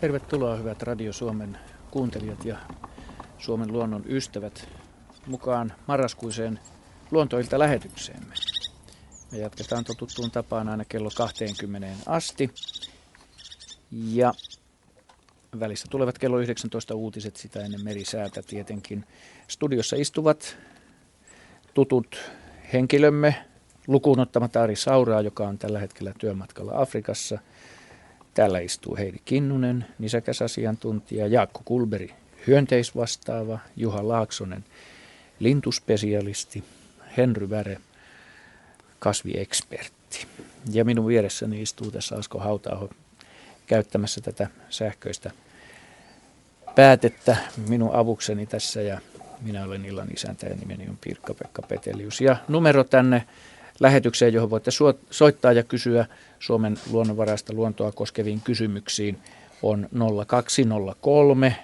Tervetuloa hyvät Radio Suomen kuuntelijat ja Suomen luonnon ystävät mukaan marraskuiseen Luontoilta-lähetykseemme. Me jatketaan totuttuun tapaan aina kello 20 asti ja välissä tulevat kello 19 uutiset, sitä ennen merisäätä tietenkin. Studiossa istuvat tutut henkilömme, lukuun ottamatta Ari Sauraa, joka on tällä hetkellä työmatkalla Afrikassa. Täällä istuu Heidi Kinnunen, nisäkäs asiantuntija, Jaakko Kulberi, hyönteisvastaava, Juha Laaksonen, lintuspesialisti, Henry Väre, kasviekspertti. Ja minun vieressäni istuu tässä Asko Hauta-aho käyttämässä tätä sähköistä päätettä minun avukseni tässä, ja minä olen illan isäntä ja nimeni on Pirkka-Pekka Petelius. Ja numero tänne lähetykseen, johon voitte soittaa ja kysyä Suomen luonnonvaraista luontoa koskeviin kysymyksiin, on 0203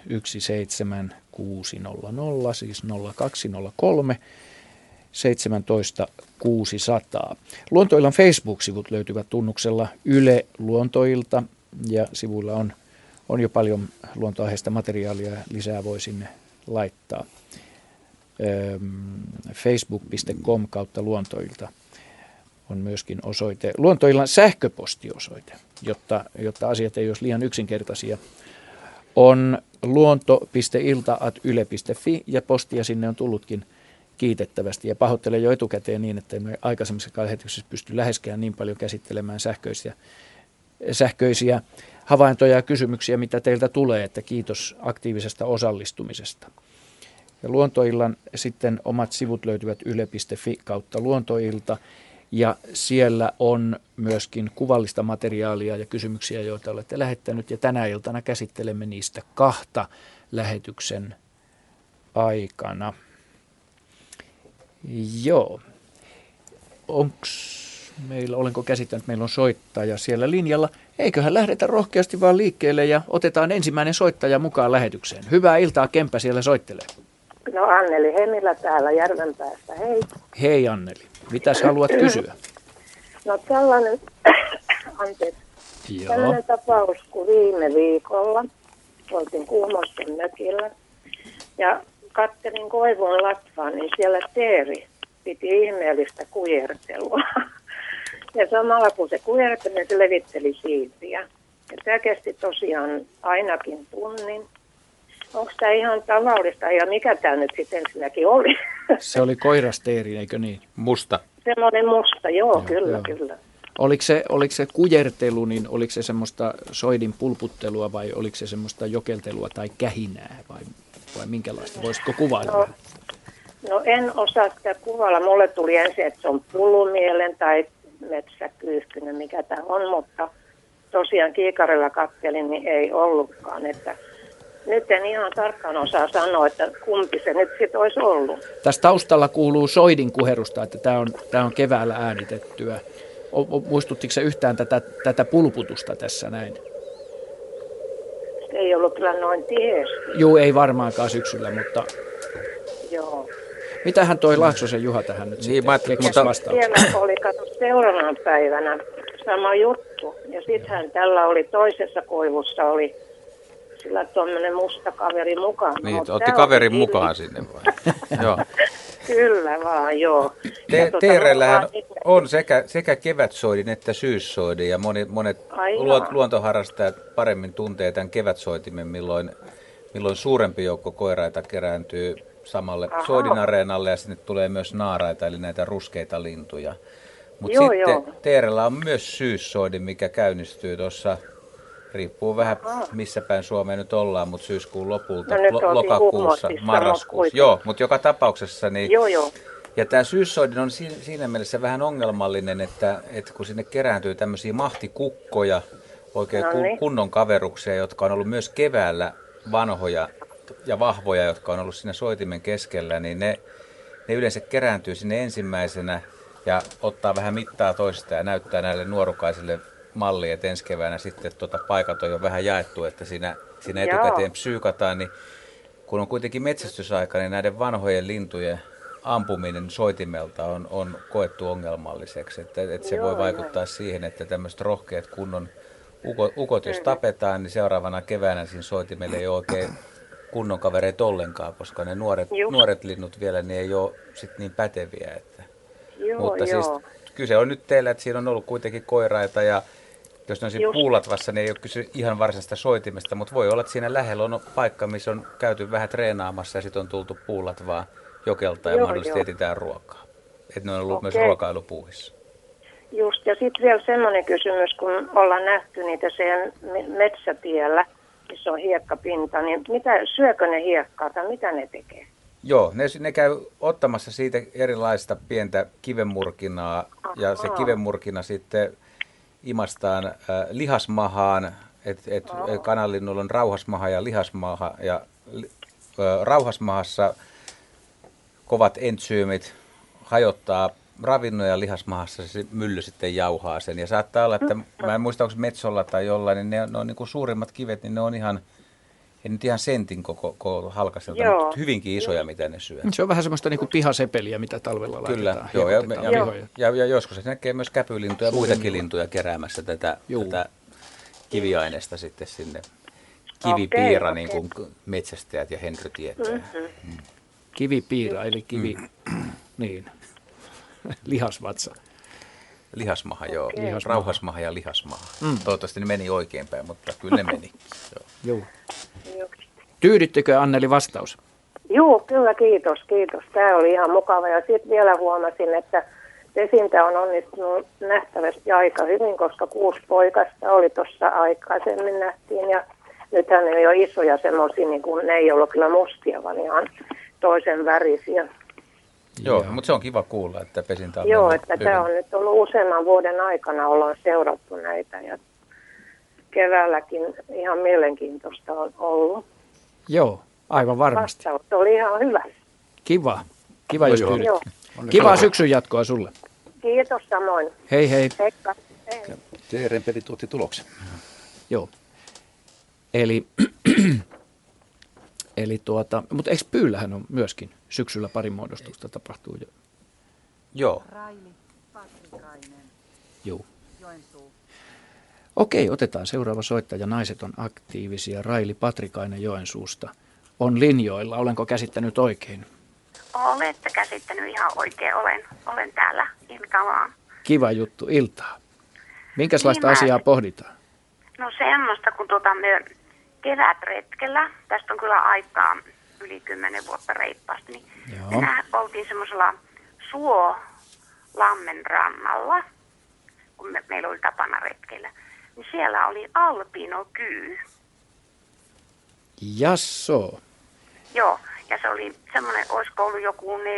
17600, siis 0203 17 600. Luontoillan Facebook-sivut löytyvät tunnuksella Yle Luontoilta, ja sivuilla on jo paljon luontoaiheista materiaalia, lisää voi sinne laittaa. Facebook.com/luontoilta on myöskin osoite. Luontoillan sähköpostiosoite, jotta asiat ei olisi liian yksinkertaisia, on luonto.ilta@yle.fi, ja postia sinne on tullutkin kiitettävästi. Ja pahoittelen jo etukäteen niin, että emme aikaisemmissa lähetyksissä pysty läheskään niin paljon käsittelemään sähköisiä havaintoja ja kysymyksiä, mitä teiltä tulee, että kiitos aktiivisesta osallistumisesta. Ja Luontoillan sitten omat sivut löytyvät yle.fi/luontoilta, ja siellä on myöskin kuvallista materiaalia ja kysymyksiä, joita olette lähettänyt, ja tänä iltana käsittelemme niistä 2 lähetyksen aikana. Joo. Olenko käsittänyt, meillä on soittaja siellä linjalla? Eiköhän lähdetä rohkeasti vaan liikkeelle ja otetaan ensimmäinen soittaja mukaan lähetykseen. Hyvää iltaa, Kempä siellä soittelee. No Anneli Hemilä täällä Järvenpäästä, hei. Hei Anneli, mitäs haluat kysyä? No tällainen, tällainen tapaus kuin viime viikolla. Oltiin Kuhmoisten mökillä ja katselin koivun latvaa, niin siellä teeri piti ihmeellistä kujertelua. Ja samalla kun se kujerteli, niin se levitteli siipiä. Ja tämä kesti tosiaan ainakin tunnin. Onko tämä ihan tavallista ja mikä tämä nyt sitten ensinnäkin oli? Se oli koirasteeri, eikö niin? Musta. Semmoinen musta, joo, kyllä. Oliko se kujertelu, niin oliko se semmoista soidin pulputtelua vai oliko se semmoista jokeltelua tai kähinää vai minkälaista? Voisitko kuvailla? No en osaa sitä kuvailla. Mulle tuli ensin, että se on pulumielen tai metsäkyyhkynen, mikä tämä on, mutta tosiaan kiikarilla kattelin, niin ei ollutkaan. Että nyt en ihan tarkkaan osaa sanoa, että kumpi se nyt sitten olisi ollut. Tässä taustalla kuuluu soidin kuherusta, että tämä on keväällä äänitettyä. Muistuttiko se yhtään tätä pulputusta tässä näin? Se ei ollut kyllä noin tiheästi. Joo, ei varmaankaan syksyllä, mutta joo. Mitähän toi Laaksosen Juha tähän nyt sitten keksisi vastauksen? Siellä oli seuraavana päivänä sama juttu. Ja sittenhän tällä oli toisessa koivussa oli sillä tuommoinen musta kaveri mukaan. Niin, otti kaverin mukaan sinne vai? Joo. Kyllä vaan, joo. Teerellähän on sekä kevätsoidin että syyssoidin, ja monet luontoharrastajat paremmin tuntee tämän kevätsoitimen, milloin suurempi joukko koiraita kerääntyy samalle soidinareenalle, ja sinne tulee myös naaraita, eli näitä ruskeita lintuja. Mutta sitten teerellä on myös syyssoidin, mikä käynnistyy tuossa, riippuu vähän missä päin Suomea nyt ollaan, mutta syyskuun lopulta, lokakuussa, marraskuussa. Joo, mutta joka tapauksessa, niin, ja tämä syyssoidin on siinä mielessä vähän ongelmallinen, että kun sinne kerääntyy tämmöisiä mahtikukkoja, oikein kunnon kaveruksia, jotka on ollut myös keväällä vanhoja ja vahvoja, jotka on ollut siinä soitimen keskellä, niin ne yleensä kerääntyy sinne ensimmäisenä ja ottaa vähän mittaa toista ja näyttää näille nuorukaisille mallia, että ensi keväänä sitten paikat on jo vähän jaettu, että siinä etukäteen psyykataan, niin kun on kuitenkin metsästysaika, niin näiden vanhojen lintujen ampuminen soitimelta on koettu ongelmalliseksi, että se voi vaikuttaa siihen, että tämmöiset rohkeat kunnon ukot jos tapetaan, niin seuraavana keväänä siinä soitimelle ei ole oikein kunnon kavereita ollenkaan, koska ne nuoret linnut vielä niin ei ole sit niin päteviä. Että. Mutta siis kyse on nyt teillä, että siinä on ollut kuitenkin koiraita ja jos ne on siinä Puulatvassa, niin ei ole kyse ihan varsinaisesta soitimesta, mutta voi olla, että siinä lähellä on paikka, missä on käyty vähän treenaamassa ja sitten on tultu Puulatvaa jokelta ja mahdollisesti etsitään ruokaa. Että ne on ollut myös ruokailupuuhissa. Just, ja sitten vielä semmoinen kysymys, kun ollaan nähty niitä sen metsätiellä, missä on hiekkapinta, niin syökö ne hiekkaa tai mitä ne tekee? Joo, ne käy ottamassa siitä erilaista pientä kivenmurkinaa ja se kivenmurkina sitten imastaan lihasmahaan, että kananlinnulla on rauhasmaha ja lihasmaha ja rauhasmahassa kovat entsyymit hajottaa ravinnon ja lihasmahassa se mylly sitten jauhaa sen. Ja saattaa olla, että mä en muista, onko Metsolla tai jollain, niin ne on niin kuin suurimmat kivet, niin ne on ihan, ei nyt ihan sentin koko halkaiselta, mutta hyvinkin isoja, mitä ne syö. Se on vähän semmoista niin kuin pihasepeliä, mitä talvella laitetaan. Kyllä, ja joskus se näkee myös käpylintuja ja muitakin lintuja keräämässä tätä kiviaineesta sitten sinne. Kivipiira, niin kuin metsästäjät ja Henry tietää. Kivipiira, eli niin. Lihasvatsa. Lihasmaha, joo. Rauhasmaha ja lihasmaha. Toivottavasti ne meni oikeinpäin, mutta kyllä ne meni. Joo. Tyydyttekö Anneli vastaus? Joo, kyllä kiitos. Tämä oli ihan mukava. Ja sitten vielä huomasin, että pesintä on onnistunut nähtävästi aika hyvin, koska 6 poikasta oli tuossa aikaisemmin nähtiin. Ja nythän ne on jo isoja semmoisia, niin kuin ne ei ollut kyllä mustia, vaan ihan toisen värisiä. Joo, mutta se on kiva kuulla, että pesintä on että tämä on nyt ollut useamman vuoden aikana, ollaan seurattu näitä ja keväälläkin ihan mielenkiintoista on ollut. Joo, aivan varmasti. Vastaus oli ihan hyvä. Kiva jos tyydyt. Kivaa syksyn jatkoa sulle. Kiitos samoin. Hei hei. Heikka. Hei. TRN peli tuotti tuloksen. Joo. Mutta eikö Pyyllähän on myöskin syksyllä pari muodostusta tapahtuu jo? Joo. Raili Patrikainen. Joo. Joensuu. Okei, otetaan seuraava soittaja. Naiset on aktiivisia. Raili Patrikainen Joensuusta on linjoilla. Olenko käsittänyt oikein? Olette käsittänyt ihan oikein. Olen täällä. Ilta vaan. Kiva juttu. Iltaa. Minkälaista asiaa pohditaan? No semmoista, kun me kevätretkellä, tästä on kyllä aikaa yli 10 vuotta reippaasti, niin me oltiin semmoisella Suolammen rannalla, kun meillä oli tapana retkellä, niin siellä oli albinokyy. Jasso. Joo, ja se oli semmoinen, olisiko ollut joku 40-45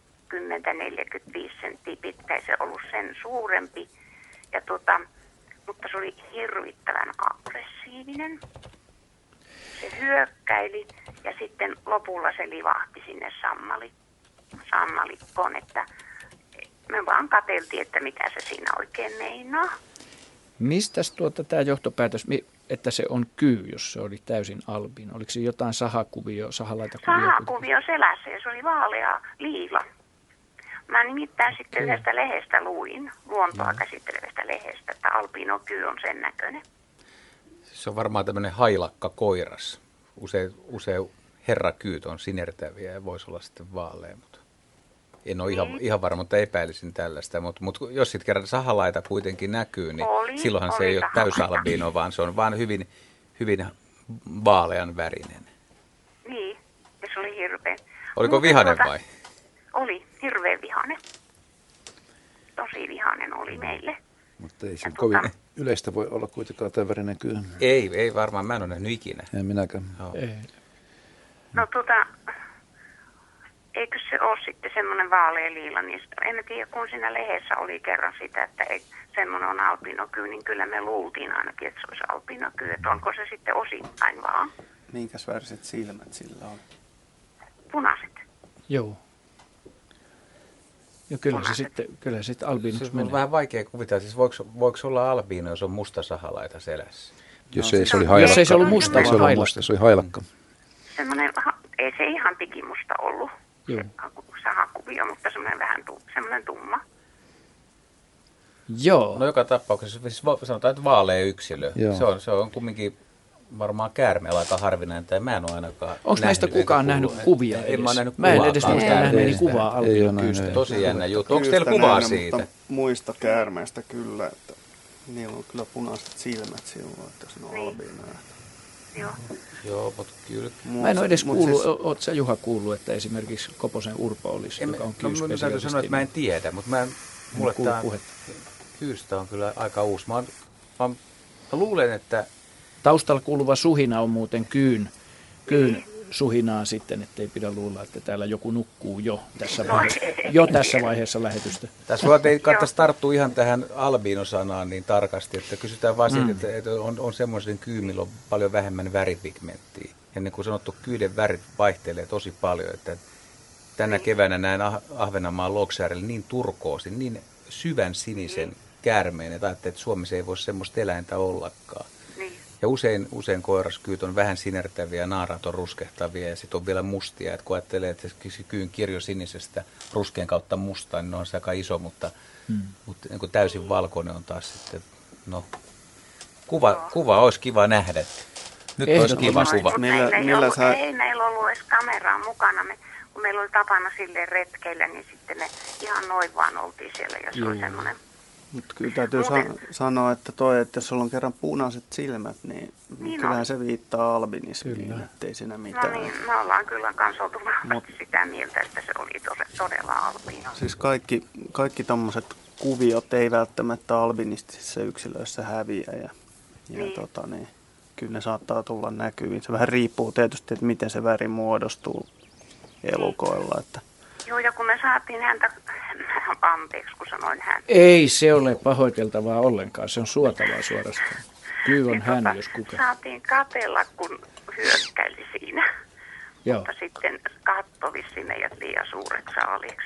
senttiä pitkä, ei se ollut sen suurempi, ja mutta se oli hirvittävän aggressiivinen. Se hyökkäili ja sitten lopulla se livahti sinne sammalikkoon, että me vaan katseltiin, että mitä se siinä oikein meinaa. Mistäs tämä johtopäätös, että se on kyy, jos se oli täysin albino? Oliko se jotain sahalaitakuvio? Sahakuvio selässä ja se oli vaalea liila. Mä nimittäin sitten yhdestä lehdestä luin, luontoa käsittelevästä lehdestä, että albino kyy on sen näköinen. Se on varmaan tämmöinen hailakka koiras. Usein herrakyyt on sinertäviä ja voisi olla sitten vaalea, mutta en ole ihan varma, mutta epäilisin tällaista. Mutta jos sitten kerran sahalaita kuitenkin näkyy, niin silloinhan se ei ole täysalbiino, vaan se on vaan hyvin, hyvin vaalean värinen. Niin, ja se oli hirveä. Oliko vihainen vai? Oli, hirveän vihainen. Tosi vihainen oli meille. Mutta ei se kovin yleistä voi olla kuitenkaan tämän värinen kyy. Ei varmaan, mä en ole nähnyt ikinä. En minäkään. Ei. No eikö se ole sitten semmoinen vaalea liila, niin en tiedä, kun siinä lehdessä oli kerran sitä, että semmoinen on albinokyy, niin kyllä me luultiin ainakin, että se olisi albinokyy, että onko se sitten osittain vaan. Minkäs väriset silmät sillä on? Punaiset. Joo. Ja kyllä se sitten albiinoksi se menee. on vähän vaikea kuvitella, siis voiko olla albiino, jos on musta sahalaita selässä? Jos ei se oli hailakka. Jos ei se ollut musta, vaan hailakka. Se oli hailakka. Semmoinen, ei se ihan pikimusta ollut, se sahakuvio, mutta semmoinen vähän semmoinen tumma. Joo. No joka tapauksessa siis sanotaan, että vaalea yksilö. Se on kumminkin varmaan käärmeellä aika harvinainen, tai mä en ole ainakaan onko näistä kukaan nähnyt kuvia edes? Mä en edes muista nähneeni kuvaa albiinokyystä. Tosi jännä juttu. Onko teillä kuvaa siitä? Mutta muista käärmeistä kyllä, että niillä on kyllä punaiset silmät silloin, että se on albiinoja. Joo, mutta kyllä. Mä en ole edes kuullut, ootko sä Juha kuullut, että esimerkiksi Koposen Urpo olisi, joka on kyysspesialisti? No, täytyy sanoa, että mä en tiedä, mutta mulle tämä kyystä on kyllä aika uusi. Mä luulen, että taustalla kuuluva suhina on muuten kyyn suhinaa sitten, ettei pidä luulla, että täällä joku nukkuu jo tässä vaiheessa lähetystä. Tässä ei kannattaisi tarttua ihan tähän albiinosanaan niin tarkasti, että kysytään vaan siitä, että on semmoisen kyy, millä on paljon vähemmän väripigmenttiä. Ja niin kuin sanottu, kyyden värit vaihtelee tosi paljon, että tänä keväänä näin Ahvenanmaan Loksaarella niin turkoosin, niin syvän sinisen käärmeen, että ajattelin, että Suomessa ei voi semmoista eläintä ollakaan. Ja usein koiraskyyt on vähän sinertäviä, naaraat on ruskehtavia ja sitten on vielä mustia. Et kun ajattelee, että se kyyn kirjo sinisestä ruskean kautta mustaa, niin on se aika iso, mutta niin kuin täysin valkoinen on taas sitten, no kuva olisi kiva nähdä. Nyt olisi kiva kuva. Ei meillä ollut edes kameraa mukana. Kun meillä oli tapana silleen retkeillä, niin sitten me ihan noin vaan oltiin siellä, jos oli semmoinen. Mutta kyllä täytyy sanoa, että jos sulla on kerran punaiset silmät, niin kyllähän se viittaa albinismiin, ettei siinä mitään. No niin, me ollaan kyllä kans oltu sitä mieltä, että se oli todella albiino. Siis kaikki tommoset kuviot ei välttämättä albinistisissa yksilöissä häviä ja kyllä ne saattaa tulla näkyviin. Se vähän riippuu tietysti, että miten se väri muodostuu elukoilla, että joo, ja kun me saatiin häntä, anteeksi kun sanoin hän. Ei se ole pahoiteltavaa ollenkaan, se on suotavaa suorastaan. Kyy on hän, jos kuka. Saatiin katsella, kun hyökkäili siinä. Joo. Mutta sitten katsoi vissiin meidät liian suureksi saaliksi.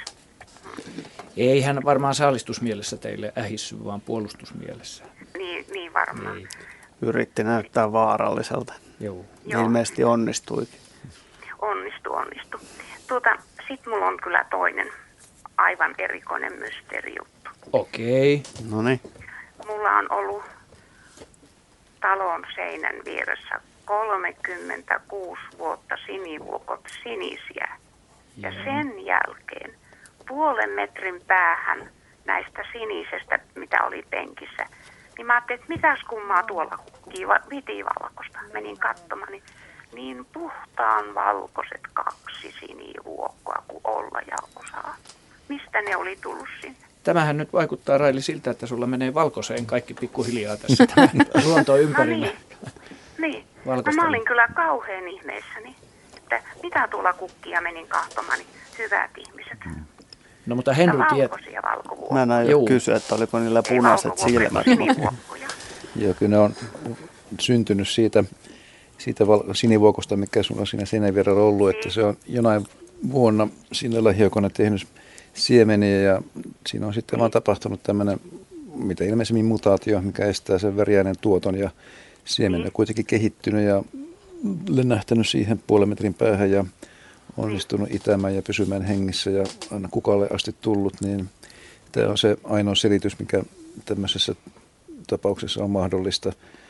Ei hän varmaan saalistusmielessä teille ähissy, vaan puolustusmielessä. Niin varmaan. Niin. Yritti näyttää vaaralliselta. Joo. Ilmeisesti onnistuikin. Onnistu. Sitten mulla on kyllä toinen aivan erikoinen mysteerijuttu. Okei. Noniin. Mulla on ollut talon seinän vieressä 36 vuotta sinivuokot sinisiä. Ja sen jälkeen 0,5 metrin päähän näistä sinisestä, mitä oli penkissä, niin mä ajattelin, että mitäs kummaa tuolla kukkii, vitivalkoista. Menin katsomaan, niin puhtaan valkoiset 2 sinivuokkoa kuin olla ja osaa. Mistä ne oli tullut sinne? Tämähän nyt vaikuttaa, Raili, siltä, että sulla menee valkoiseen kaikki pikkuhiljaa tässä luonto ympärillä. Niin. No, mä olin kyllä kauhean ihmeessäni, että mitä tuolla kukkia menin katsomaan, niin hyvät ihmiset. No mutta Henry valkoisia valkovuokkoja. Mä en aio kysyä, että oliko niillä punaiset silmät. Joo, kyllä ne on syntynyt siitä sinivuokosta, mikä sulla on siinä seinän vierellä ollut, että se on jonain vuonna sinne lähiökone tehnyt siemeniä ja siinä on sitten vaan tapahtunut tämmöinen, mitä ilmeisemmin mutaatio, mikä estää sen väriäinen tuoton ja siemen on kuitenkin kehittynyt ja lennähtänyt siihen 0,5 metrin päähän ja onnistunut itämään ja pysymään hengissä ja aina kukalle asti tullut, niin tämä on se ainoa selitys, mikä tämmöisessä tapauksessa on mahdollista.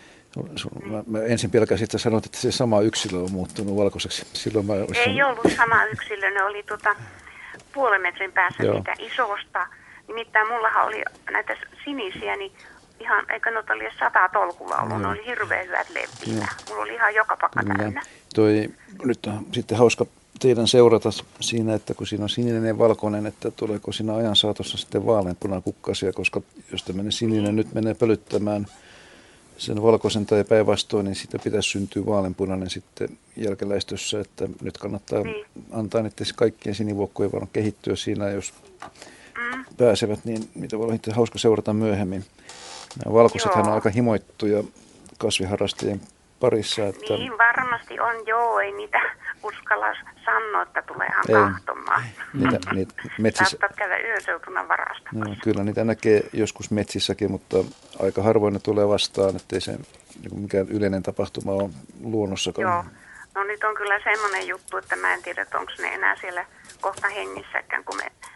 Mä ensin pelkäsin, että sanot, että se sama yksilö on muuttunut valkoiseksi. Silloin ei ollut sama yksilö, ne oli 0,5 metrin päässä siitä isosta. Nimittäin mullahan oli näitä sinisiä, niin ihan, eikö noita oli 100 tolkulla ollut, ne oli hirveän hyvät leviä. Mulla oli ihan joka pakka täynnä. Nyt on sitten hauska teidän seurata siinä, että kun siinä on sininen ja valkoinen, että tuleeko siinä ajan saatossa sitten vaaleanpunaa kukkasia, koska jos tämmöinen sininen nyt menee pölyttämään sen valkoisen tai päinvastoin, niin siitä pitäisi syntyä vaaleanpunainen sitten jälkeläistössä, että nyt kannattaa antaa niiden kaikkien sinivuokkojen vaan kehittyä siinä, jos pääsevät, niin mitä voi olla hauska seurata myöhemmin. Nämä valkoisethan on aika himoittuja kasviharrastajien parissa. Että niin varmasti on, ei niitä uskalla sanoa, että tuleehan kahtomaan. Niitä metsissä saattaa käydä yöseutuna varastamassa. No, kyllä niitä näkee joskus metsissäkin, mutta aika harvoin ne tulee vastaan, ettei se mikään yleinen tapahtuma ole luonnossakaan. Joo, no nyt on kyllä semmoinen juttu, että mä en tiedä, että onko ne enää siellä kohta hengissäkään, kun me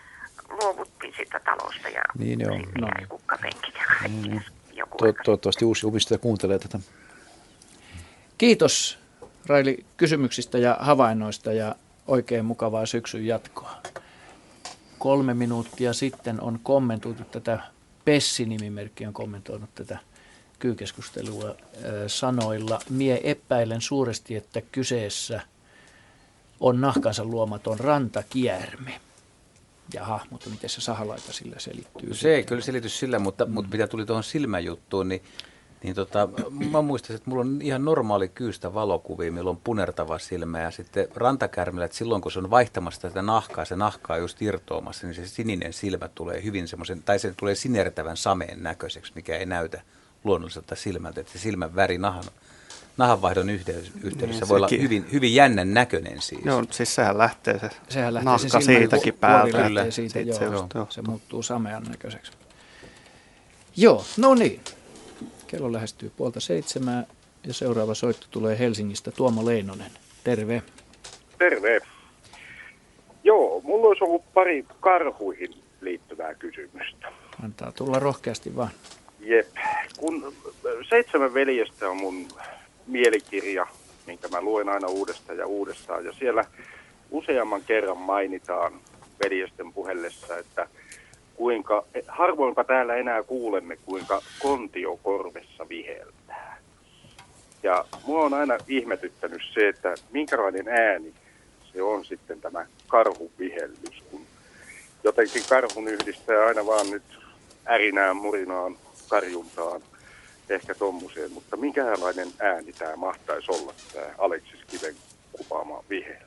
luovuttiin siitä talosta ja Niin joo. sitten jäi kukkapenkit ja kaikki. Joku Toivottavasti uusi omistaja kuuntelee tätä. Kiitos Raili kysymyksistä ja havainnoista ja oikein mukavaa syksyn jatkoa. 3 minuuttia sitten on kommentoitu tätä, Pessi-nimimerkki on kommentoinut tätä kyykeskustelua sanoilla: mie epäilen suuresti, että kyseessä on nahkansa luomaton rantakierme. Jaha, mutta miten se sahalaita sillä selittyy? Se ei kyllä selitys sillä, mutta mitä tuli tuohon silmäjuttuun, niin mä muistan, että mulla on ihan normaali kyystä valokuvia, milloin on punertava silmä, ja sitten rantakärmellä, että silloin kun se on vaihtamassa tätä nahkaa, se nahkaa just irtoamassa, niin se sininen silmä tulee hyvin semmoisen, tai se tulee sinertävän sameen näköiseksi, mikä ei näytä luonnolliselta silmältä, että se silmän väri nahanvaihdon yhteydessä voi olla hyvin jännän näköinen siis. Joo, siis sehän lähtee se nahka se siitäkin päältä. Kyllä, siitä, se muuttuu samean näköiseksi. Joo, no niin. Kello lähestyy 6:30 ja seuraava soitto tulee Helsingistä. Tuomo Leinonen, terve. Terve. Joo, mulla olisi ollut pari karhuihin liittyvää kysymystä. Antaa tulla rohkeasti vaan. Jep. Kun 7 veljestä on mun mielikirja, minkä mä luen aina uudestaan ja uudestaan. Ja siellä useamman kerran mainitaan veljesten puhellessa, että harvoinpa täällä enää kuulemme, kuinka kontio korvessa viheltää. Ja mua on aina ihmetyttänyt se, että minkälainen ääni se on sitten tämä karhun vihellys, kun jotenkin karhun yhdistää aina vaan nyt ärinään, murinaan, karjuntaan, ehkä tommoseen, mutta minkälainen ääni tämä mahtaisi olla, tämä Aleksis Kiven kuvaama vihellys?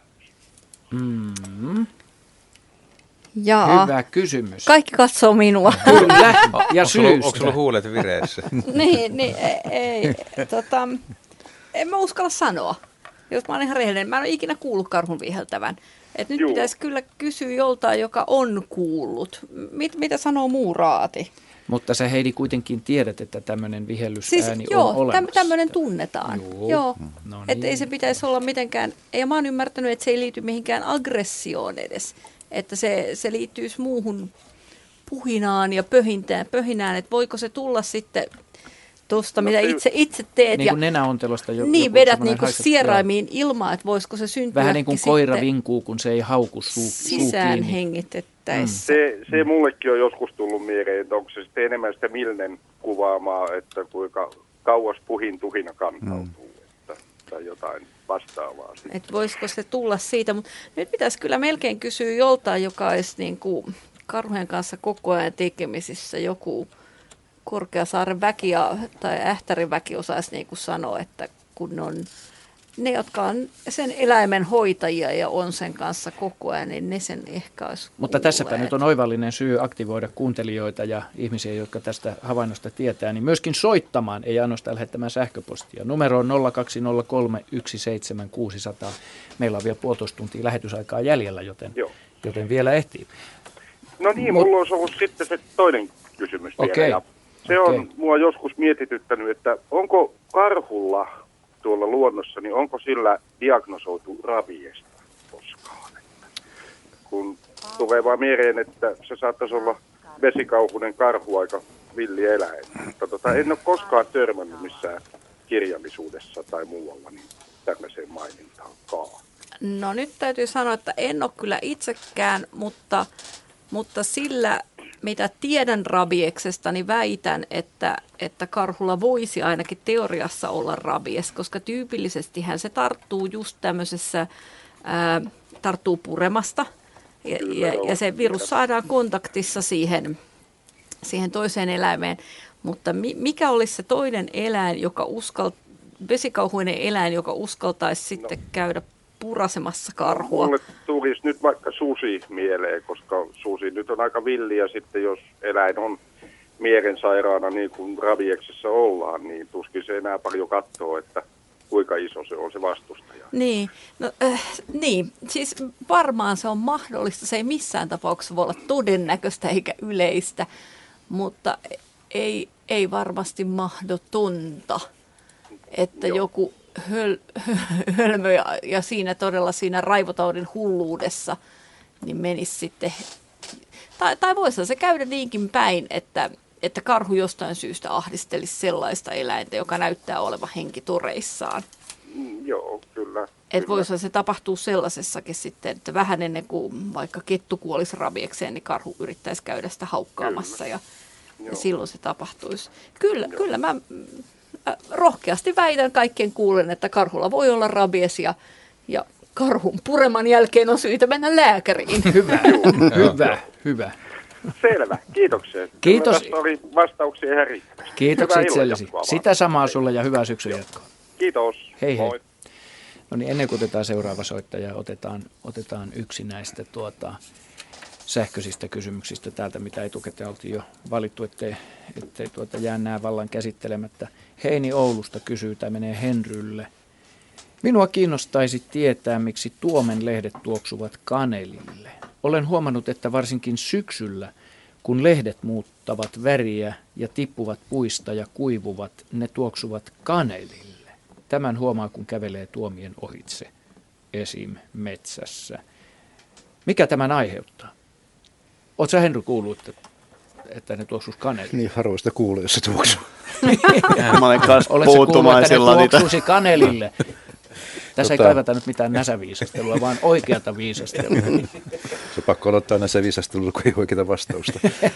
Jaa. Hyvä kysymys. Kaikki katsoo minua. Kyllä, ja syystä. Onko sulla huulet vireessä? niin, ei. En mä uskalla sanoa. Jos mä olen ihan rehellinen, mä en ole ikinä kuullut karhun viheltävän. Et nyt pitäisi kyllä kysyä joltain, joka on kuullut. Mitä sanoo muu raati? Mutta sä, Heidi, kuitenkin tiedät, että tämmöinen vihellysääni on olemassa. Tämmöinen tunnetaan. Joo. No niin. Että ei se pitäisi olla mitenkään, ja mä oon ymmärtänyt, että se ei liity mihinkään aggressioon edes. Että se liittyisi muuhun puhinaan ja pöhinään, että voiko se tulla sitten tuosta, mitä itse teet. Niin kuin nenäontelosta niin, vedät niin kuin sieraimiin ilmaa, että voisiko se syntyä vähän niin kuin koira vinkuu, kun se ei hauku sisään hengitettäessä. Se mullekin on joskus tullut mieleen, että onko se sitten enemmän sitä Milnen kuvaamaa, että kuinka kauas puhin tuhina kantautuu, tai jotain vastaavaa. Että voisiko se tulla siitä, mutta nyt pitäisi kyllä melkein kysyä joltain, joka olisi niin kuin karhujen kanssa koko ajan tekemisissä, joku Korkeasaaren väki tai Ähtärin väki osaisi niin kuin sanoa, että kun on ne, jotka on sen eläimen hoitajia ja on sen kanssa koko ajan, niin ne sen ehkä olisi Mutta tässäpä nyt on oivallinen syy aktivoida kuuntelijoita ja ihmisiä, jotka tästä havainnosta tietää, niin myöskin soittamaan, ei ainoastaan lähettämään sähköpostia. Numero on 0203 17600. Meillä on vielä 1,5 tuntia lähetysaikaa jäljellä, joten vielä ehtii. No niin, mulla olisi ollut sitten se toinen kysymys vielä. Ja se on mua joskus mietityttänyt, että onko karhulla tuolla luonnossa, niin onko sillä diagnosoitu rabiesta koskaan? Kun tulee vaan mieleen, että se saattaisi olla vesikauhunen karhu aika villi eläin. Mutta en ole koskaan törmännyt missään kirjallisuudessa tai muualla niin tämmöiseen mainintaankaan. No nyt täytyy sanoa, että en ole kyllä itsekään, mutta sillä mitä tiedän rabieksesta, niin väitän, että karhulla voisi ainakin teoriassa olla rabies, koska tyypillisestihän se tarttuu just tämmöisessä, tarttuu puremasta ja se virus saadaan kontaktissa siihen toiseen eläimeen. Mutta mikä olisi se toinen eläin, vesikauhuinen eläin, joka uskaltaisi sitten käydä purasemassa karhua? Mulle tulisi nyt vaikka susi mieleen, koska susi nyt on aika villi ja sitten jos eläin on mielensairaana niin kuin rabieksessa ollaan, niin tuskin se enää paljon katsoo, että kuinka iso se on se vastustaja. Niin, niin, siis varmaan se on mahdollista, se ei missään tapauksessa voi olla todennäköistä eikä yleistä, mutta ei varmasti mahdotonta, että joku hölmö ja siinä todella siinä raivotaudin hulluudessa niin menisi sitten Tai voisihan se käydä niinkin päin, että karhu jostain syystä ahdistelisi sellaista eläintä, joka näyttää olevan henkitoreissaan. Joo, kyllä. Että voisihan se tapahtua sellaisessakin sitten, että vähän ennen kuin vaikka kettu kuolisi rabiekseen, niin karhu yrittäisi käydä sitä haukkaamassa ja silloin se tapahtuisi. Kyllä mä rohkeasti väitän kaikkien kuulen, että karhulla voi olla rabies ja karhun pureman jälkeen on syytä mennä lääkäriin. Hyvä. Selvä, kiitoksia. Kiitos. Tästä oli vastauksia ihan riittävästi. Kiitoksia itsellesi. Sitä samaa sulle ja hyvää syksyn jatkoa. Kiitos. Hei. No niin, ennen kuin otetaan seuraava soittaja, otetaan yksi näistä sähköisistä kysymyksistä täältä, mitä etukäteen oltiin jo valittu, ettei jää nämä vallan käsittelemättä. Heini Oulusta kysyy, tai menee Henrylle. Minua kiinnostaisi tietää, miksi Tuomen lehdet tuoksuvat kanelille. Olen huomannut, että varsinkin syksyllä, kun lehdet muuttavat väriä ja tippuvat puista ja kuivuvat, ne tuoksuvat kanelille. Tämän huomaa, kun kävelee tuomien ohitse, esim. Metsässä. Mikä tämän aiheuttaa? Oletko sä, Henry, kuullut, että ne tuoksuisi kanelille? Niin harvoista kuulee, jos se tuoksuu. Mä olen kanssa Oletko kuullut, että ne puuttumaisilla tuoksuisi kanelille? Tässä ei kaivata nyt mitään näsäviisastelua, vaan oikeata viisastelua. Se on pakko aloittaa näsäviisastelua, kun ei oikeita vastausta.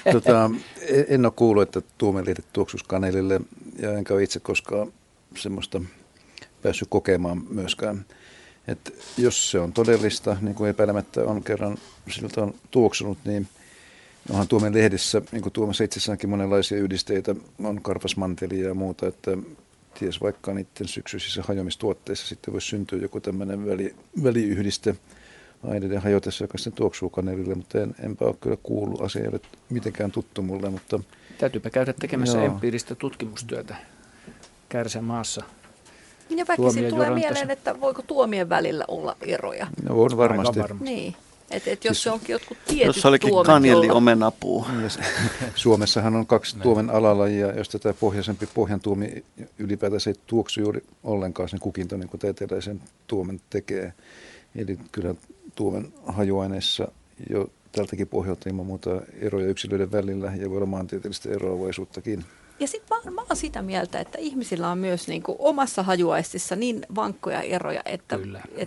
En ole kuullut, että tuomelehdet tuoksuisi kanelille, ja enkä ole itse koskaan semmoista päässyt kokemaan myöskään. Että jos se on todellista, niin kuin epäilemättä on kerran siltä on tuoksunut, niin onhan Tuomen lehdessä, niin kuin Tuomessa itsessäänkin monenlaisia yhdisteitä, on karpasmantelia ja muuta, että ties vaikka niiden syksyisissä hajoamistuotteissa sitten voisi syntyä joku tämmöinen väliyhdiste aineiden hajotessa, joka sitten tuoksuu kanelille, mutta enpä ole kyllä kuullut asialle mitenkään tuttu mulle. Mutta täytyypä käydä tekemässä empiiristä tutkimustyötä Kärsämaassa. Ja väkisin tulee mieleen, että voiko tuomien välillä olla eroja? No on varmasti. Niin. Että jos se onkin jotkut tietyt jos olikin kaneliomenapuu. Suomessahan on 2 tuomen alalajia, josta tämä pohjaisempi pohjantuomi ylipäätänsä ei tuoksu juuri ollenkaan sen kukinto, niin kuin tämä eteläisen tuomen tekee. Eli kyllä tuomen hajuaineissa jo tältäkin pohjalta ilman muuta eroja yksilöiden välillä ja voi olla maantieteellistä eroavaisuuttakin. Ja sitten mä oon sitä mieltä, että ihmisillä on myös niinku omassa hajuaistissa niin vankkoja eroja, että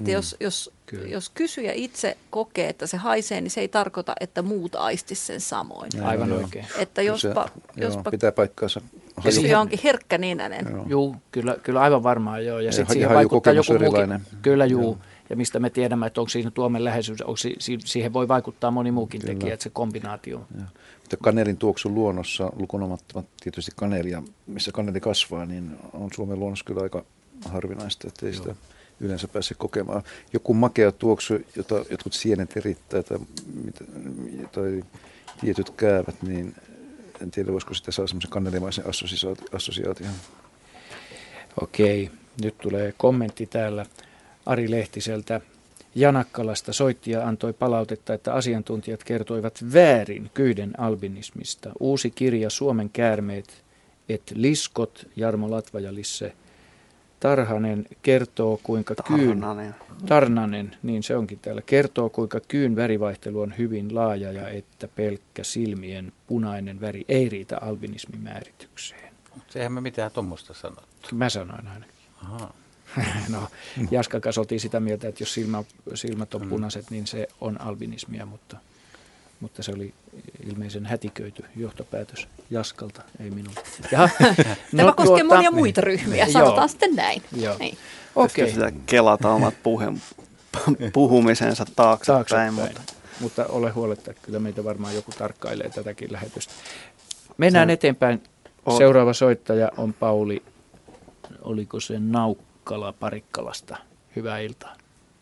jos kysyjä itse kokee, että se haisee, niin se ei tarkoita, että muut aistis sen samoin. Aivan oikein. Että jospa pitää paikkaansa. Kysyjä onkin herkkänenäinen. Joo, kyllä aivan varmaan joo. Ja sitten siihen vaikuttaa joku muukin. Kyllä juu. Ja mistä me tiedämme, että onko siinä tuomen läheisyys, siihen voi vaikuttaa moni muukin tekijä, että se kombinaatio. Mutta kanelin tuoksu luonnossa, lukunomatta tietysti kanelia, missä kaneli kasvaa, niin on Suomen luonnossa kyllä aika harvinaista, että ei sitä yleensä pääse kokemaan. Joku makea tuoksu, jota jotkut sienet erittää tai tietyt käävät, niin en tiedä, voisiko sitä saada semmoisen kanelimaisen assosiaation. Okei, nyt tulee kommentti täällä Ari Lehtiseltä. Janakkalasta soittaja antoi palautetta, että asiantuntijat kertoivat väärin kyyden albinismista. Uusi kirja Suomen käärmeet et liskot, Jarmo Latva ja Lisse Tarhanen kertoo, kuinka Tarnanen, niin se onkin täällä, kertoo, kuinka kyyn värivaihtelu on hyvin laaja ja että pelkkä silmien punainen väri ei riitä albinismin määritykseen. Eihän me mitään tuommoista sanottu. Mä sanoin ainakin. Aha. No, Jaskan kanssa oltiin sitä mieltä, että jos silmät on punaiset, niin se on albinismia, mutta se oli ilmeisen hätiköity johtopäätös Jaskalta, ei minulta. Tämä koskee monia muita ryhmiä, sanotaan sitten näin. Niin. Okay. Sitä kelata omat puhumisensa taaksepäin. Mutta ole huoletta, että kyllä meitä varmaan joku tarkkailee tätäkin lähetystä. Mennään eteenpäin. Seuraava soittaja on Pauli, oliko se Naukkala Parikkalasta. Hyvää iltaa.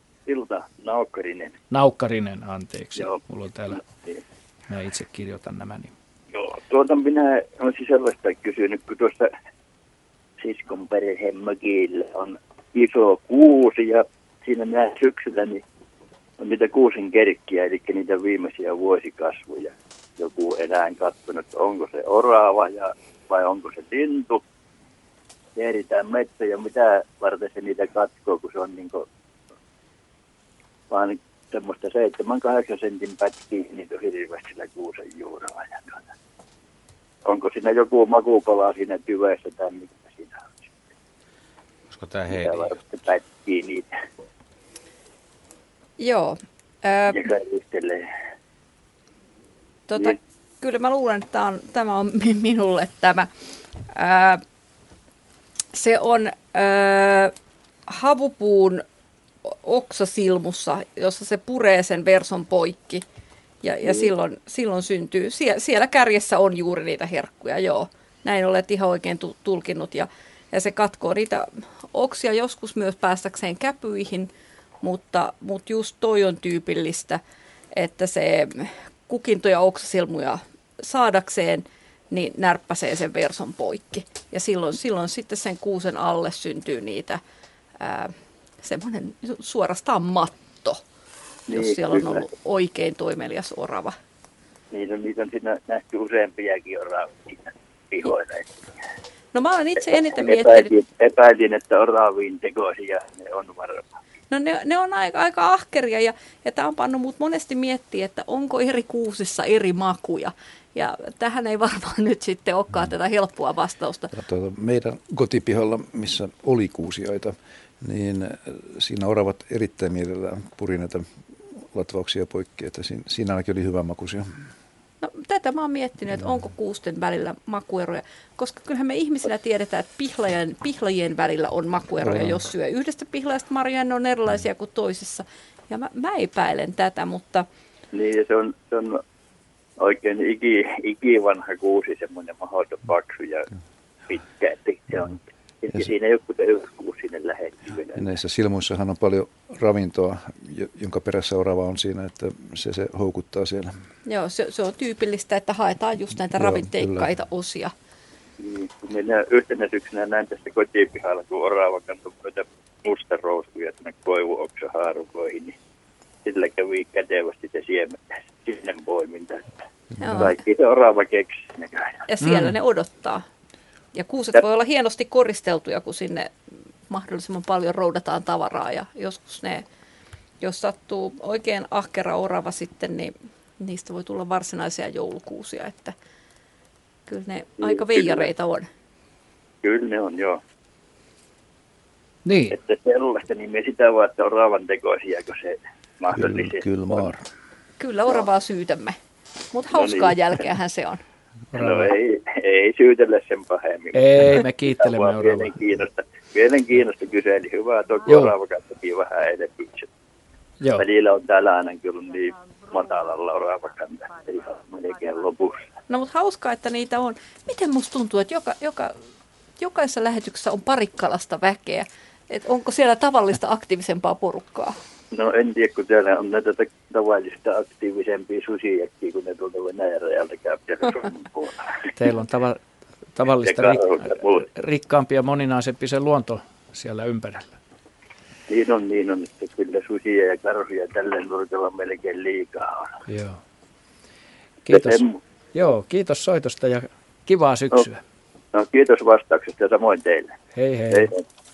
Naukkarinen, anteeksi. Joo. Mulla on täällä, mä itse kirjoitan nämä. Niin. Joo, minä olisin sellaista kysynyt, kun tuossa siskon perhemökillä on iso kuusi ja siinä näin syksyllä niin on niitä kuusin kerkkiä, eli niitä viimeisiä vuosikasvuja. Joku eläin katsonut, että onko se orava vai onko se lintu. Tiedetään metsä ja mitä varten se niitä katsoo, kun se on niin kuin vaan semmoista 7-8 sentin pätkiä, niitä on hirveästi sillä kuusen juurella. Ja onko siinä joku makupala siinä tyveessä tai mikä siinä on? Olisiko tämä Heidi? Mitä varmasti pätkii niitä. Joo. Ja kärjistelee. Niin. Kyllä mä luulen, että tämä on minulle tämä. Se on havupuun oksasilmussa, jossa se puree sen verson poikki. Ja silloin syntyy, siellä kärjessä on juuri niitä herkkuja, joo. Näin olet ihan oikein tulkinnut. Ja se katkoo niitä oksia joskus myös päästäkseen käpyihin, mutta just toi on tyypillistä, että se kukinto- ja oksasilmuja saadakseen, niin närppäsee sen verson poikki. Ja silloin sitten sen kuusen alle syntyy niitä semmoinen suorastaan matto, jos siellä on ollut oikein toimelias orava. Niitä on siinä nähty useampiakin oravia pihoilla. No mä olen itse eniten miettinyt. Epäilin, että oraviin tekoisia ne on varmaan. No ne on aika ahkeria ja tämä on pannut mut monesti miettiä, että onko eri kuusissa eri makuja. Ja tähän ei varmaan nyt sitten olekaan tätä helppoa vastausta. Meidän kotipihalla, missä oli kuusioita, niin siinä oravat erittäin mielellään puri näitä latvauksia poikki, että siinä ainakin oli hyvä makuisia. No, tätä mä oon miettinyt, että onko kuusten välillä makueroja, koska kyllähän me ihmisinä tiedetään, että pihlajien välillä on makueroja. Jos syö yhdestä pihlajasta marjaa, ne on erilaisia kuin toisessa. Ja mä epäilen tätä, mutta... Niin, se on oikein ikivanha kuusi, semmoinen mahdoton paksu ja pitkä, että se on... Ja siinä joku yksi kuusi sinne lähettyy. Näissä silmuissahan on paljon ravintoa, jonka perässä orava on siinä, että se houkuttaa siellä. Joo, se on tyypillistä, että haetaan just näitä ravinteikkaita osia. Niin, kun minä yhtenä syksynä näin tästä kotipihalla, kun orava kantoi noita mustarouskuja tuonne koivuoksahaarukoihin, niin sillä kävi kätevästi se sinne poiminta. Kaikki se orava keksi näköjään. Ja siellä ne odottaa. Ja kuuset voi olla hienosti koristeltuja, kun sinne mahdollisimman paljon roudataan tavaraa. Ja joskus jos sattuu oikein ahkera orava sitten, niin niistä voi tulla varsinaisia joulukuusia. Että kyllä ne aika veijareita on. Kyllä ne on, joo. Niin. Että sellaista nimiä sitä vaan, että oravan tekoisia, kun se mahdollisesti Kyllä, Kyllä oravaa syytämme. Mutta hauskaa jälkeähän se on. No ei syytellä sen pahemmin. Ei, me kiittelemme oravaa. Mielenkiinnosta kyseli. Hyvä, toki orava katsotiin vähän edellyksiä. Välillä on täällä ainakin ollut niin matalalla orava kanta, ihan melkein lopussa. No mutta hauskaa, että niitä on. Miten musta tuntuu, että jokaisessa lähetyksessä on Parikkalasta väkeä? Et onko siellä tavallista aktiivisempaa porukkaa? No en tiedä, kun täällä on näitä tavallista aktiivisempia susiäkkiä, kun ne tuolta Venäjän rajalta käy siellä Suomen puolella. Teillä on tavallista rikkaampi ja moninaisempi se luonto siellä ympärillä. Niin on, että kyllä susia ja karhuja tällä nurkalla melkein liikaa on. Joo. Kiitos. Kiitos soitosta ja kivaa syksyä. No kiitos vastauksesta ja samoin teille. Hei hei.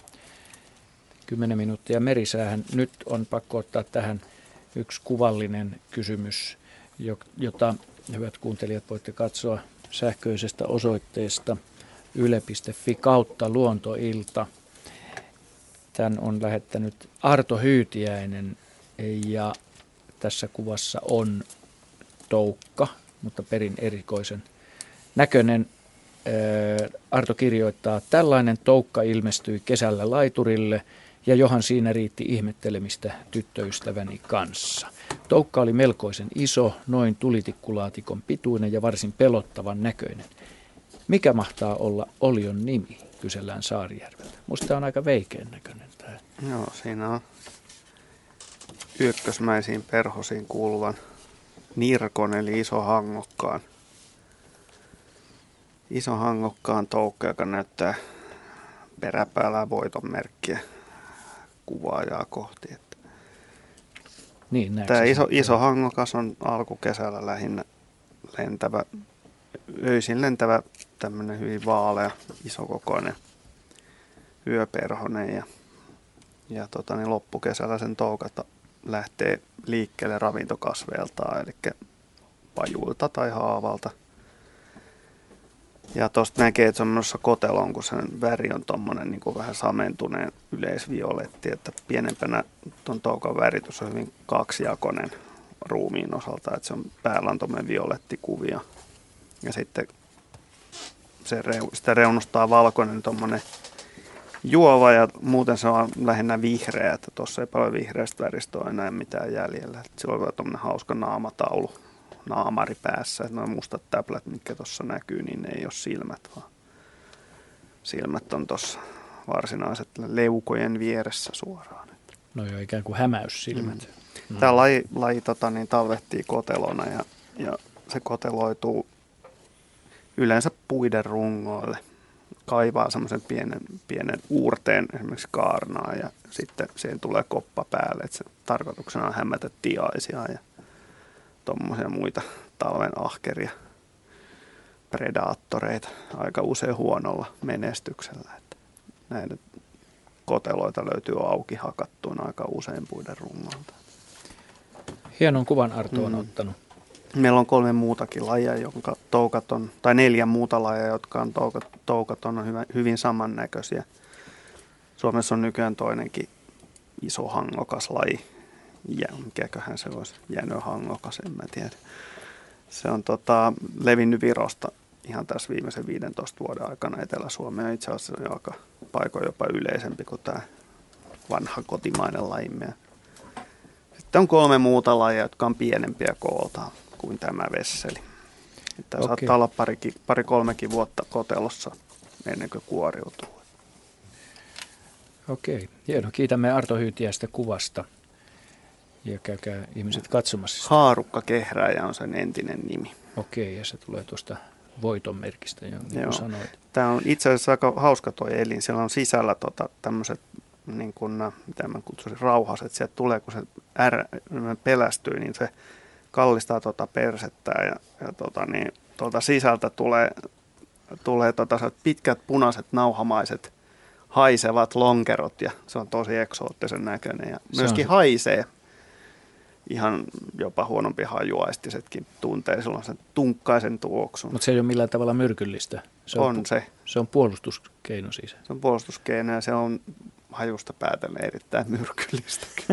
10 minuuttia merisäähän. Nyt on pakko ottaa tähän yksi kuvallinen kysymys, jota hyvät kuuntelijat voitte katsoa sähköisestä osoitteesta yle.fi/luontoilta. Tän on lähettänyt Arto Hyytiäinen ja tässä kuvassa on toukka, mutta perin erikoisen näköinen. Arto kirjoittaa, tällainen toukka ilmestyi kesällä laiturille ja johan siinä riitti ihmettelemistä tyttöystäväni kanssa. Toukka oli melkoisen iso, noin tulitikkulaatikon pituinen ja varsin pelottavan näköinen. Mikä mahtaa olla olion nimi, kysellään Saarijärveltä. Musta on aika veikeän näköinen tämä. Joo, siinä on ykkösmäisiin perhosiin kuuluvan nirkon eli iso hangokkaan toukka, joka näyttää peräpäällä voitonmerkkiä kuvaajaa kohti. Niin, tämä iso hangokas on alkukesällä lähinnä öisin lentävä tämmöinen hyvin vaalea, isokokoinen yöperhonen ja loppukesällä sen toukat lähtee liikkeelle ravintokasveiltaan, eli pajuilta tai haavalta. Ja tuosta näkee, että se on menossa koteloon, kun sen väri on tuommoinen niin kuin vähän samentuneen yleisvioletti, että pienempänä tuon toukan väritys on hyvin kaksijakoinen ruumiin osalta, että se on päällä on tuommoinen violettikuvia. Ja sitten sitä reunustaa valkoinen tuommoinen juova ja muuten se on lähinnä vihreä, että tuossa ei paljon vihreästä väristä ole enää mitään jäljellä. Sillä on vielä tuommoinen hauska naamataulu, naamari päässä, että nuo mustat täplät, mitkä tuossa näkyy, niin ne ei ole silmät, vaan silmät on tuossa varsinaiset leukojen vieressä suoraan. No joo, ikään kuin hämäyssilmät. Tämä laji talvehtii kotelona ja se koteloituu yleensä puiden rungoille. Kaivaa semmoisen pienen uurteen esimerkiksi kaarnaa ja sitten siihen tulee koppa päälle. Että se tarkoituksena on hämätä tiaisia ja tuommoisia muita talven ahkeria predaattoreita aika usein huonolla menestyksellä. Että näitä koteloita löytyy auki hakattuina aika usein puiden rungolta. Hienon kuvan Arto on ottanut. Meillä on 3 muutakin lajia, jonka toukat on, tai 4 muuta lajia, jotka on toukat on hyvin samannäköisiä. Suomessa on nykyään toinenkin iso hangokas laji. Ja mikäköhän se olisi? Jänöhangokas, en mä tiedä. Se on levinnyt Virosta ihan tässä viimeisen 15 vuoden aikana Etelä-Suomeen. Itse asiassa on aika paikoin jopa yleisempi kuin tämä vanha kotimainen lajimme. Sitten on 3 muuta lajia, jotka on pienempiä kooltaan kuin tämä vesseli. Tämä saattaa olla pari-kolmekin vuotta kotelossa ennen kuin kuoriutuu. Okei, hieno. Kiitämme Arto Hyytiäistä kuvasta. Ja käykää ihmiset katsomassa. Haarukkakehrääjä on sen entinen nimi. Okei, ja se tulee tuosta voitonmerkistä, niin kuin sanoit. Tämä on itse asiassa aika hauska tuo elin. Siellä on sisällä tämmöiset, niin kuin, mitä mä kutsuisin, rauhaset. Sieltä tulee, kun se pelästyy, niin se kallistaa persettä ja tuolta sisältä tulee pitkät punaiset nauhamaiset haisevat lonkerot ja se on tosi eksoottisen näköinen ja myöskin haisee. Ihan jopa huonompi hajuaistisetkin tuntee silloin sen tunkkaisen tuoksun. Mutta se ei ole millään tavalla myrkyllistä. Se on puolustuskeino siis. Se on puolustuskeino ja se on hajusta päätellen erittäin myrkyllistäkin.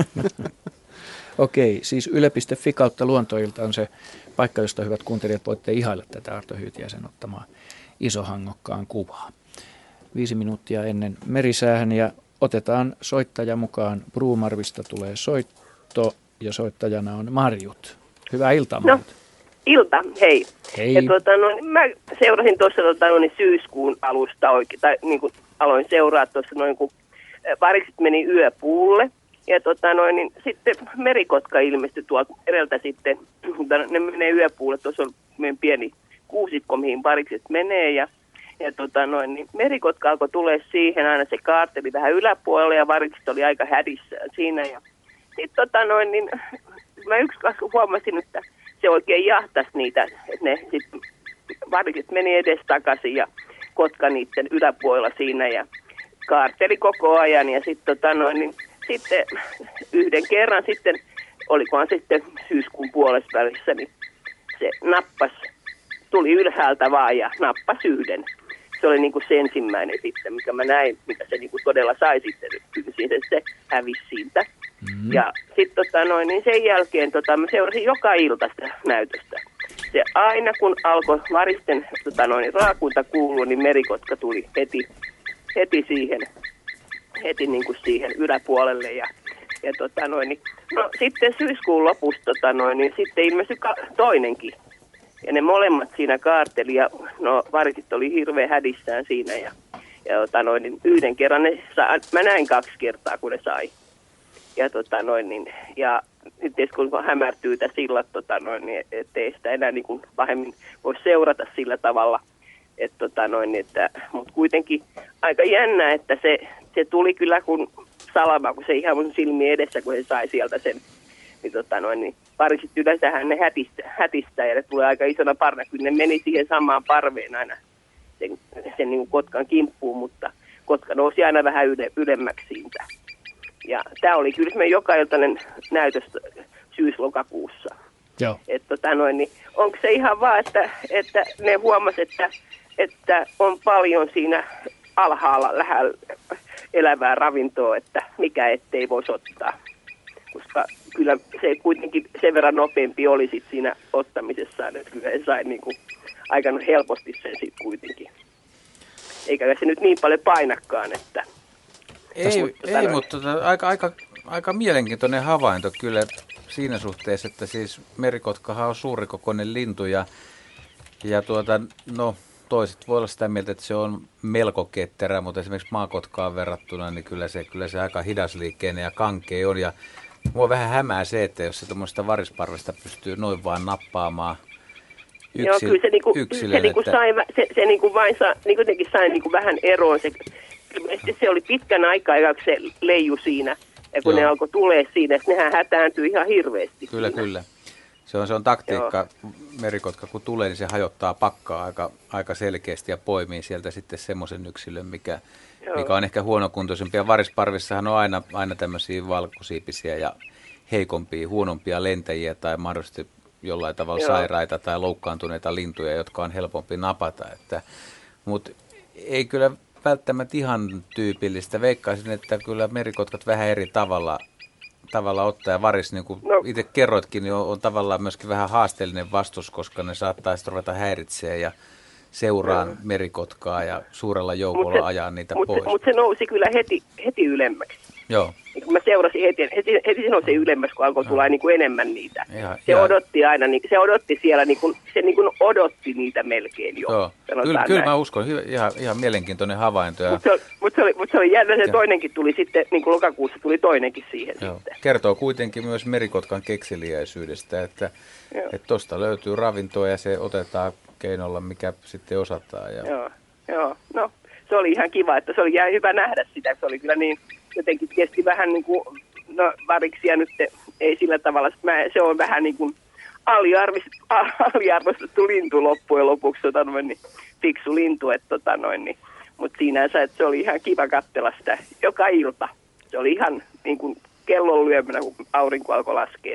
Okei, siis yle.fi kautta luontoilta on se paikka, josta hyvät kuuntelijat voitte ihailla tätä Arto Hyytiäisen ottamaa isohangokkaan kuvaa. 5 minuuttia ennen merisäähän ja otetaan soittaja mukaan. Bruumarvista tulee soitto ja soittajana on Marjut. Hyvää iltaa, Marjut. No, ilta, hei. Hei. Ja mä seurasin tuossa syyskuun alusta oikein, tai niin kuin aloin seuraa tuossa noin, kun varikset meni yöpuulle. Ja niin sitten merikotka ilmestyi tuolta mereltä sitten, ne menee yöpuulle, tuossa on meidän pieni kuusikko, mihin varikset menee ja niin merikotka alkoi tulee siihen, aina se kaarteli vähän yläpuolella ja varikset oli aika hädissään siinä ja sitten niin mä huomasin, että se oikein jahtasi niitä, että ne sitten varikset meni edestakaisin ja kotka niiden yläpuolella siinä ja kaarteli koko ajan ja sitten niin sitten yhden kerran sitten, olikohan sitten syyskuun puolessa välissä, niin se tuli ylhäältä vaan ja nappasi yhden. Se oli niin kuin se ensimmäinen sitten, mikä mä näin, mitä se niin kuin todella sai sitten. Kyllä se hävisi siitä. Mm-hmm. Ja sitten niin sen jälkeen mä seurasin joka ilta sitä näytöstä. Se aina kun alkoi varisten raakuinta kuulua, niin merikotka tuli heti siihen. Heti niin kuin siihen yläpuolelle ja niin, no sitten syyskuun lopussa niin sitten ilmestyi toinenkin ja ne molemmat siinä kaarteli ja no varikset oli hirveän hädissään siinä ja niin yhden kerran mä näin 2 kertaa kun ne sai ja niin ja sitten kun hämärtyy tämä sillat niin ettei sitä enää niin kuin pahemmin voi seurata sillä tavalla että mutta kuitenkin aika jännä että se tuli kyllä kun salama, kun se ihan mun silmien edessä, kun se sai sieltä sen, niin parikset yleensähän ne hätistää ja ne tulee aika isona parna, kun ne meni siihen samaan parveen aina sen niin kuin kotkan kimppuun, mutta kotka nousi aina vähän ylemmäksi siitä. Ja tämä oli kyllä semmoinen joka-iltainen näytös syys-lokakuussa. Joo. Niin, onko se ihan vaan, että ne huomasivat, että on paljon siinä alhaalla lähellä elävää ravintoa, että mikä ettei voisi ottaa. Koska kyllä se kuitenkin sen verran nopeampi oli sit siinä ottamisessaan, että kyllä se sai niinku aika helposti sen sitten kuitenkin. Eikä se nyt niin paljon painakkaan, että... Ei, mutta aika mielenkiintoinen havainto kyllä siinä suhteessa, että siis merikotkahan on suurikokoinen lintu ja toiset voi olla sitä mieltä, että se on melko ketterä, mutta esimerkiksi maakotkaan verrattuna, niin kyllä se aika hidasliikkeinen ja kankea on. Ja mua vähän hämää se, että jos se tuommoista varisparvesta pystyy noin vaan nappaamaan kyllä se niinku vain kuitenkin sai niinku vähän eroon. Se oli pitkän aikaa, kun se leiju siinä. Ja kun ne alkoi tulee siinä, että nehän hätääntyi ihan hirveästi. Kyllä. Se on taktiikka. Joo. Merikotka kun tulee, niin se hajottaa pakkaa aika selkeästi ja poimii sieltä sitten semmoisen yksilön, mikä on ehkä huonokuntoisempi. Ja varisparvissahan on aina tämmöisiä valkosiipisiä ja heikompia, huonompia lentäjiä tai mahdollisesti jollain tavalla sairaita tai loukkaantuneita lintuja, jotka on helpompi napata. Mutta ei kyllä välttämättä ihan tyypillistä. Veikkaisin, että kyllä merikotkat vähän eri tavalla ottaa. Ja varis, niin kuin itse kerroitkin, niin on tavallaan myöskin vähän haasteellinen vastus, koska ne saattaa ruveta häiritsemään ja seuraan merikotkaa ja suurella joukolla ajaa niitä pois. Mutta se nousi kyllä heti ylemmäksi. Joo. Mä seurasin heti se nousi ylemmäksi, kun alkoi tulla niin kuin enemmän niitä. Odotti aina, se odotti siellä, se odotti niitä melkein jo. Joo. Kyllä mä uskon, ihan mielenkiintoinen havainto. Mutta se oli jännä, se toinenkin tuli sitten, niin kuin lokakuussa tuli toinenkin siihen sitten. Kertoo kuitenkin myös merikotkan kekseliäisyydestä, että tuosta löytyy ravintoa ja se otetaan keinolla, mikä sitten osataan. Joo, no se oli ihan kiva, että se oli ihan hyvä nähdä sitä, se oli kyllä niin, jotenkin kesti vähän niin kuin, variksia nyt ei sillä tavalla, se on vähän niin kuin aliarvostettu lintu loppujen lopuksi, niin fiksu lintu, mutta sinänsä, että se oli ihan kiva katsella sitä joka ilta. Se oli ihan niin kuin kellon lyömänä, kun aurinko alkoi laskea,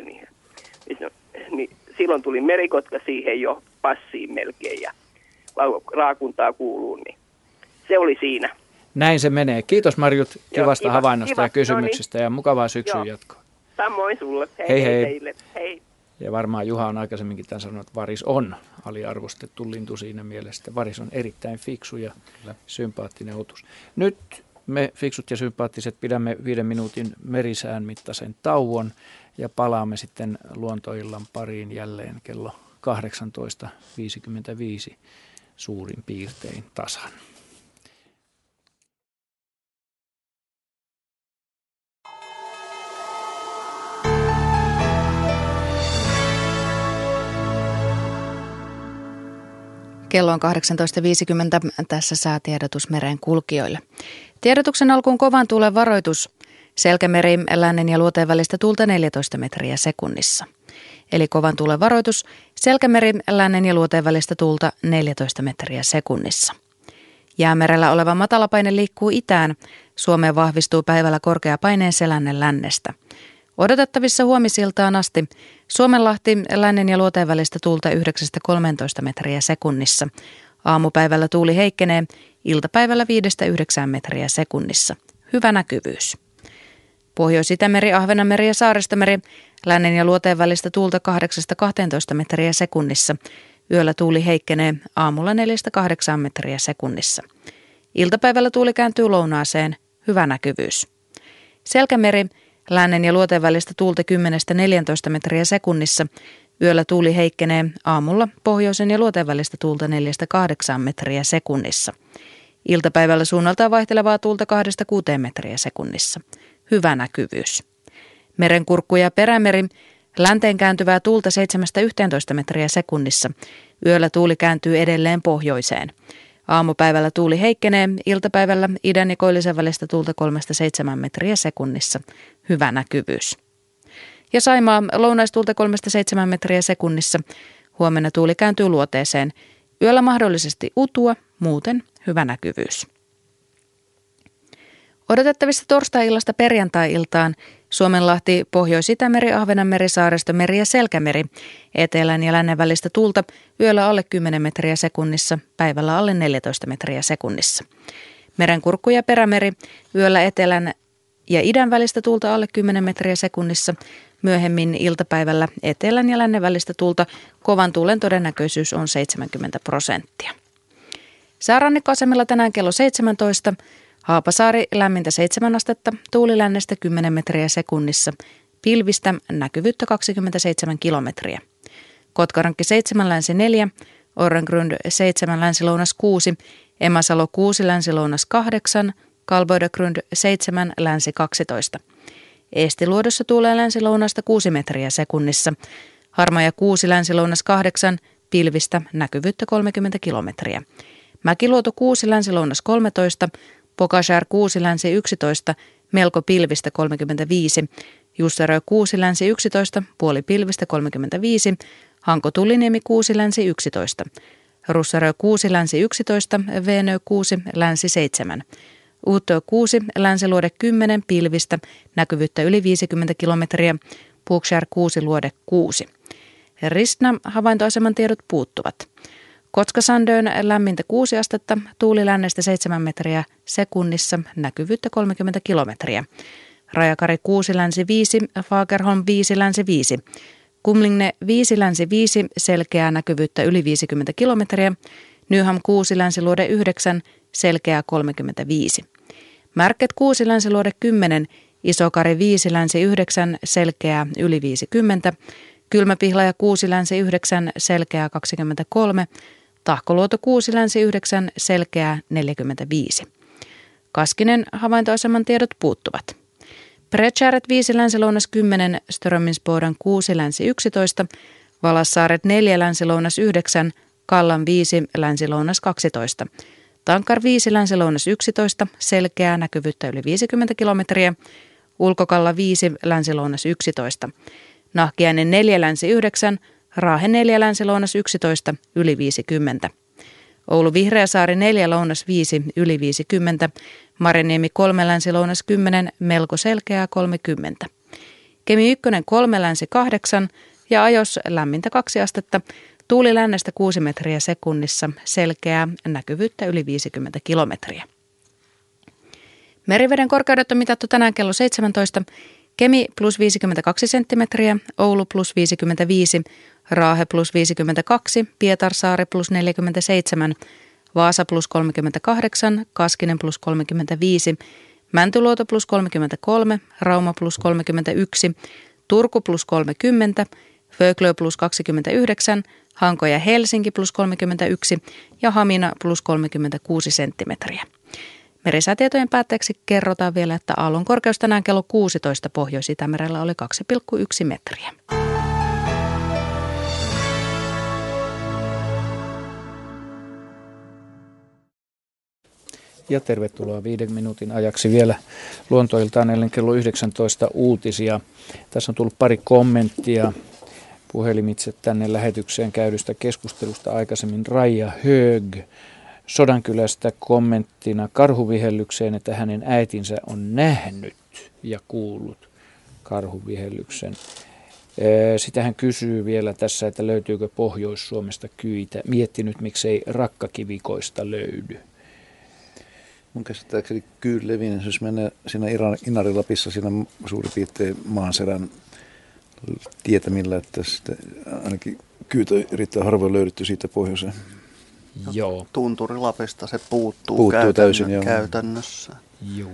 niin silloin tuli merikotka siihen jo passiin melkein ja raakuntaa kuuluu, niin se oli siinä. Näin se menee. Kiitos Marjut kivasta havainnosta ja kysymyksistä ja mukavaa syksyn jatkoa. Samoin sulle. Hei. Teille. Hei. Ja varmaan Juha on aikaisemminkin tämän sanonut, että varis on aliarvostettu lintu siinä mielessä, että varis on erittäin fiksu ja sympaattinen otus. Nyt me fiksut ja sympaattiset pidämme 5 minuutin merisään mittaisen tauon ja palaamme sitten luontoillan pariin jälleen kello 18.55 suurin piirtein tasan. Kello on 18.50. Tässä säätiedotus meren kulkijoille. Tiedotuksen alkuun kovan tuulen varoitus. Selkämeri, lännen ja luoteen välistä tuulta 14 metriä sekunnissa. Eli kovan tuulen varoitus. Selkämeri, lännen ja luoteen välistä tuulta 14 metriä sekunnissa. Jäämerellä oleva matalapaine liikkuu itään. Suomeen vahvistuu päivällä korkea paineen selännen lännestä. Odotettavissa huomisiltaan asti Suomenlahti, lännen ja luoteen välistä tuulta 9-13 metriä sekunnissa. Aamupäivällä tuuli heikkenee, iltapäivällä 5-9 metriä sekunnissa. Hyvä näkyvyys. Pohjois-Itämeri, Ahvenanmeri ja Saaristomeri, lännen ja luoteen välistä tuulta 8-12 metriä sekunnissa. Yöllä tuuli heikkenee, aamulla 4-8 metriä sekunnissa. Iltapäivällä tuuli kääntyy lounaaseen. Hyvä näkyvyys. Selkämeri, lännen ja luoteen välistä tuulta 10-14 metriä sekunnissa. Yöllä tuuli heikkenee, aamulla pohjoisen ja luoteen välistä tuulta 4-8 metriä sekunnissa. Iltapäivällä suunnaltaan vaihtelevaa tuulta 2-6 metriä sekunnissa. Hyvä näkyvyys. Merenkurkku ja perämeri, länteen kääntyvää tuulta 7-11 metriä sekunnissa. Yöllä tuuli kääntyy edelleen pohjoiseen. Aamupäivällä tuuli heikkenee, iltapäivällä idän ja koillisen välistä tuulta 3-7 metriä sekunnissa. Hyvä näkyvyys. Ja Saimaa, lounaistuulta 3-7 metriä sekunnissa. Huomenna tuuli kääntyy luoteeseen. Yöllä mahdollisesti utua, muuten hyvä näkyvyys. Odotettavissa torstai-illasta perjantai-iltaan Suomenlahti, Pohjois-Itämeri, Ahvenanmeri, Saaristomeri ja Selkämeri. Etelän ja lännen välistä tuulta yöllä alle 10 metriä sekunnissa, päivällä alle 14 metriä sekunnissa. Merenkurkku ja Perämeri, yöllä etelän ja idän välistä tuulta alle 10 metriä sekunnissa. Myöhemmin iltapäivällä etelän ja lännen välistä tuulta, kovan tuulen todennäköisyys on 70%. Säärannikkoasemilla tänään kello 17. Haapasaari lämmintä 7 astetta, tuuli lännestä 10 metriä sekunnissa, pilvistä näkyvyyttä 27 kilometriä. Kotkarankki 7 länsi 4, Orrengrund 7 länsi-lounas 6, Emasalo 6 länsi-lounas 8, Kalboidegrund 7 länsi 12. Eestiluodossa tuulee länsi-lounasta 6 metriä sekunnissa, Harmaja 6 länsi-lounas 8, pilvistä näkyvyyttä 30 kilometriä. Mäkiluoto 6 länsi-lounas 13, Pokashär 6 länsi 11, melko pilvistä 35, Jussarö 6 länsi 11, puoli pilvistä 35, Hanko Tulliniemi 6 länsi 11, Russarö 6 länsi 11, Veenö 6 länsi 7, Uutö 6 länsiluode 10, pilvistä, näkyvyyttä yli 50 kilometriä, Puukshär 6 luode 6. Ristna havaintoaseman tiedot puuttuvat. Kotka-Sandön lämmintä 6 astetta, tuuli lännestä 7 metriä sekunnissa, näkyvyyttä 30 kilometriä. Rajakari 6 länsi 5, Fagerholm 5 länsi 5. Kumlingne 5 länsi 5, selkeää näkyvyyttä yli 50 kilometriä. Nyham 6 länsiluode 9, selkeää 35. Märket 6 länsiluode 10, Isokari 5 länsi 9, selkeää yli 50. Kylmäpihlaja 6 länsi 9, selkeää 23. Tahkoluoto 6 länsi 9, selkeää 45. Kaskinen havaintoaseman tiedot puuttuvat. Pretsäret 5 länsi-lounas 10, Strömmingsboden 6 länsi 11, Valassaaret 4 länsi-lounas 9, Kallan 5 länsi-lounas 12. Tankar 5 länsi-lounas 11, selkeää näkyvyyttä yli 50 kilometriä, Ulkokalla 5 länsi-lounas 11. Nahkiainen 4 länsi 9, Raahe 4 länsi-lounas 11, yli 50. Oulu Vihreäsaari 4 lounas 5, yli 50. Mariniemi 3 länsi-lounas 10, melko selkeää 30. Kemi 1 3 länsi 8 ja Ajos lämmintä 2 astetta, tuuli lännestä 6 metriä sekunnissa, selkeää näkyvyyttä yli 50 kilometriä. Meriveden korkeudet on mitattu tänään kello 17. Kemi plus 52 senttimetriä, Oulu plus 55, Raahe plus 52, Pietarsaari plus 47, Vaasa plus 38, Kaskinen plus 35, Mäntyluoto plus 33, Rauma plus 31, Turku plus 30, Föglö plus 29, Hanko ja Helsinki plus 31 ja Hamina plus 36 senttimetriä. Merisäätietojen päätteeksi kerrotaan vielä, että aallon korkeus tänään kello 16 Pohjois-Itämerellä oli 2,1 metriä. Ja tervetuloa 5 minuutin ajaksi vielä luontoiltaan ennen kello 19 uutisia. Tässä on tullut pari kommenttia puhelimitse tänne lähetykseen käydystä keskustelusta aikaisemmin. Raija Hög Sodankylästä kommenttina karhuvihellykseen, että hänen äitinsä on nähnyt ja kuullut karhuvihellyksen. Sitä hän kysyy vielä tässä, että löytyykö Pohjois-Suomesta kyitä. Miettinyt, miksei rakkakivikoista löydy. Mun käsittääkseni kyyn levinnyt, jos mennään siinä Inari-Lapissa siinä suurin piirtein maanserän tietämillä, että ainakin kyytä erittäin harvoin löydetty siitä pohjoiseen. Joo. Tunturi-Lapista se puuttuu täysin käytännössä. Joo.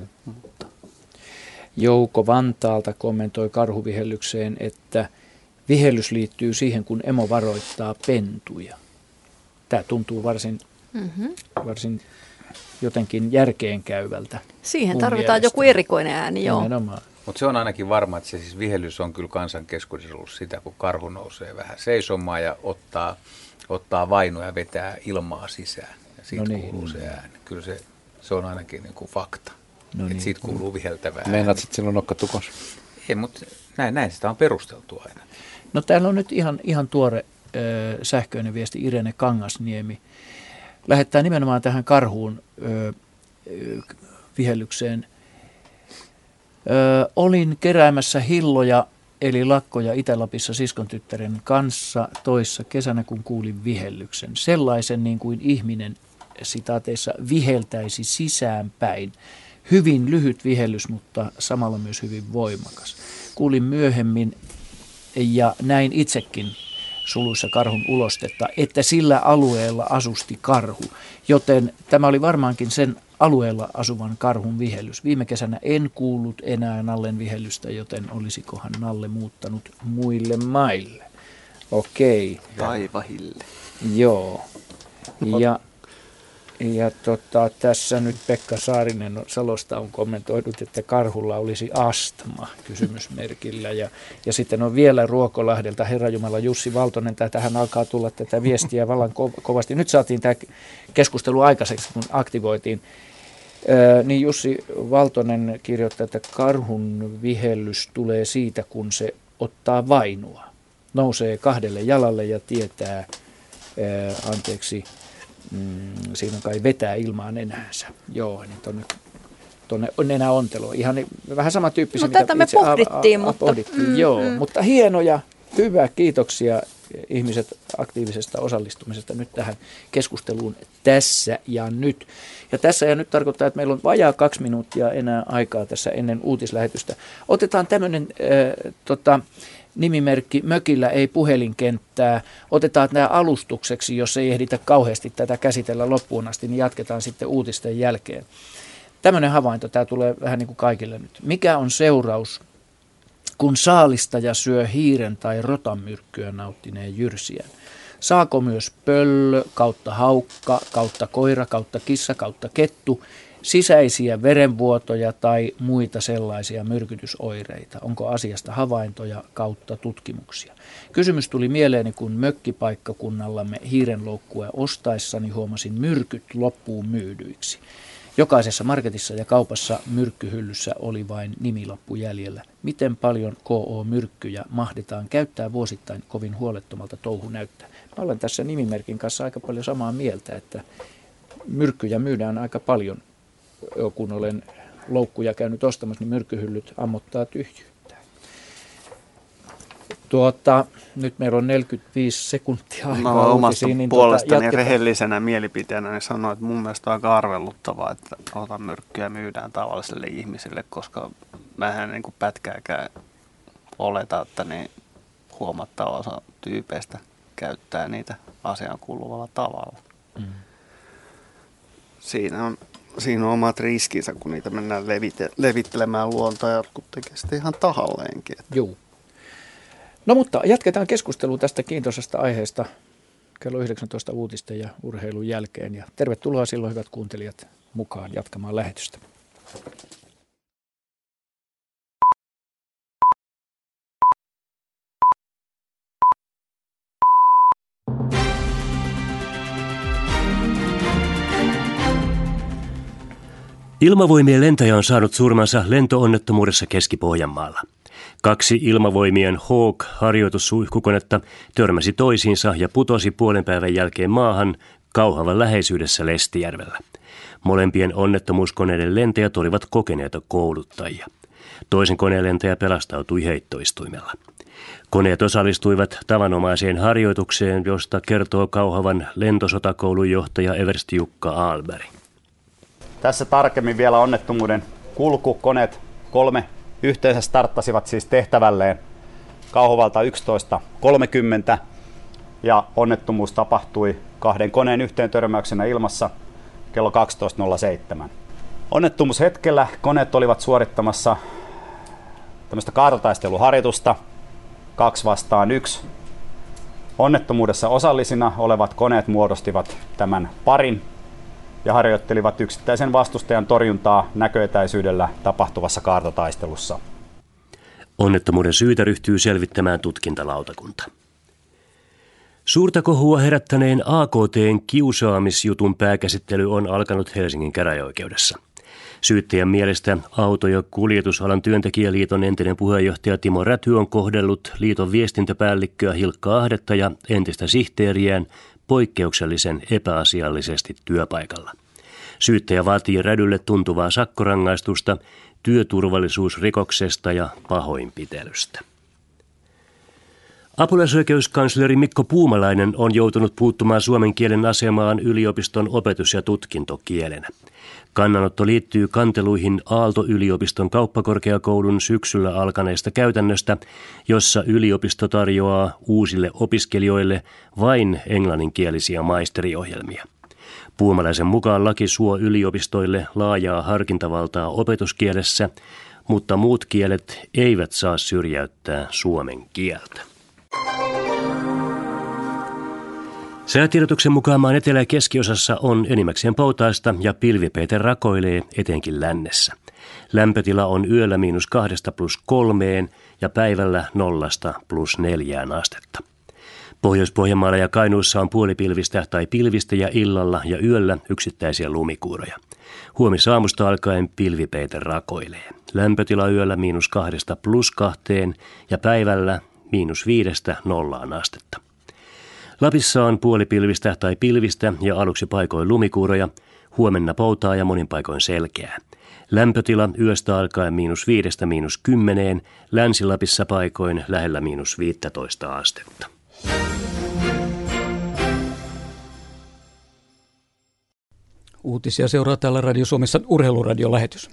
Jouko Vantaalta kommentoi karhuvihellykseen, että vihellys liittyy siihen, kun emo varoittaa pentuja. Tämä tuntuu varsin jotenkin järkeenkäyvältä. Siihen tarvitaan mielestä joku erikoinen ääni, joo. Mutta se on ainakin varma, että se siis vihellys on kyllä kansan keskuudessa ollut sitä, kun karhu nousee vähän seisomaan ja ottaa vainoa ja vetää ilmaa sisään. Ja siitä kuuluu se ääni. Kyllä se on ainakin niin kuin fakta. Että siitä kuuluu viheltävää ääni. Meinaat sitten silloin nokka tukos? Ei, mutta näin sitä on perusteltu aina. No täällä on nyt ihan tuore sähköinen viesti. Irene Kangasniemi lähettää nimenomaan tähän karhuun vihellykseen Olin keräämässä hilloja eli lakkoja Itä-Lapissa siskon tyttären kanssa toissa kesänä, kun kuulin vihellyksen. Sellaisen niin kuin ihminen sitaateissa viheltäisi sisäänpäin. Hyvin lyhyt vihellys, mutta samalla myös hyvin voimakas. Kuulin myöhemmin ja näin itsekin suluissa karhun ulostetta, että sillä alueella asusti karhu, joten tämä oli varmaankin sen alueella asuvan karhun vihellys. Viime kesänä en kuullut enää Nallen vihellystä, joten olisikohan Nalle muuttanut muille maille. Okei. Taivahille. Joo. Ja tässä nyt Pekka Saarinen Salosta on kommentoinut, että karhulla olisi astma kysymysmerkillä. Ja sitten on vielä Ruokolahdelta Herranjumala Jussi Valtonen. Tähän alkaa tulla tätä viestiä vallan kovasti. Nyt saatiin tämä keskustelu aikaiseksi, kun aktivoitiin. Niin Jussi Valtonen kirjoittaa, että karhun vihellys tulee siitä, kun se ottaa vainua. Nousee 2 jalalle ja tietää, siinä kai vetää ilmaan nenäänsä. Joo, niin tuonne nenäonteloon. Ihan vähän samantyyppisiä, mitä tätä me pohdittiin. Mutta hieno ja hyvä. Kiitoksia ihmiset aktiivisesta osallistumisesta nyt tähän keskusteluun tässä ja nyt. Ja tässä ja nyt tarkoittaa, että meillä on vajaa 2 minuuttia enää aikaa tässä ennen uutislähetystä. Otetaan tämmöinen nimimerkki Mökillä ei puhelinkenttää. Otetaan nämä alustukseksi, jos ei ehditä kauheasti tätä käsitellä loppuun asti, niin jatketaan sitten uutisten jälkeen. Tämmöinen havainto, tämä tulee vähän niin kuin kaikille nyt. Mikä on seuraus, kun saalistaja syö hiiren tai rotanmyrkkyä nauttineen jyrsijän? Saako myös pöllö, kautta haukka, kautta koira, kautta kissa, kautta kettu sisäisiä verenvuotoja tai muita sellaisia myrkytysoireita? Onko asiasta havaintoja kautta tutkimuksia? Kysymys tuli mieleeni, kun mökkipaikkakunnallamme hiirenloukkua ostaessani huomasin myrkyt loppuun myydyiksi. Jokaisessa marketissa ja kaupassa myrkkyhyllyssä oli vain nimilappu jäljellä. Miten paljon KO-myrkkyjä mahdetaan käyttää vuosittain, kovin huolettomalta touhu näyttää. Mä olen tässä nimimerkin kanssa aika paljon samaa mieltä, että myrkkyjä myydään aika paljon. Kun olen loukkuja käynyt ostamassa, niin myrkkyhyllyt ammottaa tyhjyyttä. Nyt meillä on 45 sekuntia aikaa. No omasta puolestani rehellisenä mielipiteenä niin sanoin, että mun mielestä on aika arveluttavaa, että rotanmyrkkyjä myydään tavalliselle ihmiselle, koska vähän niin kuin pätkääkään oleta, että niin huomattava osa tyypeistä käyttää niitä asiaan kuuluvalla tavalla. Siinä on omat riskinsä, kun niitä mennään levittelemään luontoa ja jotkut tekee sitä ihan tahalleenkin. Joo. No mutta jatketaan keskustelua tästä kiintoisesta aiheesta kello 19 uutisten ja urheilun jälkeen. Ja tervetuloa silloin hyvät kuuntelijat mukaan jatkamaan lähetystä. Ilmavoimien lentäjä on saanut surmansa lentoonnettomuudessa Keski-Pohjanmaalla. 2 Ilmavoimien Hawk-harjoitussuihkukonetta törmäsi toisiinsa ja putosi puolen päivän jälkeen maahan Kauhavan läheisyydessä Lestijärvellä. Molempien onnettomuuskoneiden lentäjät olivat kokeneita kouluttajia. Toisen koneen lentäjä pelastautui heittoistuimella. Koneet osallistuivat tavanomaiseen harjoitukseen, josta kertoo Kauhavan lentosotakoulun johtaja Eversti Jukka Aalberg. Tässä tarkemmin vielä onnettomuuden kulku. Koneet 3 yhteensä starttasivat siis tehtävälleen Kauhavalta 11.30 ja onnettomuus tapahtui 2 koneen yhteen törmäyksenä ilmassa kello 12.07. Onnettomuushetkellä koneet olivat suorittamassa tämmöistä kaatotaisteluharjoitusta 2 vastaan 1. Onnettomuudessa osallisina olevat koneet muodostivat tämän parin ja harjoittelivat yksittäisen vastustajan torjuntaa näköetäisyydellä tapahtuvassa kaartotaistelussa. Onnettomuuden syytä ryhtyy selvittämään tutkintalautakunta. Suurta kohua herättäneen AKT:n kiusaamisjutun pääkäsittely on alkanut Helsingin käräjäoikeudessa. Syyttäjän mielestä auto- ja kuljetusalan työntekijäliiton entinen puheenjohtaja Timo Räty on kohdellut liiton viestintäpäällikköä Hilkka Ahdetta ja entistä sihteeriään poikkeuksellisen epäasiallisesti työpaikalla. Syyttäjä vaatii Rädylle tuntuvaa sakkorangaistusta, työturvallisuusrikoksesta ja pahoinpitelystä. Apulaisoikeuskansleri Mikko Puumalainen on joutunut puuttumaan suomen kielen asemaan yliopiston opetus- ja tutkintokielenä. Kannanotto liittyy kanteluihin Aalto-yliopiston kauppakorkeakoulun syksyllä alkaneesta käytännöstä, jossa yliopisto tarjoaa uusille opiskelijoille vain englanninkielisiä maisteriohjelmia. Puumalaisen mukaan laki suo yliopistoille laajaa harkintavaltaa opetuskielessä, mutta muut kielet eivät saa syrjäyttää suomen kieltä. Säätiedotuksen mukaan maan etelä- ja keskiosassa on enimmäkseen poutaista ja pilvipeite rakoilee etenkin lännessä. Lämpötila on yöllä -2 + 3 ja päivällä 0 + 4 astetta. Pohjois-Pohjanmaalla ja Kainuussa on puolipilvistä tai pilvistä ja illalla ja yöllä yksittäisiä lumikuuroja. Huomisaamusta alkaen pilvipeite rakoilee. Lämpötila yöllä -2 + 2 ja päivällä -5 - 0 astetta. Lapissa on puolipilvistä tai pilvistä ja aluksi paikoin lumikuuroja, huomenna poutaa ja monin paikoin selkeää. Lämpötila yöstä alkaen -5 - -10, Länsi-Lapissa paikoin lähellä -15 astetta. Uutisia seuraa täällä Radio Suomessa urheiluradio-lähetys.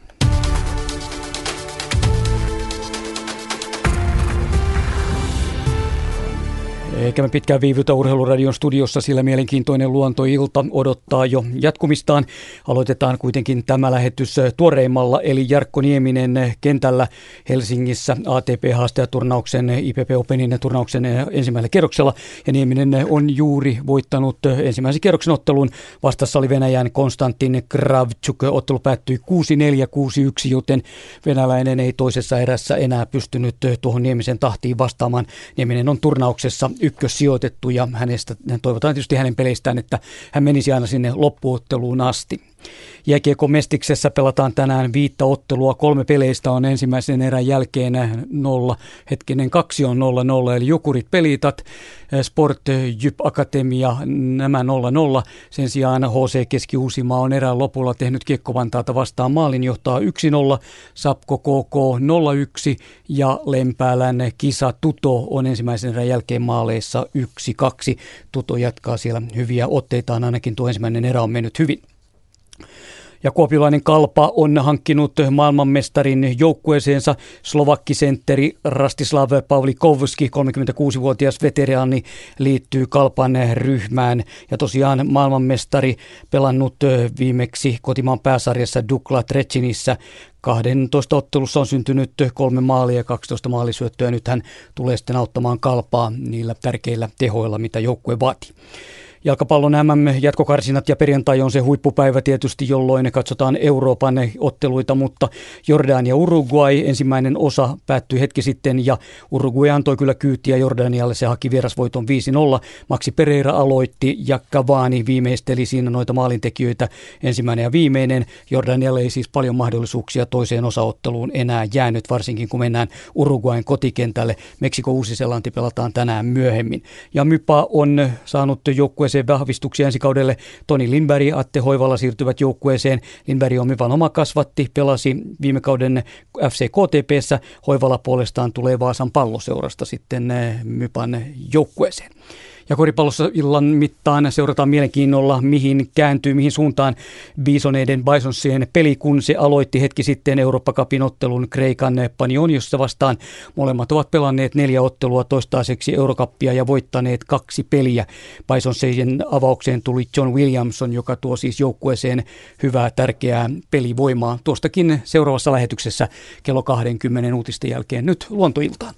Eikä me pitkään viivytä Urheiluradion studiossa, sillä mielenkiintoinen luontoilta odottaa jo jatkumistaan. Aloitetaan kuitenkin tämä lähetys tuoreimmalla, eli Jarkko Nieminen kentällä Helsingissä ATP-haastajaturnauksen, IPP Openin turnauksen ensimmäisellä kierroksella. Ja Nieminen on juuri voittanut ensimmäisen kierroksen ottelun. Vastassa oli Venäjän Konstantin Kravchuk. Ottelu päättyi 6-4, 6-1, joten venäläinen ei toisessa erässä enää pystynyt tuohon Niemisen tahtiin vastaamaan. Nieminen on turnauksessa ykkössijoitettu ja toivotaan tietysti hänen peleistään, että hän menisi aina sinne loppuotteluun asti. Jääkiekko Mestiksessä pelataan tänään 5 ottelua. 3 peleistä on ensimmäisen erän jälkeen 2 on 0-0, eli Jukurit Pelitat, Sport Jyp Akatemia, nämä 0-0. Sen sijaan HC Keski-Uusimaa on erään lopulla tehnyt Kiekko Vantaata vastaan maalin, johtaa 1-0, Sapko KK 0-1 ja Lempäälän Kisa Tuto on ensimmäisen erän jälkeen maaleissa 1-2. Tuto jatkaa siellä hyviä otteitaan, ainakin tuo ensimmäinen erä on mennyt hyvin. Ja kuopiolainen Kalpa on hankkinut maailmanmestarin joukkueeseensa. Slovakkisentteri Rastislav Pavlikovski, 36-vuotias veteraani, liittyy Kalpan ryhmään. Ja tosiaan maailmanmestari pelannut viimeksi kotimaan pääsarjassa Dukla Trecinissä. 12 ottelussa on syntynyt 3 maalia ja 12 maalisyöttöä. Nyt hän tulee sitten auttamaan Kalpaa niillä tärkeillä tehoilla, mitä joukkue vaatii. Jalkapallon MM-jatkokarsinat ja perjantai on se huippupäivä tietysti, jolloin katsotaan Euroopan otteluita, mutta Jordania ja Uruguay ensimmäinen osa päättyi hetki sitten ja Uruguay antoi kyllä kyytiä Jordanialle, se haki vierasvoiton 5-0. Maxi Pereira aloitti ja Cavani viimeisteli siinä noita maalintekijöitä ensimmäinen ja viimeinen. Jordanialle ei siis paljon mahdollisuuksia toiseen osaotteluun enää jäänyt, varsinkin kun mennään Uruguayn kotikentälle. Meksiko Uusi-Seelanti pelataan tänään myöhemmin. Ja Mypa on saanut joukkueeseen vahvistuksia ensi kaudelle. Toni Lindberg ja Atte Hoivala siirtyvät joukkueeseen. Lindberg on Mypan oma kasvatti, pelasi viime kauden FC KTP:ssä. Hoivala puolestaan tulee Vaasan Palloseurasta sitten Mypan joukkueeseen. Ja koripallossa illan mittaan seurataan mielenkiinnolla, mihin kääntyy, mihin suuntaan Bisonsien peli, kun se aloitti hetki sitten Eurooppa-cupin ottelun Kreikan Panioniossa vastaan. Molemmat ovat pelanneet 4 ottelua toistaiseksi Eurokappia ja voittaneet 2 peliä. Bisonsien avaukseen tuli John Williamson, joka tuo siis joukkueeseen hyvää, tärkeää pelivoimaa. Tuostakin seuraavassa lähetyksessä kello 20 uutisten jälkeen nyt luontoiltaan.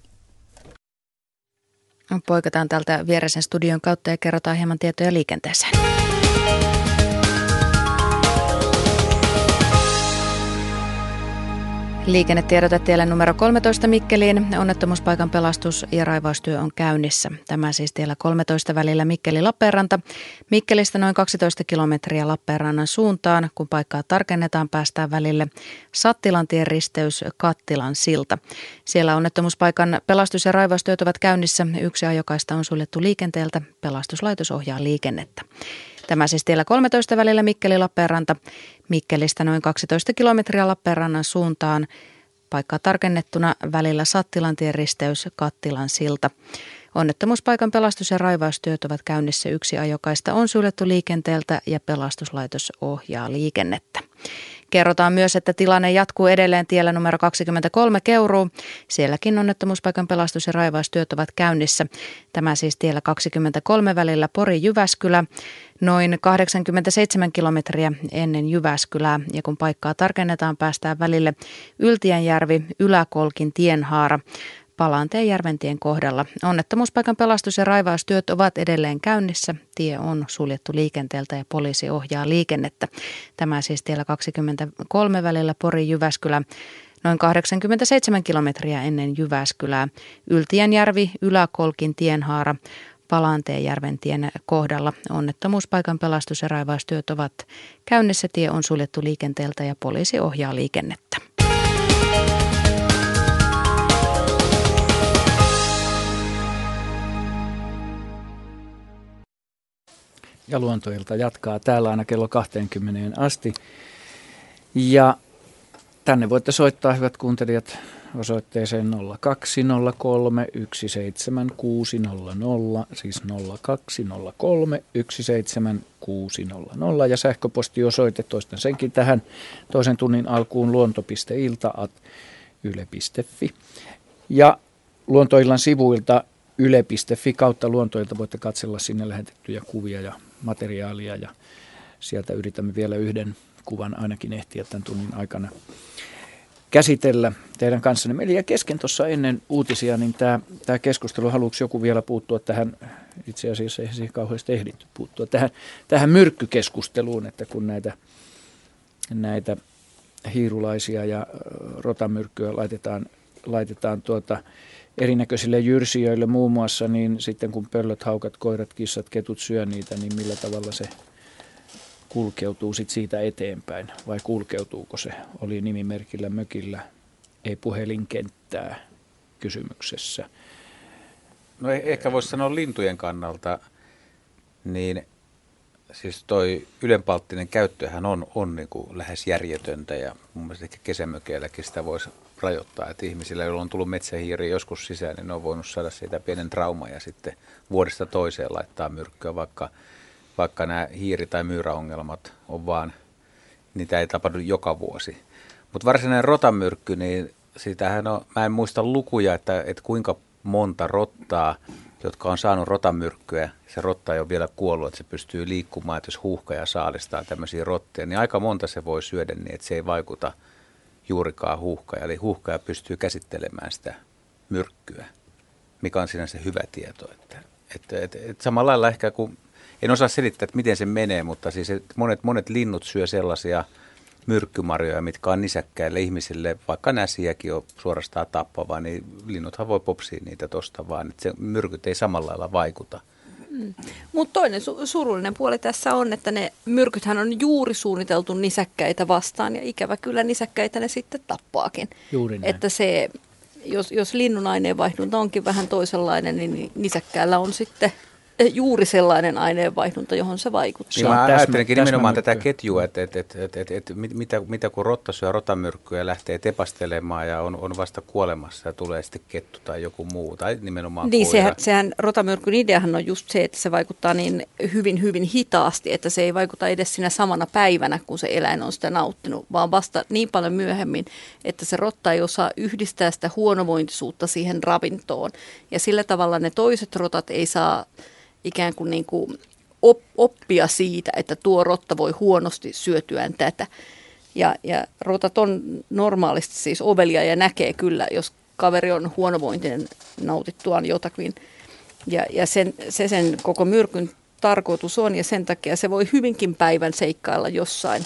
Poikataan täältä viereisen studion kautta ja kerrotaan hieman tietoja liikenteeseen. Liikennetiedote tielle numero 13 Mikkeliin. Onnettomuuspaikan pelastus- ja raivaustyö on käynnissä. Tämä siis tiellä 13 välillä Mikkeli-Lappeenranta. Mikkelistä noin 12 kilometriä Lappeenrannan suuntaan. Kun paikkaa tarkennetaan, päästään välille Sattilantien risteys Kattilan silta. Siellä onnettomuuspaikan pelastus- ja raivaustyöt ovat käynnissä. 1 ajokaista on suljettu liikenteeltä. Pelastuslaitos ohjaa liikennettä. Tämä siis tiellä 13 välillä Mikkeli-Lappeenranta. Mikkelistä noin 12 kilometriä Lappeenrannan suuntaan. Paikkaa tarkennettuna välillä Sattilantien risteys, Kattilan silta. Onnettomuuspaikan pelastus- ja raivaustyöt ovat käynnissä. Yksi ajokaista on suljettu liikenteeltä ja pelastuslaitos ohjaa liikennettä. Kerrotaan myös, että tilanne jatkuu edelleen tiellä numero 23 Keuruun. Sielläkin onnettomuuspaikan pelastus- ja raivaustyöt ovat käynnissä. Tämä siis tiellä 23 välillä Pori-Jyväskylä, noin 87 kilometriä ennen Jyväskylää. Ja kun paikkaa tarkennetaan, päästään välille Yltiänjärvi, Yläkolkin tienhaara. Palanteen Järventien kohdalla. Onnettomuuspaikan pelastus- ja raivaustyöt ovat edelleen käynnissä. Tie on suljettu liikenteeltä ja poliisi ohjaa liikennettä. Tämä siis tiellä 23 välillä Pori-Jyväskylä, noin 87 kilometriä ennen Jyväskylää. Yltiänjärvi, Yläkolkin tienhaara, Palanteen Järventien kohdalla. Onnettomuuspaikan pelastus- ja raivaustyöt ovat käynnissä. Tie on suljettu liikenteeltä ja poliisi ohjaa liikennettä. Ja Luontoilta jatkaa täällä aina kello 20 asti. Ja tänne voitte soittaa, hyvät kuuntelijat, osoitteeseen 0203 17600, siis 0203 17600. Ja sähköpostiosoite, toistan senkin tähän toisen tunnin alkuun, luonto.ilta@yle.fi. Ja Luontoillan sivuilta yle.fi kautta Luontoilta voitte katsella sinne lähetettyjä kuvia ja materiaalia, ja sieltä yritämme vielä yhden kuvan ainakin ehtiä tämän tunnin aikana käsitellä teidän kanssanne. Meillä jäi kesken tuossa ennen uutisia, niin tämä keskustelu, haluatko joku vielä puuttua tähän, itse asiassa ei siihen kauheasti ehditty puuttua, tähän myrkkykeskusteluun, että kun näitä hiirulaisia ja rotamyrkkyä laitetaan erinäköisille jyrsijöille muun muassa, niin sitten kun pöllöt, haukat, koirat, kissat, ketut syö niitä, niin millä tavalla se kulkeutuu sit siitä eteenpäin, vai kulkeutuuko se? Oli nimimerkillä mökillä, ei puhelinkenttää kysymyksessä. No ehkä voisi sanoa lintujen kannalta, niin siis toi ylenpalttinen käyttöhän on niin kuin lähes järjetöntä, ja mun mielestä ehkä kesämökeilläkin sitä voisi rajoittaa, että ihmisillä, joilla on tullut metsähiiri joskus sisään, niin ne on voinut saada siitä pienen trauma ja sitten vuodesta toiseen laittaa myrkkyä, vaikka nämä hiiri- tai myyräongelmat on vaan, niitä ei tapahdu joka vuosi. Mutta varsinainen rotamyrkky, niin siitähän on, mä en muista lukuja, että kuinka monta rottaa, jotka on saanut rotamyrkkyä, se rotta ei ole vielä kuollut, että se pystyy liikkumaan, että jos huuhkaja saalistaa tämmöisiä rotteja, niin aika monta se voi syödä niin, että se ei vaikuta juurikaan huuhkaja. Eli huuhkaja pystyy käsittelemään sitä myrkkyä, mikä on sinänsä hyvä tieto. Että samalla lailla ehkä, kun en osaa selittää, että miten se menee, mutta siis monet linnut syö sellaisia myrkkymarjoja, mitkä on nisäkkäille ihmisille, vaikka näsiäkin on suorastaan tappavaa, niin linnuthan voi popsia niitä tosta vaan, että se myrkyt ei samalla lailla vaikuta. Mutta toinen surullinen puoli tässä on, että ne myrkythän on juuri suunniteltu nisäkkäitä vastaan, ja ikävä kyllä nisäkkäitä ne sitten tappaakin. Juuri näin. Että se, jos linnun aineenvaihdunta onkin vähän toisenlainen, niin nisäkkäällä on sitten juuri sellainen aineenvaihdunta, johon se vaikuttaa. Niin mä ajattelenkin nimenomaan tätä ketjua, että mitä kun rotta syö rotamyrkkyä ja lähtee tepastelemaan ja on vasta kuolemassa ja tulee sitten kettu tai joku muu tai nimenomaan niin, koira. Sehän rotamyrkkyn ideahan on just se, että se vaikuttaa niin hyvin hitaasti, että se ei vaikuta edes siinä samana päivänä, kun se eläin on sitä nauttinut, vaan vasta niin paljon myöhemmin, että se rotta ei osaa yhdistää sitä huonovointisuutta siihen ravintoon. Ja sillä tavalla ne toiset rotat ei saa ikään kuin, oppia siitä, että tuo rotta voi huonosti syötyään tätä. Ja rotat on normaalisti siis ovelia ja näkee kyllä, jos kaveri on huonovointinen nautittuaan jotakin. Ja sen koko myrkyn tarkoitus on, ja sen takia se voi hyvinkin päivän seikkailla jossain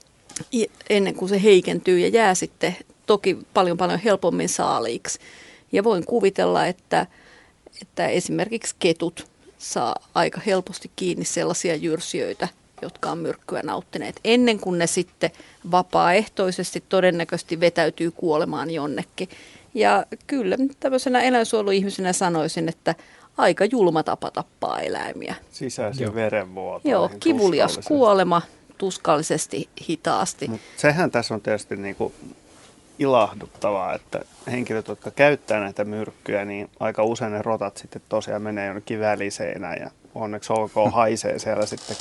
ennen kuin se heikentyy ja jää sitten toki paljon helpommin saaliiksi. Ja voin kuvitella, että esimerkiksi ketut saa aika helposti kiinni sellaisia jyrsijöitä, jotka on myrkkyä nauttineet, ennen kuin ne sitten vapaaehtoisesti todennäköisesti vetäytyy kuolemaan jonnekin. Ja kyllä tämmöisenä eläinsuojeluihmisenä sanoisin, että aika julma tapa tappaa eläimiä. Sisäisen verenvuoto. Joo, kivulias kuolema tuskallisesti, hitaasti. Mut sehän tässä on tietysti niinku ilahduttavaa, että henkilöt, jotka käyttää näitä myrkkyjä, niin aika usein ne rotat sitten tosiaan menee jonnekin väliseinään ja onneksi olkoon haisee siellä sitten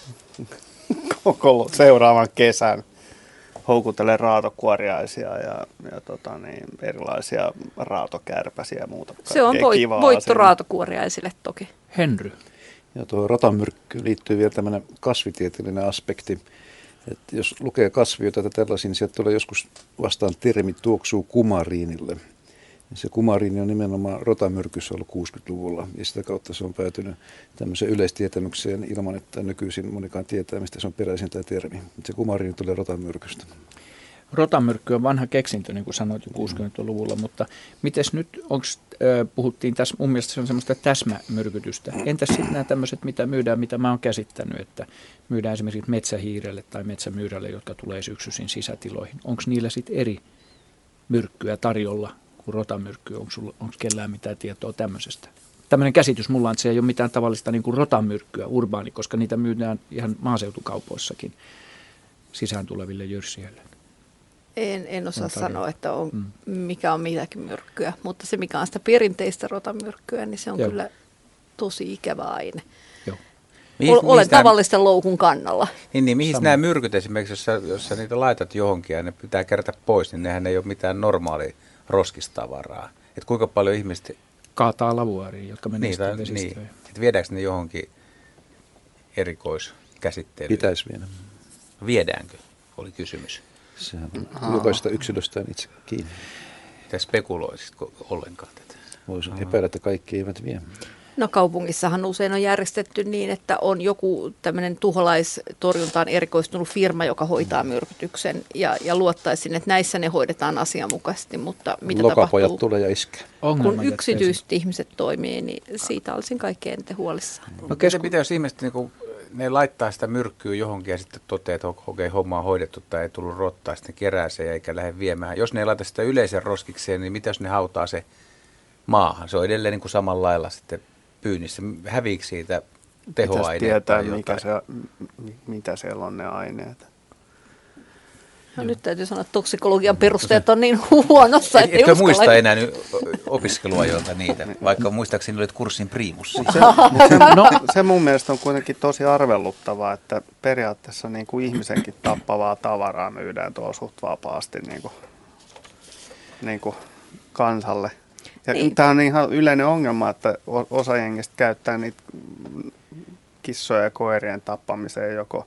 koko seuraavan kesän. Houkuttelee raatokuoriaisia ja erilaisia raatokärpäsiä ja muuta. Se on voitto raatokuoriaisille toki. Henry. Ja tuo rotanmyrkkyyn liittyy vielä tämmöinen kasvitieteellinen aspekti. Että jos lukee kasvioita tai tällaisia, niin sieltä tulee joskus vastaan termi tuoksuu kumariinille. Ja se kumariini on nimenomaan rotamyrkyssä ollut 60-luvulla ja sitä kautta se on päätynyt tämmöiseen yleistietämykseen ilman, että nykyisin monikaan tietää, mistä se on peräisin tämä termi. Se kumariini tulee rotamyrkystä. Rotamyrkky on vanha keksintö, niin kuin sanoit jo 60-luvulla, mutta mites nyt, puhuttiin tässä, mun mielestä se on semmoista täsmämyrkytystä. Entäs sitten nämä tämmöiset, mitä myydään, mitä mä oon käsittänyt, että myydään esimerkiksi metsähiirelle tai metsämyyrälle, jotka tulee syksyisin sisätiloihin. Onko niillä sitten eri myrkkyä tarjolla kuin rotamyrkky? Onko kellään mitään tietoa tämmöisestä? Tämmöinen käsitys mulla on, että se ei ole mitään tavallista niin kuin rotamyrkkyä, urbaani, koska niitä myydään ihan maaseutukaupoissakin sisään tuleville jyrsijöille. En osaa sanoa, että mikä on mitäkin myrkkyä, mutta se mikä on sitä perinteistä rotamyrkkyä, niin se on kyllä tosi ikävä aine. Olen tavallisten loukun kannalla. Niin mihin nämä myrkyt esimerkiksi, jos sä niitä laitat johonkin ja ne pitää kerätä pois, niin nehän ei ole mitään normaalia roskistavaraa. Et kuinka paljon ihmiset kaataa lavuaariin, jotka menee sitten vesistöön. Niin. Et viedäänkö ne johonkin erikoiskäsittelyyn? Pitäisi viedä. Viedäänkö, oli kysymys. Sehän on jokaisesta yksilöstään itse kiinni. Mitä spekuloisitko ollenkaan tätä? Voisi epäillä, että kaikki eivät vie. No kaupungissahan usein on järjestetty niin, että on joku tämmöinen tuholaistorjuntaan erikoistunut firma, joka hoitaa myrkytyksen ja luottaisin, että näissä ne hoidetaan asianmukaisesti, mutta mitä lokapojat tapahtuu, tulee ja iskee. Kun yksityiset ihmiset toimii, niin siitä olisin kaikkein eniten huolissaan. No se pitää, jos ihmiset ne laittaa sitä myrkkyä johonkin ja sitten toteaa, että okei, homma on hoidettu tai ei tullut rottaa, sitten ne kerää se eikä lähde viemään. Jos ne ei laita sitä yleisen roskikseen, niin mitä jos ne hautaa se maahan? Se on edelleen niin kuin samalla lailla sitten pyynnissä. Häviikö siitä tehoaineita? Pitäisi tietää, mitä siellä on ne aineet. No nyt täytyy sanoa, että toksikologian perusteet on niin huonossa, että etkö muista enää opiskeluajoilta niitä, vaikka muistaakseni olet kurssin priimus. Se mun mielestä on kuitenkin tosi arveluttavaa, että periaatteessa niin kuin ihmisenkin tappavaa tavaraa myydään tuolla suht vapaasti niin kuin kansalle. Ja tämä on ihan yleinen ongelma, että osa jengistä käyttää niitä kissoja ja koirien tappamiseen joko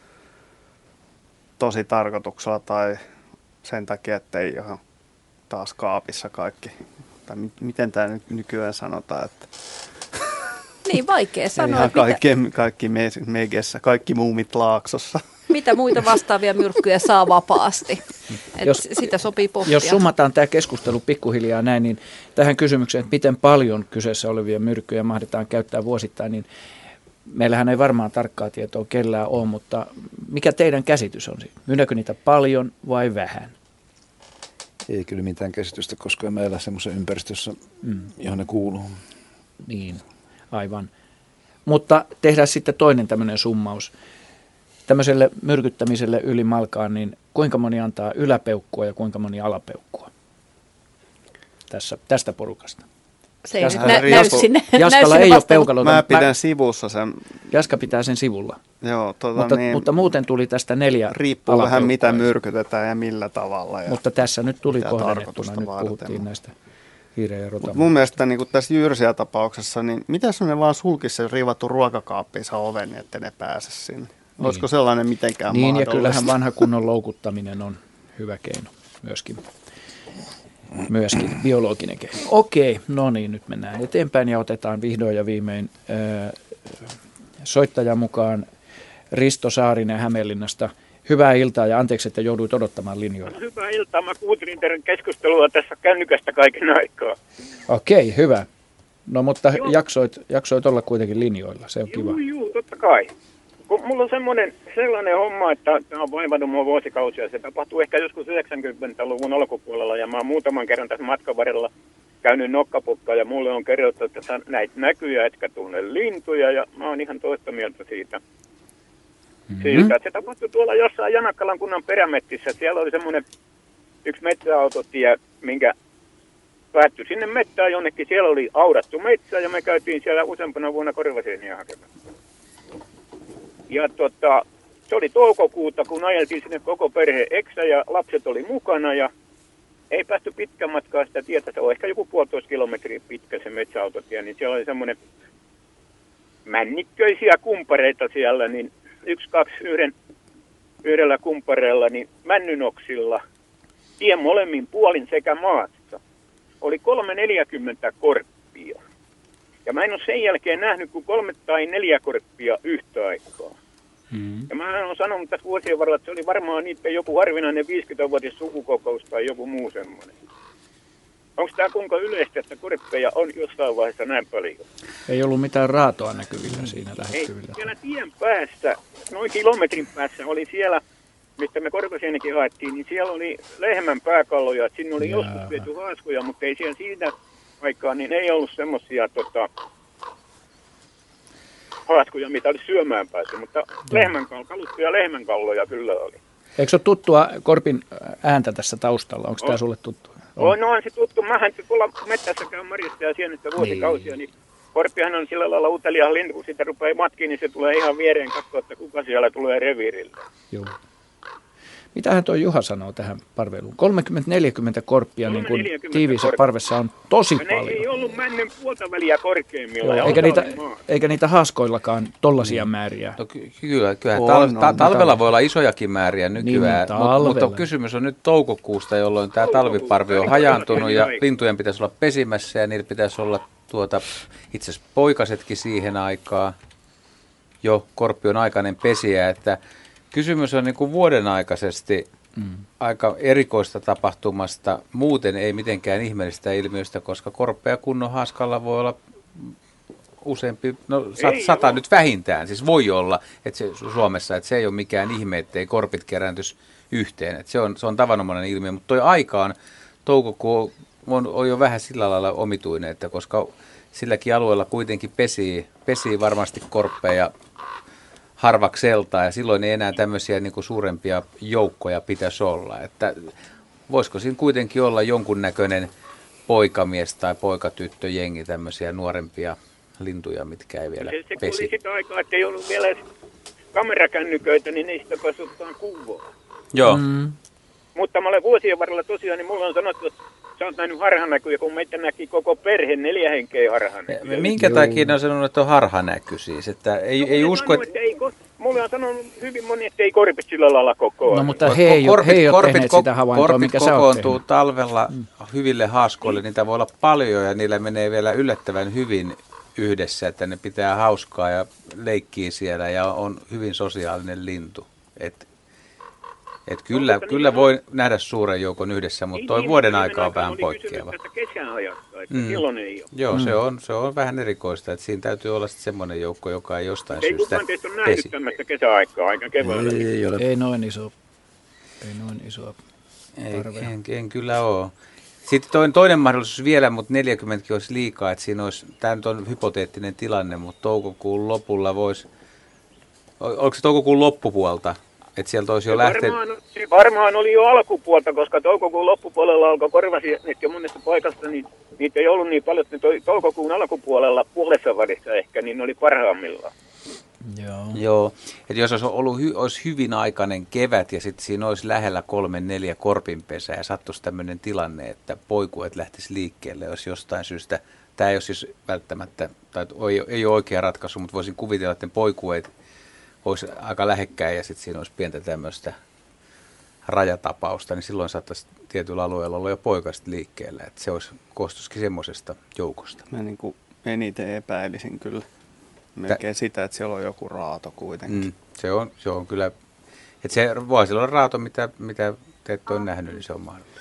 tosi tarkoituksella tai sen takia, että ei ole taas kaapissa kaikki. Tai miten tämä nykyään sanotaan, että niin vaikea sanoa. Ihan kaikki megessä, kaikki muumit Laaksossa. Mitä muita vastaavia myrkkyjä saa vapaasti? Sitä sopii pohtia. Jos summataan tämä keskustelu pikkuhiljaa näin, niin tähän kysymykseen, että miten paljon kyseessä olevia myrkkyjä mahdetaan käyttää vuosittain, niin meillähän ei varmaan tarkkaa tietoa kellään ole, mutta mikä teidän käsitys on? Myydäänkö niitä paljon vai vähän? Ei kyllä mitään käsitystä, koska emme elä semmoisen ympäristössä, johon ne kuuluu. Niin, aivan. Mutta tehdään sitten toinen tämmöinen summaus. Tämmöiselle myrkyttämiselle yli malkaan, niin kuinka moni antaa yläpeukkua ja kuinka moni alapeukkua tästä porukasta? Se ei näy sinne. Jaskalla ei ole peukaloita. Mä pidän sivussa sen. Jaska pitää sen sivulla. Joo, mutta muuten tuli tästä 4 riippuu vähän mitä myrkytetään ja millä tavalla. Ja mutta tässä nyt tuli kohdennettuna. Nyt puhuttiin näistä hiireen ja rotan. Mun mielestä niin tässä Jyrsiä-tapauksessa, niin mitä jos ne vaan sulkisi sen riivattu ruokakaappiinsa oven, niin että ne pääse sinne? Niin. Olisiko sellainen mitenkään niin, mahdollista? Ja kyllähän vanha kunnon loukuttaminen on hyvä keino myöskin biologinen keino. Okei, no niin, nyt mennään eteenpäin ja otetaan vihdoin ja viimein soittaja mukaan Risto Saarinen Hämeenlinnasta. Hyvää iltaa ja anteeksi, että jouduit odottamaan linjoilla. Hyvää iltaa, mä kuuntelin teidän keskustelua tässä kännykästä kaiken aikaa. Okei, hyvä. No mutta jaksoit olla kuitenkin linjoilla, se on kiva. Joo, totta kai. kun mulla on sellainen homma, että tämä on vaivannut mua vuosikausia. Se tapahtuu ehkä joskus 90-luvun alkupuolella ja mä oon muutaman kerran tässä matkan varrella käynyt nokkapukkaan ja mulle on kerrottu, että näitä näkyjä, etkä tunne lintuja ja mä oon ihan toista mieltä siitä. Siitä, että se tapahtui tuolla jossain Janakkalan kunnan perämettissä. Siellä oli semmoinen yksi metsäautotie, minkä päättyi sinne mettään jonnekin. Siellä oli aurattu metsä ja me käytiin siellä useampana vuonna korvasieniä hakemassa. Ja se oli toukokuuta, kun ajeltiin sinne koko perhe eksä ja lapset oli mukana ja ei päästy pitkän matkaa sitä tietä. Se on ehkä joku 1,5 kilometriä pitkä se metsäautotie, niin siellä oli semmoinen männikköisiä kumpareita siellä, niin yhdellä kumpareella, niin männynoksilla tien molemmin puolin sekä maassa oli 340 korppia. Ja mä en ole sen jälkeen nähnyt kuin 3 tai 4 korppia yhtä aikaa. Ja mä oon sanonut tässä vuosien varrella, että se oli varmaan niiden joku harvinainen 50-vuotis sukukokous tai joku muu semmoinen. Onko tämä kuinka yleistä, että korppeja on jossain vaiheessa näin paljon? Ei ollut mitään raatoa näkyvillä siinä lähettyvillä. Ei, siellä tien päässä, noin kilometrin päässä oli siellä, mistä me korkosienikin haettiin, niin siellä oli lehmän pääkalloja. Sinne oli joskus viety haaskoja, mutta ei siellä siitä aikaa, niin ei ollut semmoisia haaskoja, mitä oli syömään päässyt, mutta kaluttuja lehmänkalloja kyllä oli. Eikö se ole tuttua korpin ääntä tässä taustalla? Onko tämä sulle tuttua? No on se tuttu. Mähän tuolla mettässä käyn marjasta ja sienistä vuosikausia, niin korppihan on sillä lailla uteliaan lintu, kun sitä rupeaa matkiin, niin se tulee ihan viereen katsoa, että kuka siellä tulee reviirille. Joo. Mitähän tuo Juha sanoo tähän parveiluun? 30-40 korppia niin kuin tiiviissä parvessa on tosi paljon. Ei ollut männyn puolta väliä korkeimmilla. Joo, eikä niitä haaskoillakaan tollaisia määriä. No kyllä talvella voi olla isojakin määriä nykyään, mutta kysymys on nyt toukokuusta, jolloin tämä talviparvi on hajaantunut ja lintujen pitäisi olla pesimässä ja niillä pitäisi olla itse asiassa poikasetkin siihen aikaan. Jo korppi on aikainen pesijä, että kysymys on niin kuin vuodenaikaisesti aika erikoista tapahtumasta. Muuten ei mitenkään ihmeellistä ilmiöstä, koska korppea kunnon haaskalla voi olla useampi, 100 nyt vähintään. Siis voi olla että Suomessa, että se ei ole mikään ihme, ettei korpit kerääntyisi yhteen. Että se on tavanomainen ilmiö, mutta toi aikaan toukokuu on jo vähän sillä lailla omituinen, että koska silläkin alueella kuitenkin pesii varmasti korppeja harvakselta ja silloin ei enää tämmöisiä niin kuin suurempia joukkoja pitäisi olla. Että voisiko siinä kuitenkin olla jonkunnäköinen poikamies tai poikatyttöjengi, tämmöisiä nuorempia lintuja, mitkä ei vielä pesi. Se oli sitä aikaa, että ei ollut vielä kamerakännyköitä, niin niistä pääsi ottaa kuvaa. Joo. Mutta mä olen vuosien varrella tosiaan, niin mulla on sanottu, että sä oot nähnyt harhanäkyjä, kun meitä näki koko perhe 4 henkeä harhanäkyjä. Minkä takia ne on sanonut, että on harhanäky siis? Että ei usko, että... Mulle on sanonut hyvin moni, että ei korpit sillä lailla kokoa. No mutta he ei ole tehneet sitä havaintoa, mikä sä oot kokoontuu talvella hyville haaskoille, niitä voi olla paljon ja niillä menee vielä yllättävän hyvin yhdessä, että ne pitää hauskaa ja leikkii siellä ja on hyvin sosiaalinen lintu. Kyllä voi nähdä suuren joukon yhdessä, mutta toi vuoden aika on vähän poikkeava. Silloin ei ole. Joo, se on vähän erikoista, että siinä täytyy olla semmoinen joukko, joka ei jostain syystä pesi. Ei kukaan teistä ole nähnyt tämmöistä kesäaikaa, aika keväällä. Ei noin isoa parvea. En kyllä ole. Sitten toinen mahdollisuus vielä, mutta 40 olisi liikaa, että siinä olisi, tämä nyt on hypoteettinen tilanne, mutta toukokuun lopulla voisi, oliko se toukokuun loppupuolta? Että sieltä olisi jo varmaan oli jo alkupuolta, koska toukokuun loppupuolella alkoi korvasienit jo monesta paikasta, niin niitä ei ollut niin paljon, että toukokuun alkupuolella puolessa välissä ehkä, niin ne oli parhaimmillaan. Joo. Että jos olisi hyvin aikainen kevät ja sitten siinä olisi lähellä 3-4 korpinpesää ja sattuisi tämmöinen tilanne, että poikueet lähtisi liikkeelle, jos jostain syystä, tämä ei ole siis välttämättä, tai ei ole oikea ratkaisu, mutta voisin kuvitella, että poikueet olisi aika lähekkäin ja sitten siinä olisi pientä tämmöistä rajatapausta, niin silloin saattaisi tietyllä alueella olla jo poikaset liikkeellä, että se koostuisikin semmoisesta joukosta. Mä niin kuin eniten epäilisin kyllä melkein sitä, että siellä on joku raato kuitenkin. Se on kyllä, että se voi olla raato, mitä te ette ole nähnyt, niin se on mahdollista.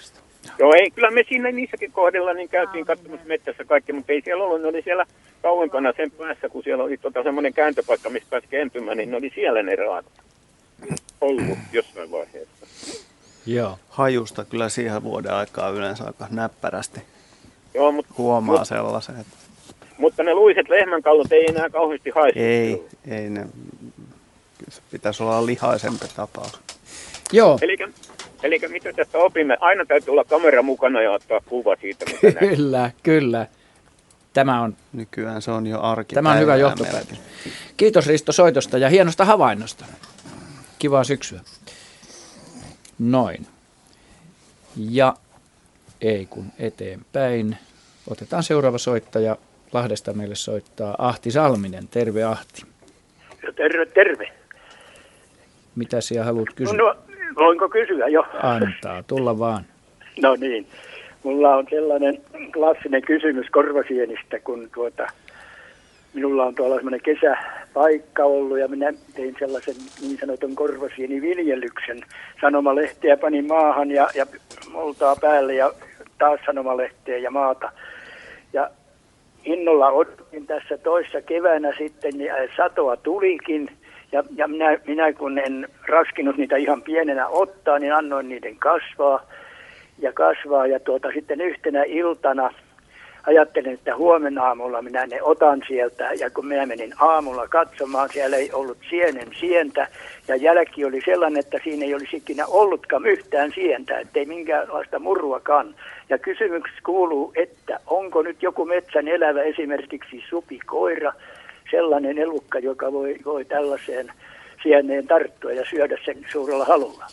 Joo, ei, kyllä me siinä niissäkin kohdilla niin käytiin katsomassa metsässä kaikki, mutta ei siellä ollut, ne oli siellä kauempana sen päässä, kun siellä oli semmoinen kääntöpaikka, missä pääsi kääntymään, niin ne oli siellä ne raadot ollut jossain vaiheessa. Joo. Hajusta kyllä siihen vuoden aikaa yleensä aika näppärästi Joo, huomaa sellaisen. Että... Mutta ne luiset lehmänkallot ei enää kauheasti haista. Ei ne. Pitäisi olla lihaisempi tapaus. Joo. Eli mitä tästä opimme? Aina täytyy olla kamera mukana ja ottaa kuva siitä, mitä Kyllä. Nykyään se on jo arki. Tämä on hyvä johtopäätös. Kiitos Risto soitosta ja hienosta havainnosta. Kivaa syksyä. Noin. Ja ei kun eteenpäin. Otetaan seuraava soittaja. Lahdesta meille soittaa Ahti Salminen. Terve Ahti. Terve. Mitä sinä haluat kysyä? No, voinko kysyä jo? Antaa, tulla vaan. No niin. Mulla on sellainen klassinen kysymys korvasienistä, kun minulla on tuolla semmoinen kesäpaikka ollut ja minä tein sellaisen niin sanotun korvasieniviljelyksen. Sanomalehteä panin maahan ja multaa päälle ja taas sanomalehteä ja maata. Ja innolla odotin tässä toissa keväänä sitten, niin satoa tulikin. Ja minä kun en raskinut niitä ihan pienenä ottaa, niin annoin niiden kasvaa. Ja sitten yhtenä iltana ajattelin, että huomenna aamulla minä ne otan sieltä. Ja kun minä menin aamulla katsomaan, siellä ei ollut sientä. Ja jälki oli sellainen, että siinä ei olisi ikinä ollutkaan yhtään sientä, ettei minkäänlaista muruakaan. Ja kysymys kuuluu, että onko nyt joku metsän elävä, esimerkiksi supikoira, sellainen elukka, joka voi tällaiseen sieneen tarttua ja syödä sen suurella halulla.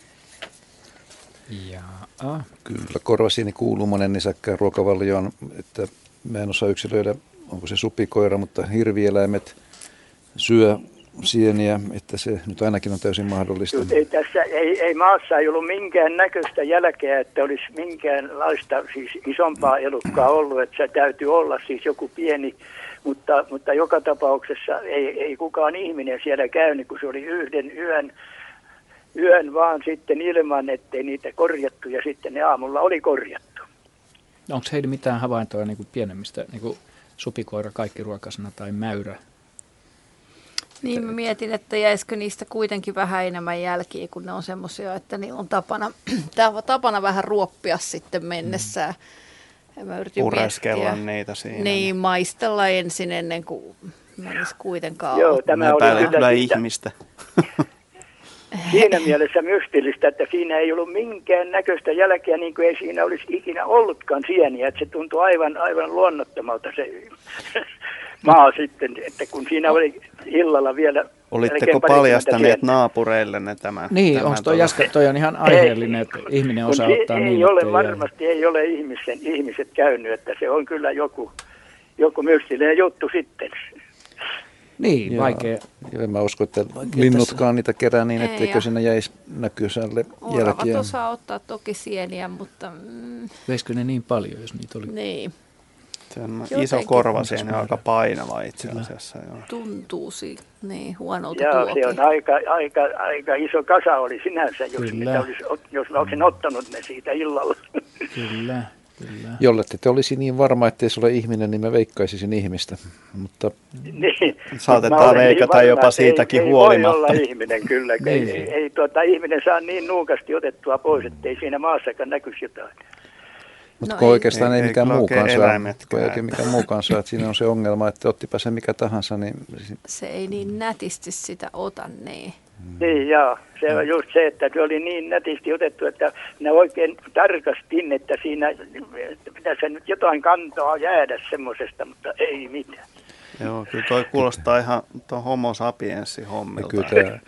Kyllä, korvasieni kuuluu monen nisäkkään ruokavalioon, että mä en osaa yksilöidä, onko se supikoira, mutta hirvieläimet syö sieniä, että se nyt ainakin on täysin mahdollista. Ei maassa ei ollut minkään näköistä jälkeä, että olisi minkäänlaista siis isompaa elukkaa ollut, että se täytyy olla siis joku pieni, mutta joka tapauksessa ei kukaan ihminen siellä käynyt, kun se oli yhden yön vaan sitten ilman, ettei niitä korjattu ja sitten ne aamulla oli korjattu. Onko heillä mitään havaintoja niin kuin pienemmistä, niin kuin supikoira kaikkiruokasena tai mäyrä? Niin mä mietin, että jäisikö niistä kuitenkin vähän enemmän jälkiä, kun ne on semmoisia, että niillä on tapana vähän ruoppia sitten mennessään. Pureskella niitä siinä. Niin, maistella ensin ennen kuin menisi kuitenkaan. Joo, tämä oli kyllä ihmistä. Siinä mielessä mystillistä, että siinä ei ollut minkään näköistä jälkeä, niin kuin ei siinä olisi ikinä ollutkaan sieniä. Että se tuntui aivan luonnottomalta se maa sitten, että kun siinä oli illalla vielä... Olitteko paljastaneet naapureillenne tämän? Niin, onko toi on ihan aiheellinen, että ihminen osaa ottaa niin, ei ole varmasti, ei ole ihmiset käynyt, että se on kyllä joku mystillinen juttu sitten. Niin, vaikea. Ja mä uskon, että linnutkaan niitä kerää niin, etteikö siinä jäisi näkysälle jälkiä. Oravat osaa ottaa toki sieniä, mutta... Veisikö ne niin paljon, jos niitä oli? Niin. Se on iso korvasieni on aika painava itse asiassa. Joo. Tuntuu niin huonolta joo, se on aika iso kasa oli sinänsä, jos mä olisin ottanut ne siitä illalla. Kyllä. Jollette te olisi niin varma, ettei se ole ihminen, niin mä veikkaisisin ihmistä. Mutta niin, saatetaan veikata niin jopa siitäkin huolimatta. Voi olla ihminen kyllä. Niin. Ei ihminen saa niin nuukasti otettua pois, ettei siinä maassakaan näkyisi jotain. Mutta oikeastaan ei mikään muukaan saa. Että siinä on se ongelma, että ottipa se mikä tahansa. Niin... Se ei niin nätisti sitä ota, niin. Niin joo, se on just se, että se oli niin nätisti otettu, että minä oikein tarkastin, että siinä pitäisi nyt jotain kantoa jäädä semmoisesta, mutta ei mitään. Joo, kyllä toi kuulostaa ihan tuon homo sapiensin hommilta. Kyllä tämä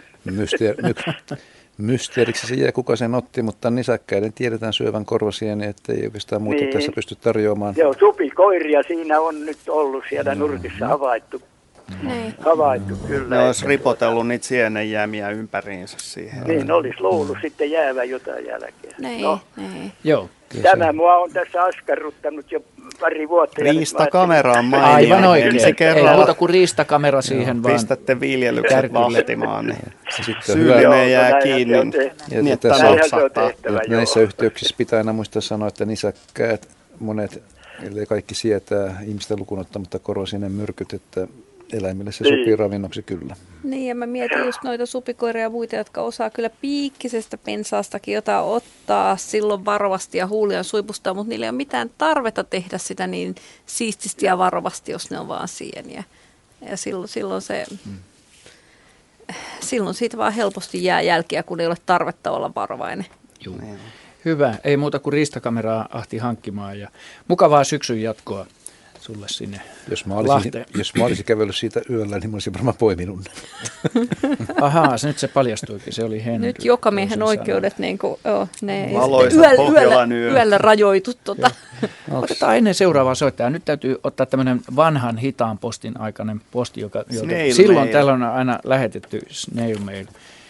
mysteeriksi se jää, kuka sen otti, mutta nisäkkäiden tiedetään syövän korvasieni, että ei oikeastaan muuta tässä pysty tarjoamaan. Joo, supikoiria siinä on nyt ollut siellä nurkissa havaittu. Havaittu kyllä. Ne olisi ripotellut niitä sienenjäämiä ympäriinsä siihen. Niin, olisi luullut sitten jäävän jotain jälkeen. Niin, no, niin. Joo. Tämä mua on tässä askarruttanut jo pari vuotta. Riistakamera on mainio. Aivan oikein. Se ei muuta kuin riistakamera siihen vaan. Pistätte viljelykset vahtimaan, niin syyllinen jää kiinni. Niin, että napsahtaa. Näissä yhteyksissä pitää aina muistaa sanoa, että nisäkkäät, monet, ellei kaikki sietää ihmistä lukuun ottamatta korrosiinen myrkyt, että eläimille se sopii ravinnoksi kyllä. Niin, ja mä mietin just noita supikoiria ja muita, jotka osaa kyllä piikkisestä pensaastakin jotain ottaa silloin varovasti ja huuliaan suipustaa, mutta niillä ei ole mitään tarvetta tehdä sitä niin siististi ja varovasti, jos ne on vaan sieniä. Ja silloin siitä vaan helposti jää jälkiä, kun ei ole tarvetta olla varovainen. Juu. Hyvä. Ei muuta kuin riistakameraa Ahti hankkimaan ja mukavaa syksyn jatkoa sulle sinne Jos mä olisin kävellyt siitä yöllä, niin mä olisin varmaan poiminut. Ahaa, nyt se paljastuikin. Se oli Henry. Nyt jokamiehen oikeudet, niin kuin, ne ei yöllä rajoitu. Otetaan ennen seuraavaa soittajaa. Nyt täytyy ottaa tämmöinen vanhan hitaan postin aikainen posti, joka silloin täällä on aina lähetetty snail mail.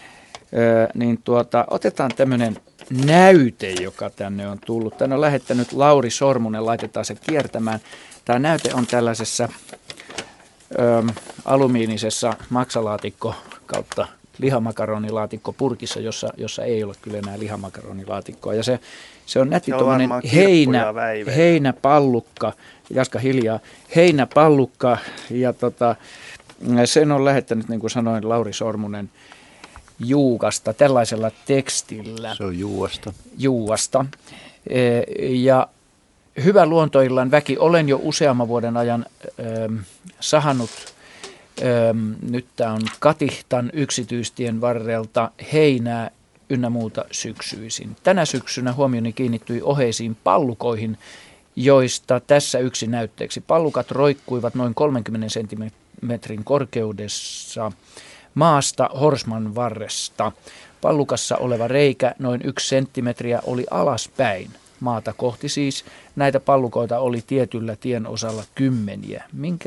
Otetaan tämmöinen näyte, joka tänne on tullut. Tänne on lähettänyt Lauri Sormunen, laitetaan se kiertämään. Tämä näyte on tällaisessa alumiinisessa maksalaatikko kautta lihamakaronilaatikko purkissa, jossa ei ole kyllä enää lihamakaronilaatikkoa. Ja se on nätti tuommoinen heinäpallukka, Jaska hiljaa, heinäpallukka ja sen on lähettänyt, niin kuin sanoin, Lauri Sormunen Juuasta tällaisella tekstillä. Se on Juuasta. Ja hyvä luontoillan väki, olen jo useamman vuoden ajan sahannut, nyt tämä on Katihtan yksityistien varrelta heinää ynnä muuta syksyisin. Tänä syksynä huomioni kiinnittyi oheisiin pallukoihin, joista tässä yksi näytteeksi. Pallukat roikkuivat noin 30 senttimetrin korkeudessa maasta horsman varresta. Pallukassa oleva reikä noin 1 senttimetriä oli alaspäin. Maata kohti siis. Näitä pallukoita oli tietyllä tien osalla kymmeniä.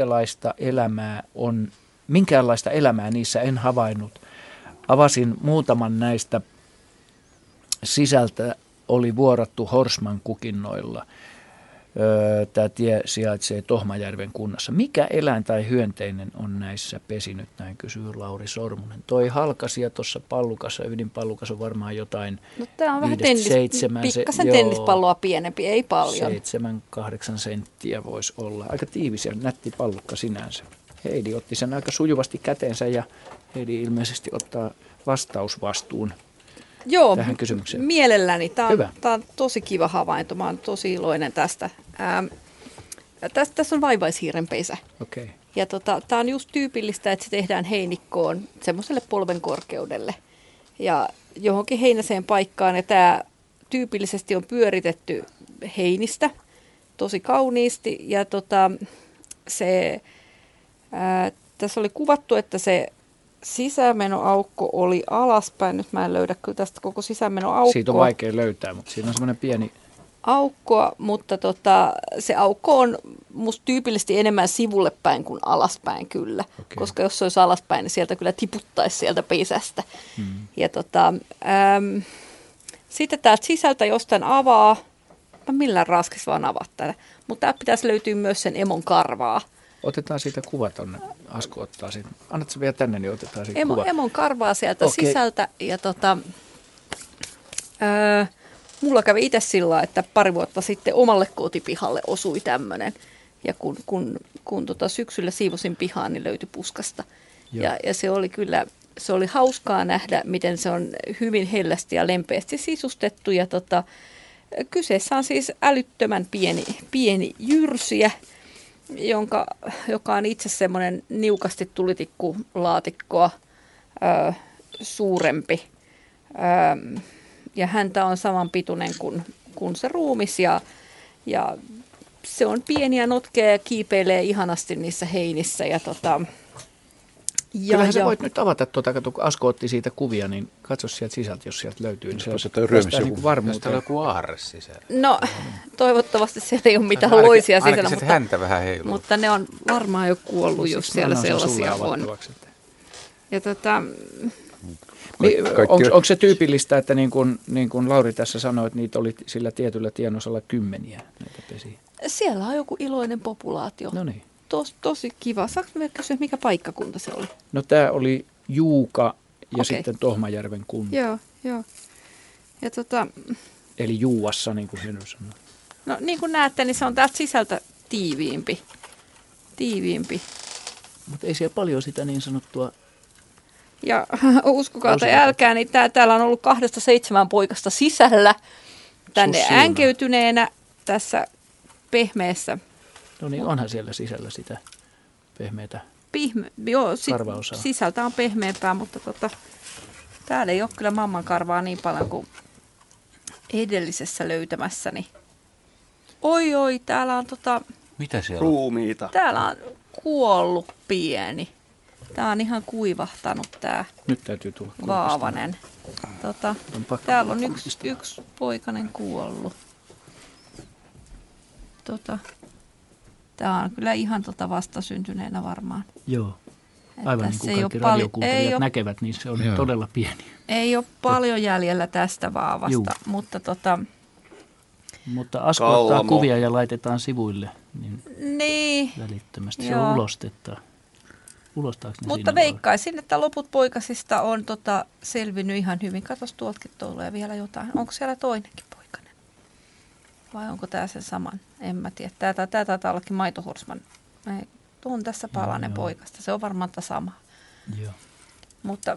Minkäänlaista elämää niissä en havainnut. Avasin muutaman näistä. Sisältä oli vuorattu horsman kukinnoilla. Tämä tie sijaitsee Tohmajärven kunnassa. Mikä eläin tai hyönteinen on näissä pesinyt, näin kysyy Lauri Sormunen. Toi halkasia tuossa pallukassa, ydinpallukassa on varmaan jotain. No tämä on vähän pikkasen tennispalloa pienempi, ei paljon. 7-8 senttiä voisi olla. Aika tiivis ja nätti pallukka sinänsä. Heidi otti sen aika sujuvasti käteensä ja Heidi ilmeisesti ottaa vastausvastuun. Joo, tähän kysymykseen. Mielelläni. Tämä on tosi kiva havainto. Mä oon tosi iloinen tästä. Tässä on vaivaishiirenpeisä. Okay. Ja tämä on just tyypillistä, että se tehdään heinikkoon semmoiselle polven korkeudelle ja johonkin heinäseen paikkaan. Ja tämä tyypillisesti on pyöritetty heinistä tosi kauniisti. Ja tässä oli kuvattu, että se sisämenoaukko oli alaspäin. Nyt mä en löydä kyllä tästä koko sisämenoaukkoa. Siitä on vaikea löytää, mutta siinä on semmoinen pieni aukkoa, mutta se aukko on musta tyypillisesti enemmän sivulle päin kuin alaspäin kyllä. Okay. Koska jos se olisi alaspäin, niin sieltä kyllä tiputtaisi sieltä pesästä. Ja sitten täältä sisältä jostain avaa. Mä millään raskis vaan avaa tätä. Mutta tää pitäisi löytyä myös sen emon karvaa. Otetaan siitä kuva tonne. Asko ottaa siitä. Annatko vielä tänne, niin otetaan siitä kuva. Emon karvaa sieltä sisältä. Ja mulla kävi itse sillä, että pari vuotta sitten omalle kotipihalle osui tämmöinen. Ja kun syksyllä siivosin pihaan, niin löytyi puskasta. Ja se oli kyllä, se oli hauskaa nähdä, miten se on hyvin hellästi ja lempeästi sisustettu. Ja kyseessä on siis älyttömän pieni jyrsiä, joka on itse semmoinen niukasti tulitikkulaatikkoa suurempi. Ja häntä on saman pituinen kuin se ruumis ja se on pieni ja notkea ja kiipeilee ihanasti niissä heinissä. Kyllähän sä voit nyt avata kato, kun Asko otti siitä kuvia, niin katso sieltä sisältä, jos sieltä löytyy. Niin se on varmuuteen. Joku aarre sisällä. No, toivottavasti siellä ei ole mitään loisia sisällä, häntä vähän heiluu. Mutta ne on varmaan jo kuollut, jos siellä sellaisia on. Ja onko se tyypillistä, että niin kuin Lauri tässä sanoi, että niitä oli sillä tietyllä tienosalla kymmeniä näitä pesiä? Siellä on joku iloinen populaatio. No niin. Tosi kiva. Saanko me kysyä, mikä paikkakunta se oli? No tämä oli Juuka ja sitten Tohmajärven kunta. Joo. Ja eli Juuassa, niin kuin sinun sanoo. No niin kuin näette, niin se on täältä sisältä tiiviimpi. Mutta ei siellä paljon sitä niin sanottua. Ja uskokaa tai älkää, niin täällä on ollut 2-7 poikasta sisällä tänne änkeytyneenä tässä pehmeässä. No niin, onhan siellä sisällä sitä pehmeätä karvaosaa. Sisältä on pehmeämpää, mutta täällä ei ole kyllä mamman karvaa niin paljon kuin edellisessä löytämässäni. Oi, täällä on Mitä siellä on? Ruumiita. Täällä on kuollut pieni. Tää on ihan kuivahtanut tää. Nyt täytyy tulla vaavanen. Täällä on yksi poikainen kuollut. Tää on kyllä ihan vastasyntyneenä varmaan. Joo. Aivan niin kuin kaikki radiokuuntelijat näkevät, niin se on todella pieni. Ei ole paljon jäljellä tästä vaavasta, mutta Asko ottaa kuvia ja laitetaan sivuille, niin välittömästi. Se on ulostetta. Ulostaako ne mutta veikkaisin, että loput poikasista on selvinnyt ihan hyvin. Katos, tuoltakin tulee vielä jotain. Onko siellä toinenkin poikainen? Vai onko tämä sen saman? En mä tiedä. Tämä taitaa ollakin maitohorsman. On tässä palanen poikasta. Se on varmaan sama. Joo. Mutta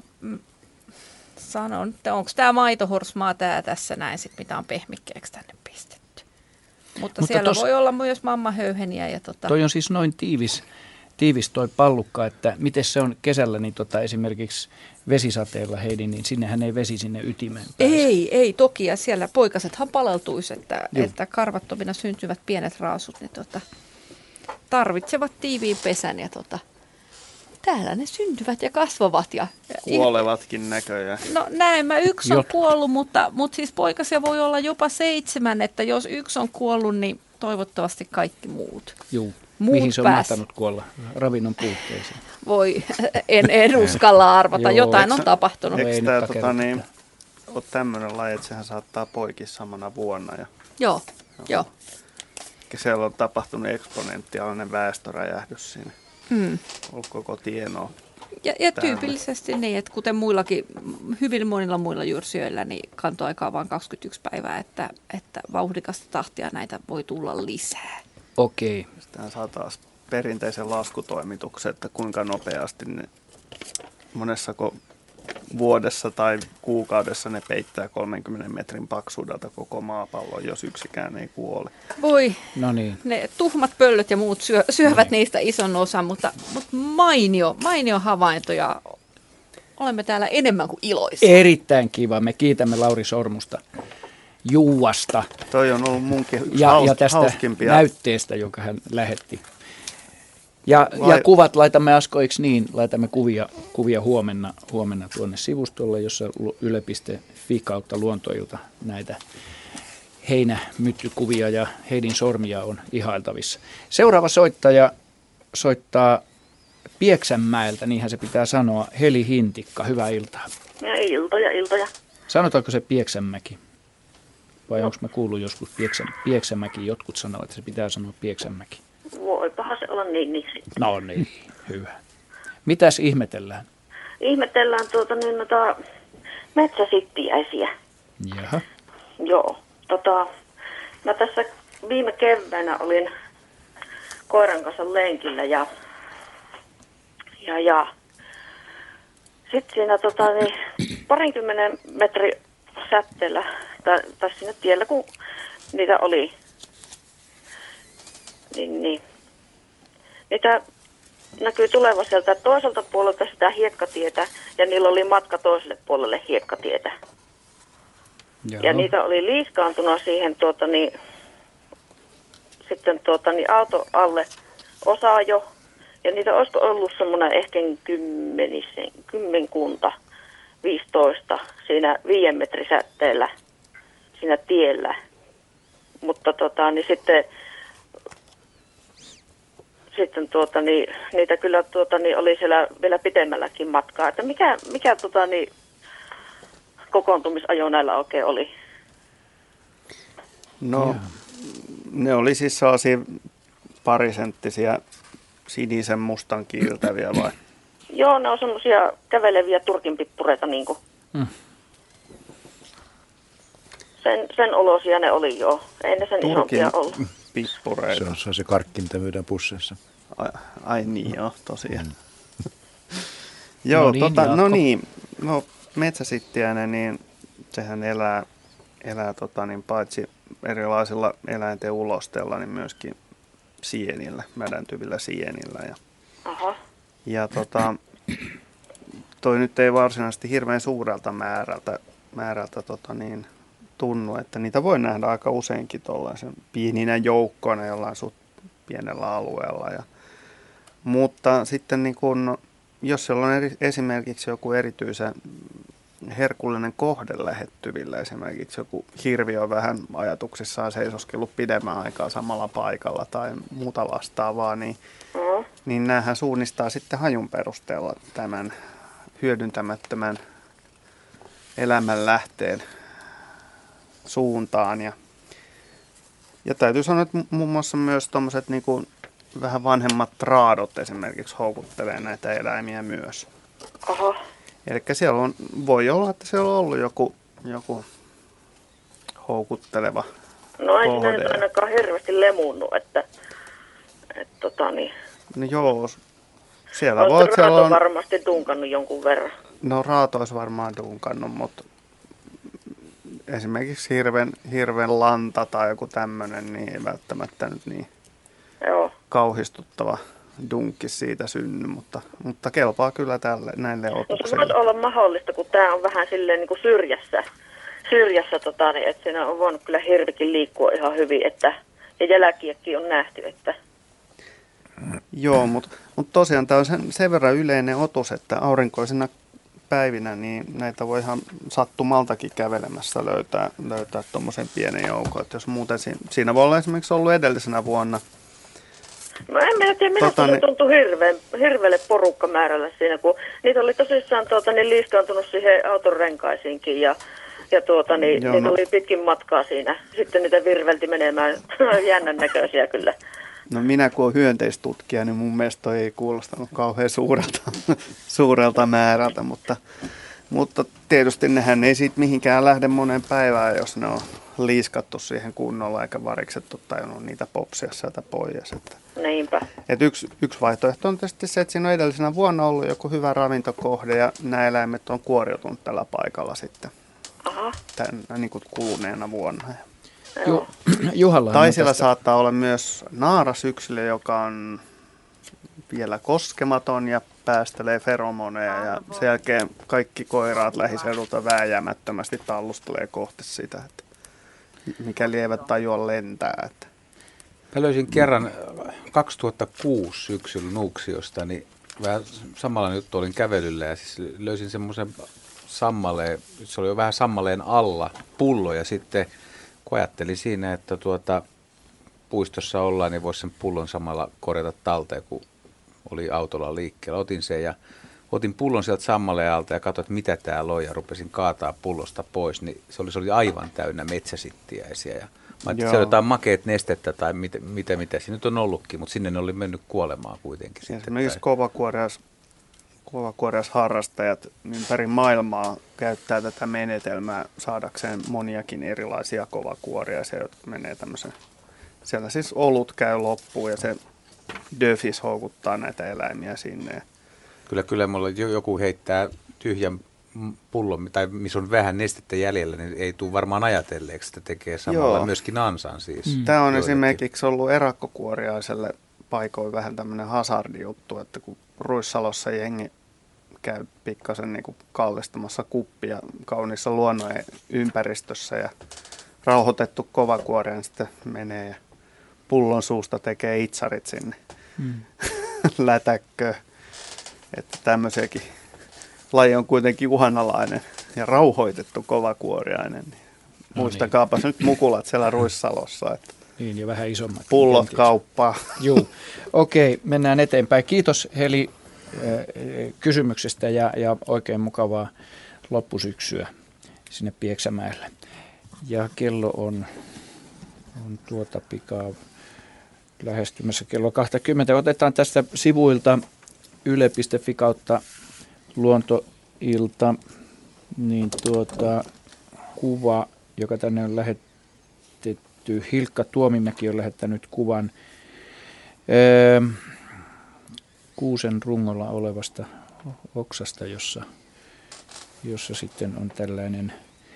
sanon, että onko tämä maitohorsmaa tässä näin, mitä on pehmikkeeksi tänne pistetty. Mutta siellä voi olla myös mammahöyheniä. Ja toi on siis noin tiivis toi pallukka, että miten se on kesällä niin esimerkiksi vesisateella Heidi, niin sinnehän ei vesi sinne ytimeen pääse. Ei toki, ja siellä poikasethan paleltuisi, että karvattomina syntyvät pienet raasut, niin tarvitsevat tiiviin pesän ja täällä ne syntyvät ja kasvavat. Ja kuolevatkin näköjään. No näin, yksi on kuollut, mutta siis poikasia voi olla jopa 7, että jos yksi on kuollut, niin toivottavasti kaikki muut. Joo. Mihin se on mahtanut kuolla? Ravinnon puutteeseen. Voi, en uskalla arvata. Jotain on tapahtunut. Eikö tämä ole tämmöinen laji, että sehän saattaa poikia samana vuonna? Joo. Siellä on tapahtunut eksponentiaalinen väestöräjähdys siinä. Ollut koko tienoa. Ja tyypillisesti niin, että kuten hyvin monilla muilla jyrsijöillä, niin kantoaika on vain 21 päivää, että vauhdikasta tahtia näitä voi tulla lisää. Okei. Sitten saa taas perinteisen laskutoimituksen, että kuinka nopeasti ne monessako vuodessa tai kuukaudessa ne peittää 30 metrin paksuudelta koko maapallon, jos yksikään ei kuole. Voi, no niin. Ne tuhmat pöllöt ja muut syövät niistä ison osan, mutta mainio havainto ja olemme täällä enemmän kuin iloisia. Erittäin kiva. Me kiitämme Lauri Sormusta Juuasta. Toi on ollut munkin ja tästä hauskimpia näytteestä, jonka hän lähetti. Ja kuvat laitamme Askoiksi niin, laitamme kuvia huomenna tuonne sivustolle, jossa yle.fi kautta luontoilta näitä heinämyttykuvia ja Heidin sormia on ihailtavissa. Seuraava soittaja soittaa Pieksämäeltä, niinhän se pitää sanoa, Heli Hintikka. Hyvää iltaa. Ja iltoja. Sanotaanko se Pieksämäki? Vai onko mä kuullut joskus Pieksämäki? Jotkut sanoo, että se pitää sanoa Pieksämäki. Voipahan se olla niin. No niin, hyvä. Mitäs ihmetellään? Ihmetellään noita metsäsittiäisiä. Jaha. Joo. Mä tässä viime keväänä olin koiran kanssa lenkillä ja sitten siinä 20 metrin säteellä tai siinä tiellä, kun niitä oli, niin niitä näkyy tulevan sieltä toiselta puolelta sitä hiekkatietä ja niillä oli matka toiselle puolelle hiekkatietä. Ja niitä oli liiskaantunut siihen sitten auto alle osaa jo. Ja niitä olisiko ollut semmoinen ehkä 15 siinä 5 metrin säteellä siinä tiellä. Mutta niin sitten niitä kyllä oli siellä vielä pitemmälläkin matkaa. Että mikä kokoontumisajo näillä oikein oli? No, Ne oli siis sellaisia parisenttisiä sinisen mustan kiiltäviä vai? Joo, ne on semmoisia käveleviä turkinpippureita niinku. Sen olosia ne oli joo. Ei ne sen isompia ollut. Pippureita. Se on se karkki, mitä myydään pusseissa. Ai niin joo, tosiaan. Joo, metsäsittiäinen, niin sehän elää paitsi erilaisilla eläinten ulosteilla, niin myöskin sienillä, mädäntyvillä sienillä. Ja toi nyt ei varsinaisesti hirveän suurelta määrältä tunnu, että niitä voi nähdä aika useinkin tuollaisen pieninä joukkoina jollain suht pienellä alueella. Mutta sitten niin kun, jos siellä on esimerkiksi joku erityisen herkullinen kohde lähettyvillä, esimerkiksi joku hirviö on vähän ajatuksissaan seisoskellut pidemmän aikaa samalla paikalla tai muuta vastaavaa, niin näähän suunnistaa sitten hajun perusteella tämän hyödyntämättömän elämänlähteen suuntaan. Ja täytyy sanoa, että muun muassa myös tuommoiset niin vähän vanhemmat raadot esimerkiksi houkuttelee näitä eläimiä myös. Eli siellä voi olla, että siellä on ollut joku houkutteleva No ei ne ainakaan hirveästi lemunnut, että No joo, siellä on varmasti dunkannut jonkun verran. No raato olisi varmaan dunkannut, mutta esimerkiksi hirven lanta tai joku tämmöinen, niin ei välttämättä nyt niin kauhistuttava dunkki siitä synny, mutta kelpaa kyllä näille otuksille. No se voisi olla mahdollista, kun tämä on vähän silleen niin kuin syrjässä niin että siinä on voinut kyllä hirvikin liikkua ihan hyvin, ja jälkiäkin on nähty, että... Joo, mutta tosiaan tämä on sen verran yleinen otus, että aurinkoisena päivinä niin näitä voi ihan sattumaltakin kävelemässä löytää tuommoisen pienen joukon. Että jos muuten siinä voi olla esimerkiksi ollut edellisenä vuonna. No en mä tiedä, minusta se tuntui hirveälle porukkamäärällä siinä, kun niitä oli tosissaan liiskaantunut siihen auton renkaisiinkin ja niitä oli pitkin matkaa siinä. Sitten niitä virvelti menemään jännän näköisiä kyllä. No minä kun olen hyönteistutkija, niin mun mielestä toi ei kuulostanut kauhean suurelta määrältä, mutta tietysti nehän ei siitä mihinkään lähde monen päivään, jos ne on liiskattu siihen kunnolla eikä variksettu tajunnut niitä popsia sieltä pois. Niinpä. Yksi vaihtoehto on tietysti se, että siinä on edellisenä vuonna ollut joku hyvä ravintokohde ja nämä eläimet on kuoriutunut tällä paikalla sitten niin kuin kuluneena vuonna. Tai siellä saattaa olla myös naarasyksilö, joka on vielä koskematon ja päästelee feromoneja ja sen jälkeen kaikki koiraat lähiseudulta vääjäämättömästi tallustelee kohti sitä, että mikäli eivät tajua lentää. Että. Mä löysin kerran 2006 syksyllä Nuuksiosta, niin vähän samalla juttu olin kävelyllä ja siis löysin semmoisen sammaleen, se oli jo vähän sammaleen alla pullo ja sitten kun ajattelin siinä, että puistossa ollaan, niin voisi sen pullon samalla korjata talteen, kun oli autolla liikkeellä. Otin sen ja otin pullon sieltä sammaleen alta ja katsoin, että mitä täällä on ja rupesin kaataa pullosta pois, niin se oli aivan täynnä metsäsittiäisiä. Ja mä ajattelin, että se oli jotain makeet nestettä tai mitä siinä nyt on ollutkin, mutta sinne ne oli mennyt kuolemaan kuitenkin. Esimerkiksi kovakuorias harrastajat ympäri maailmaa käyttää tätä menetelmää saadakseen moniakin erilaisia kovakuoriaisia, jotka menee tämmöisen. Siellä siis olut käy loppuun ja se döfis houkuttaa näitä eläimiä sinne. Kyllä mulla joku heittää tyhjän pullon, tai missä on vähän nestettä jäljellä, niin ei tule varmaan ajatelleeksi, että tekee samalla myöskin ansan siis. Tämä on esimerkiksi ollut erakkokuoriaiselle paikoin vähän tämmöinen hazardijuttu, että kun Ruissalossa jengi käy pikkasen niin kuin kallistamassa kuppia kauniissa luonnon ympäristössä ja rauhoitettu kovakuoria sitten menee ja pullon suusta tekee itsarit sinne lätäkköön. Että tämmöisiäkin laji on kuitenkin uhanalainen ja rauhoitettu kovakuoriainen. Muistakaapas nyt mukulat siellä Ruissalossa. Että niin, ja vähän isommat. Pullot kauppaa. Joo. Okei, mennään eteenpäin. Kiitos Heli kysymyksestä ja oikein mukavaa loppusyksyä sinne Pieksämäelle. Ja kello on on tuota pikaa lähestymässä kello 20. Otetaan tästä sivuilta yle.fi kautta luontoilta niin kuva, joka tänne on lähetetty. Hilkka Tuomimäki on lähettänyt kuvan kuusen rungolla olevasta oksasta, jossa sitten on tällainen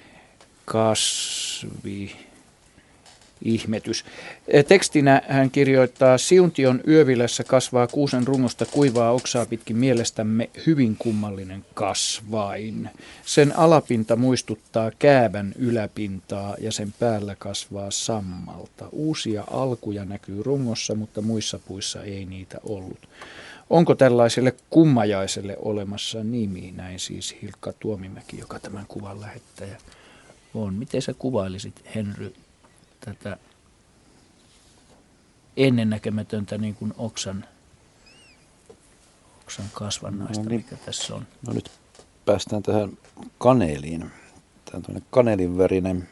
kasvi-ihmetys. Tekstinä hän kirjoittaa: Siuntion yövilässä kasvaa kuusen rungosta kuivaa oksaa pitkin mielestämme hyvin kummallinen kasvain. Sen alapinta muistuttaa käävän yläpintaa ja sen päällä kasvaa sammalta. Uusia alkuja näkyy rungossa, mutta muissa puissa ei niitä ollut. Onko tällaiselle kummajaiselle olemassa nimi? Näin siis Hilkka Tuomimäki, joka tämän kuvan lähettäjä on. Miten sä kuvailisit, Henry, tätä ennennäkemätöntä niin kuin oksan kasvannaista, mikä tässä on? No nyt päästään tähän kaneeliin. Tämä on tuollainen kaneelin värinen,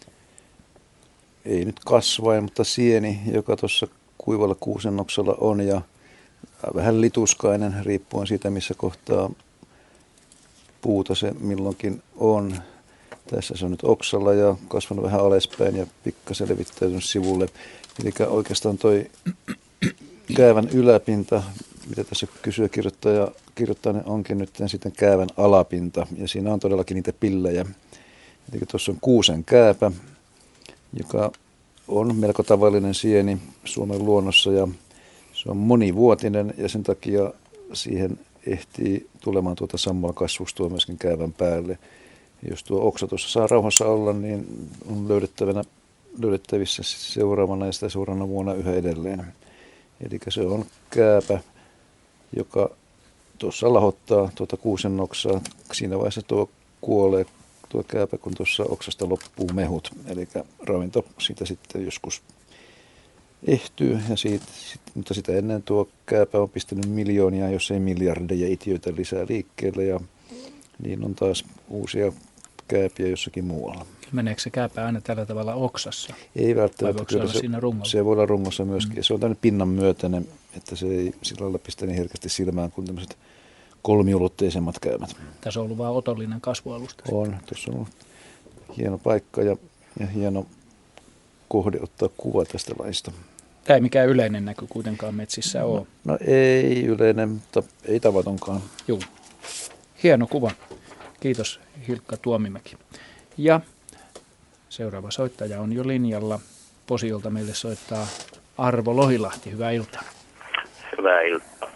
ei nyt kasvain, mutta sieni, joka tuossa kuivalla kuusenoksalla on ja vähän lituskainen, riippuen siitä, missä kohtaa puuta se milloinkin on. Tässä se on nyt oksalla ja kasvanut vähän alaspäin ja pikkasen levittäytynyt sivulle. Eli oikeastaan toi käävän yläpinta, mitä tässä kysyä kirjoittaa, niin onkin nyt sitten käävän alapinta. Ja siinä on todellakin niitä pillejä. Eli tuossa on kuusen kääpä, joka on melko tavallinen sieni Suomen luonnossa ja se on monivuotinen ja sen takia siihen ehtii tulemaan sammalkasvustoa myöskin käävän päälle. Jos tuo oksa tuossa saa rauhassa olla, niin on löydettävissä seuraavana ja sitä seuraavana vuonna yhä edelleen. Eli se on kääpä, joka tuossa lahottaa tuota kuusen oksaa. Siinä vaiheessa tuo kuolee tuo kääpä, kun tuossa oksasta loppuu mehut. Eli ravinto siitä sitten joskus ehtyy, mutta sitä ennen tuo kääpä on pistänyt miljoonia, jos ei miljardeja itiöitä lisää liikkeelle ja niin on taas uusia kääpiä jossakin muualla. Meneekö se kääpä aina tällä tavalla oksassa? Ei välttämättä. Se voi olla rungossa myöskin. Se on tämmöinen pinnan myötäinen, että se ei sillä lailla pistä niin herkästi silmään kuin tämmöiset kolmiulotteisemmat käämät. Tässä on ollut vaan otollinen kasvualusta. On. Tuossa on ollut hieno paikka ja hieno kohde ottaa kuva tästä laista. Tämä ei mikään yleinen näky kuitenkaan metsissä ole. No ei yleinen, mutta ei tavatonkaan. Joo. Hieno kuva. Kiitos Hilkka Tuomimäki. Ja seuraava soittaja on jo linjalla. Posiolta meille soittaa Arvo Lohilahti. Hyvää iltaa. Hyvää iltaa.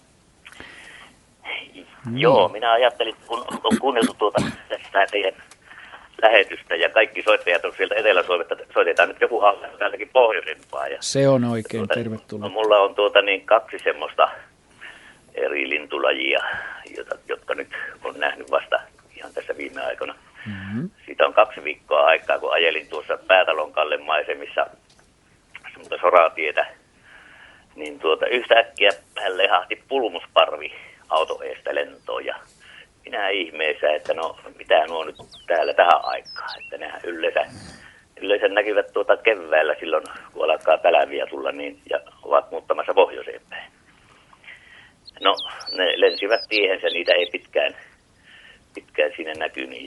Joo, minä ajattelin, kun on kuunneltu tästä teidän lähetystä ja kaikki soittajat on sieltä Etelä-Suomesta, soitetaan nyt joku alle täältäkin pohjoisempaa. Ja se on oikein, tervetuloa. No, mulla on kaksi semmoista eri lintulajia, jotka nyt on nähnyt vasta ihan tässä viime aikoina. Mm-hmm. Siitä on 2 viikkoa aikaa, kun ajelin tuossa Päätalon Kallen maisemissa semmoista soratietä, niin yhtäkkiä hän lehahti pulmusparvi auto eestä lentoon ja minä ihmeessä, että no mitä nuo nyt täällä tähän aikaan, että nehän yleensä näkyvät keväällä silloin, kun alkaa täläviä tulla niin, ja ovat muuttamassa pohjoiseen päin. No, ne lensivät tiehensä, niitä ei pitkään siinä näky niin,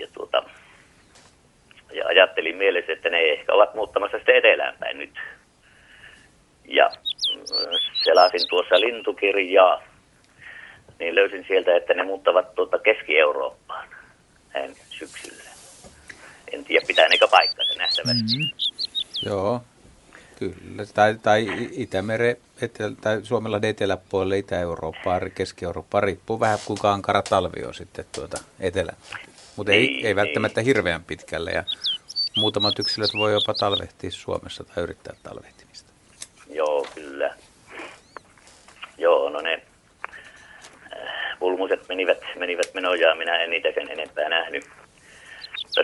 ja ajattelin mielessä, että ne ehkä ovat muuttamassa sitten etelään päin nyt. Ja selasin tuossa lintukirjaa, niin löysin sieltä, että ne muuttavat Keski-Eurooppaan näin syksyllä. En tiedä, pitääkö paikkansa nähtävästi. Mm-hmm. Joo, kyllä. Tai Itämeren, tai Suomenlahden eteläpuolelle Itä-Eurooppaa, Keski-Eurooppaa, riippuu vähän kuinka ankara talvi on sitten etelä. Mutta ei välttämättä hirveän pitkälle ja muutamat yksilöt voi jopa talvehtia Suomessa tai yrittää talvehtimista. Joo, kyllä. Joo, no ne pulmuset menivät menojaan, minä en niitä sen enempää nähnyt. Mutta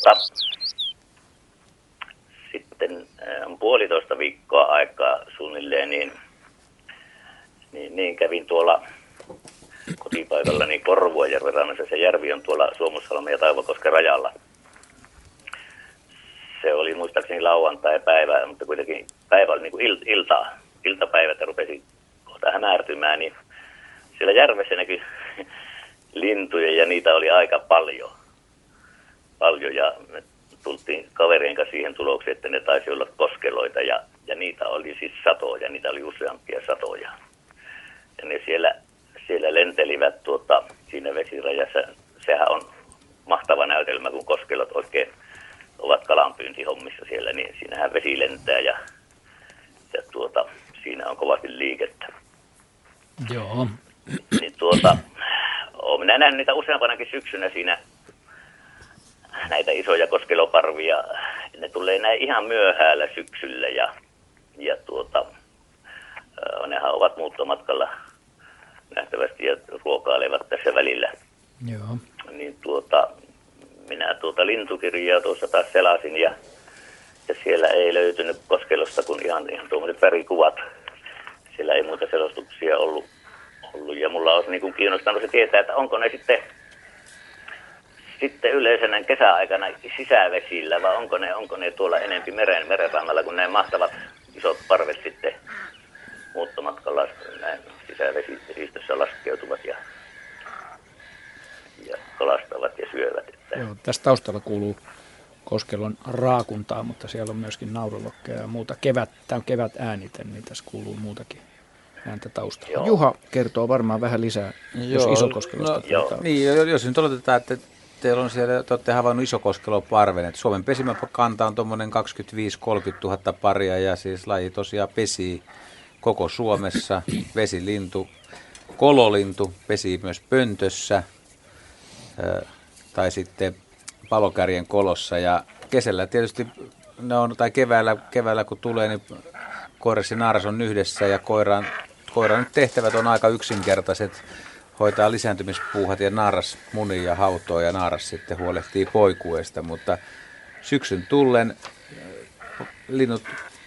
sitten on 1,5 viikkoa aikaa suunnilleen, niin kävin tuolla kotipaikallani Korvuojärven rannassa. Se järvi on tuolla Suomussalmen ja Taivakosken rajalla. se oli muistaakseni lauantai-päivä, mutta kuitenkin päivä oli niin kuin iltapäivä, että rupesi kohta hämärtymään, niin siellä järvessä näkyi lintuja ja niitä oli aika paljon ja me tultiin kaverien kanssa siihen tulokseen, että ne taisi olla koskeloita ja niitä oli siis satoja, niitä oli useampia satoja. Ja ne siellä lentelivät siinä vesirajassa. Sehän on mahtava näytelmä, kun koskelot oikein ovat kalanpyyntihommissa siellä, niin siinähän vesi lentää ja siinä on kovasti liikettä. Joo. Niin olen minä nähnyt niitä useampanakin syksynä siinä, näitä isoja koskeloparvia. Ne tulee näin ihan myöhäällä syksyllä ja nehän ovat muuttomatkalla nähtävästi ja ruokailevat tässä välillä. Joo. Niin minä lintukirjaa tuossa taas selasin ja siellä ei löytynyt koskelosta kuin ihan tuommoiset värikuvat. Siellä ei muita selostuksia ollut ja mulla olisi niin kuin kiinnostanut se tietää, että onko ne sitten yleensä näin kesäaikana sisävesillä vai onko ne tuolla enempi merenrannalla, kun näin mahtavat isot parvet sitten muuttomatkalla näin sisävesistössä laskeutuvat ja kalastavat ja syövät. Joo, tässä taustalla kuuluu koskelon raakuntaa, mutta siellä on myöskin naurulokkeja ja muuta. Tämä on kevät äänite, niin tässä kuuluu muutakin ääntä taustalla. Joo. Juha kertoo varmaan vähän lisää, jos isokoskelosta puhutaan. Niin, jos nyt oletetaan, että teillä on siellä, te olette havainnut isokoskeloparven, että Suomen pesimäkanta on tuommoinen 25-30 000 paria ja siis laji tosiaan pesii koko Suomessa. Vesilintu, kololintu pesii myös pöntössä tai sitten palokärjen kolossa ja kesällä tietysti ne on, tai keväällä kun tulee, niin koiras ja naaras on yhdessä ja koiran nyt tehtävät on aika yksinkertaiset. Hoitaa lisääntymispuuhat ja naaras munii ja hautoo ja naaras sitten huolehtii poikueesta, mutta syksyn tullen linnut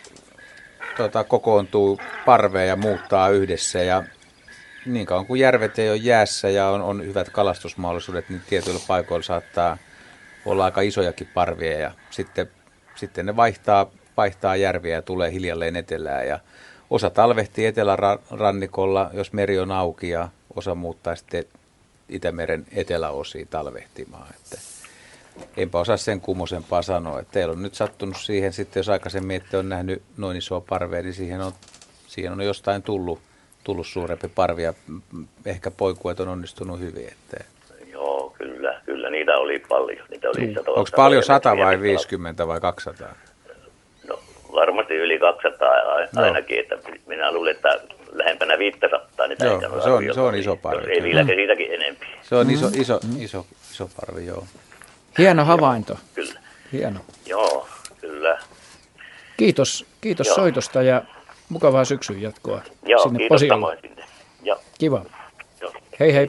kokoontuu parveen ja muuttaa yhdessä ja niin kauan kuin järvet ei ole jäässä ja on hyvät kalastusmahdollisuudet, niin tietyillä paikoilla saattaa olla aika isojakin parvia ja sitten ne vaihtaa järviä ja tulee hiljalleen etelään ja osa talvehtii etelärannikolla, jos meri on auki ja osa muuttaa sitten Itämeren eteläosiin talvehtimaan. Että enpä osaa sen kummosempaa sanoa. Että teillä on nyt sattunut siihen, sitten jos aikaisemmin ette ole nähnyt noin isoa parvea, niin siihen on jostain tullut suurempi parvi ja ehkä poikuet on onnistunut hyvin. Että Joo, kyllä niitä oli paljon. Onko paljon 100 vai 50 vai 200? No varmasti yli 200 ainakin, että minä luulen, että lähempänä 500 niitä. Joo, se on iso parvi. Ei vieläkään siitäkin enempi. Se on iso parvi, joo. Hieno havainto. Joo, kyllä. Hieno. Joo, kyllä. Kiitos soitosta ja mukavaa syksyn jatkoa. Joo, sinne kiitos Posiolle. samoin sinne. Joo. Kiva. Joo. Hei.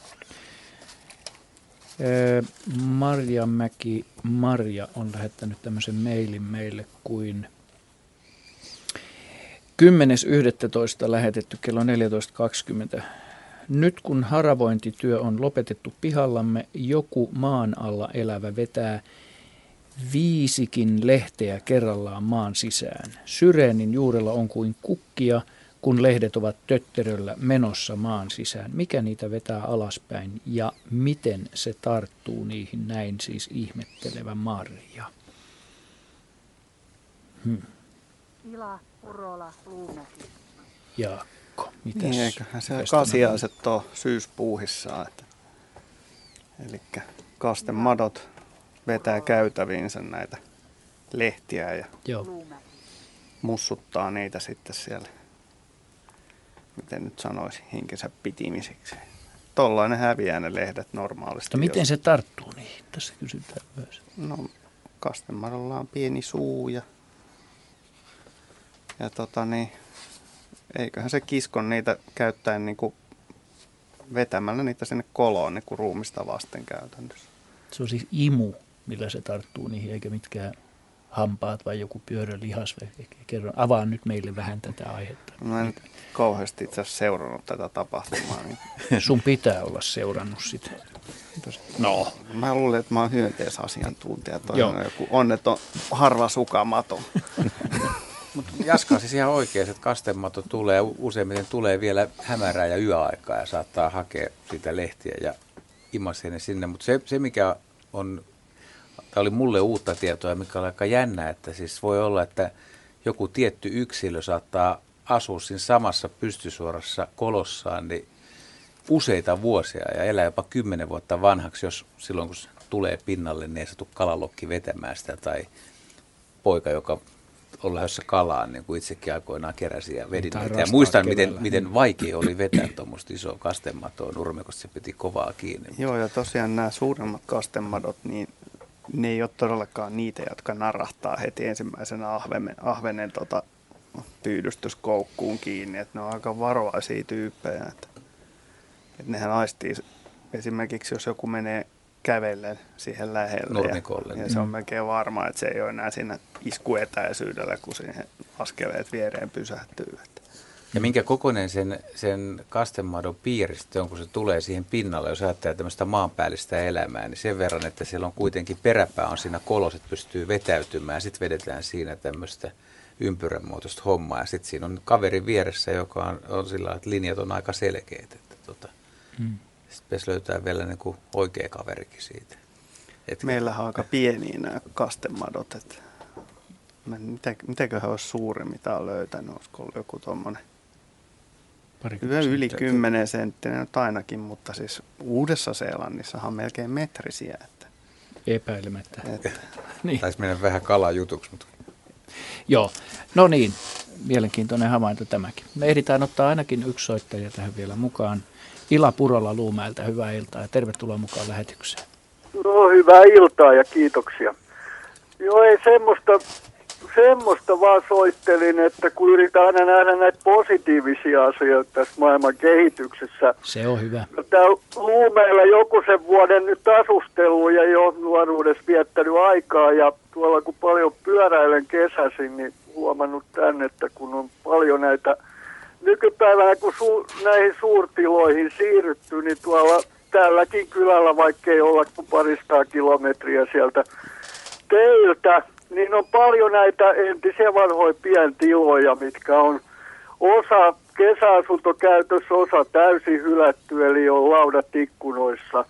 Marja on lähettänyt tämmöisen mailin meille kuin 10.11. lähetetty kello 14.20. Nyt kun haravointityö on lopetettu pihallamme, joku maan alla elävä vetää 5 lehteä kerrallaan maan sisään. Syreenin juurella on kuin kukkia, kun lehdet ovat tötteröllä menossa maan sisään. Mikä niitä vetää alaspäin ja miten se tarttuu niihin, näin siis ihmettelevä Marja. Ila, Urola, Luumäki. Jaakko, mitäs? Niin, eiköhän se kasiaiset ole syyspuuhissaan. Eli kastemadot vetää käytäviinsä näitä lehtiä ja mussuttaa niitä sitten siellä, miten nyt sanoisi, hinkensä pitimisiksi. Tollainen häviää ne lehdet normaalisti. No miten se tarttuu niihin? Tässä kysytään myös. No kastemadolla on pieni suu ja eiköhän se kiskon niitä käyttäen niin kuin vetämällä niitä sinne koloon niin kuin ruumista vasten käytännössä. Se on siis imu, millä se tarttuu niihin, eikä mitkään hampaat vai joku pyörölihas. Kerro, avaa nyt meille vähän tätä aihetta. Mä en kauheasti itse asiassa seurannut tätä tapahtumaa. Niin. Sun pitää olla seurannut sitä. No. Mä luulen, että mä oon hyönteisasiantuntija. Toi on joku onneton harva sukamato. Mutta Jaska on siis ihan oikein, että kastemato tulee, useimmiten tulee vielä hämärää ja yöaikaa ja saattaa hakea sitä lehtiä ja imasee ne sinne. Mutta se mikä on, tämä oli mulle uutta tietoa ja mikä oli aika jännä, että siis voi olla, että joku tietty yksilö saattaa asua siinä samassa pystysuorassa kolossaan niin useita vuosia ja elää jopa 10 vuotta vanhaksi, jos silloin kun tulee pinnalle, niin ei satu kalalokki vetämään sitä tai poika, joka on lähdössä kalaan, niin kuin itsekin aikoinaan keräsi ja vedin. Ja muistan, miten vaikea oli vetää tuommoista isoa kastematoa nurmikosta, se piti kovaa kiinni. Joo, ja tosiaan nämä suuremmat kastemadot, niin ne ei ole todellakaan niitä, jotka narahtaa heti ensimmäisenä ahvenen pyydystyskoukkuun kiinni. Että ne on aika varovaisia tyyppejä. Että nehän aistii esimerkiksi, jos joku menee kävellen siihen lähelle. Nurmikolle. Ja se on melkein varma, että se ei ole enää siinä iskuetäisyydellä, kun siihen askeleet viereen pysähtyy. Ja minkä kokoinen sen kastemadon piiristä on, kun se tulee siihen pinnalle, jos ajattelee tämmöistä maanpäällistä elämää, niin sen verran, että siellä on kuitenkin peräpää on siinä kolos, että pystyy vetäytymään. Sitten vedetään siinä tämmöistä ympyränmuotoista hommaa. Ja sitten siinä on kaveri vieressä, joka on sillä lailla, että linjat on aika selkeät. Että sitten pitäisi löytää vielä niin kuin oikea kaverikin siitä. Meillähän on aika pieniä nämä kastemadot. Että mitäköhän olisi suuri, mitä on löytänyt? Olisiko ollut joku tuommoinen yli 10 senttinen nyt ainakin, mutta siis Uudessa-Seelannissahan on melkein metrisiä. Että epäilemättä. Niin. Taisi mennä vähän kalajutuksi. Mutta joo, no niin, mielenkiintoinen havainto tämäkin. Me ehditään ottaa ainakin yksi soittaja tähän vielä mukaan. Ila Purola Luumäeltä, hyvää iltaa ja tervetuloa mukaan lähetykseen. No hyvää iltaa ja kiitoksia. Joo, ei semmoista vaan soittelin, että kun yritän aina nähdä näitä positiivisia asioita tässä maailman kehityksessä. Se on hyvä. No, täällä Luumeella joku sen vuoden nyt asustellut ja jo nuoruudessa viettänyt aikaa ja tuolla kun paljon pyöräilen kesäisin, niin huomannut tänne, että kun on paljon näitä nykypäivänä, kun näihin suurtiloihin siirrytty, niin tuolla tälläkin kylällä, vaikka ei olla kuin 200 kilometriä sieltä teiltä, niin on paljon näitä entisiä vanhoja pientiloja, mitkä on osa kesäasuntokäytössä, osa täysin hylätty, eli on laudat ikkunoissa.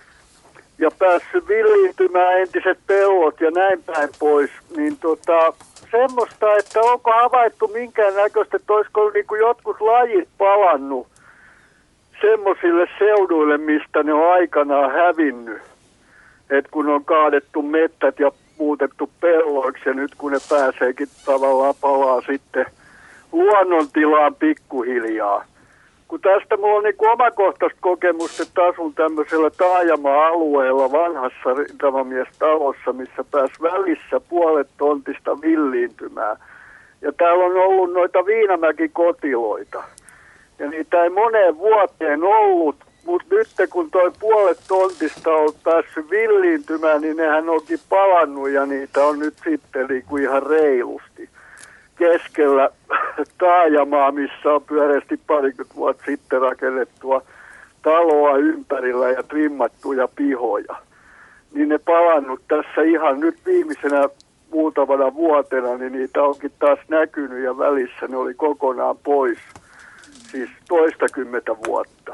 Ja päässyt villiintymään entiset pellot ja näin päin pois, niin semmoista, että onko havaittu minkään näköistä, että olisiko niin kuin jotkut lajit palannut semmoisille seuduille, mistä ne on aikanaan hävinnyt. Että kun on kaadettu mettät ja muutettu pelloiksi ja nyt kun ne pääseekin tavallaan palaa sitten luonnontilaan pikkuhiljaa. Kun tästä mulla on niin kuin omakohtaista kokemusta, että asun tämmöisellä taajama-alueella vanhassa rintamamiestalossa, missä pääsi välissä puolet tontista villiintymään. Ja täällä on ollut noita Viinamäki-kotiloita. Ja niitä ei moneen vuoteen ollut, mutta nyt kun toi puolet tontista on päässyt villiintymään, niin nehän onkin palannut ja niitä on nyt sitten niin kuin ihan reilusti keskellä taajamaa, missä on pyöreästi parikymmentä vuotta sitten rakennettua taloa ympärillä ja trimmattuja pihoja. Niin ne palannut tässä ihan nyt viimeisenä muutamana vuotena, niin niitä onkin taas näkynyt ja välissä ne oli kokonaan pois. Siis 20 vuotta.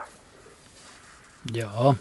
Joo.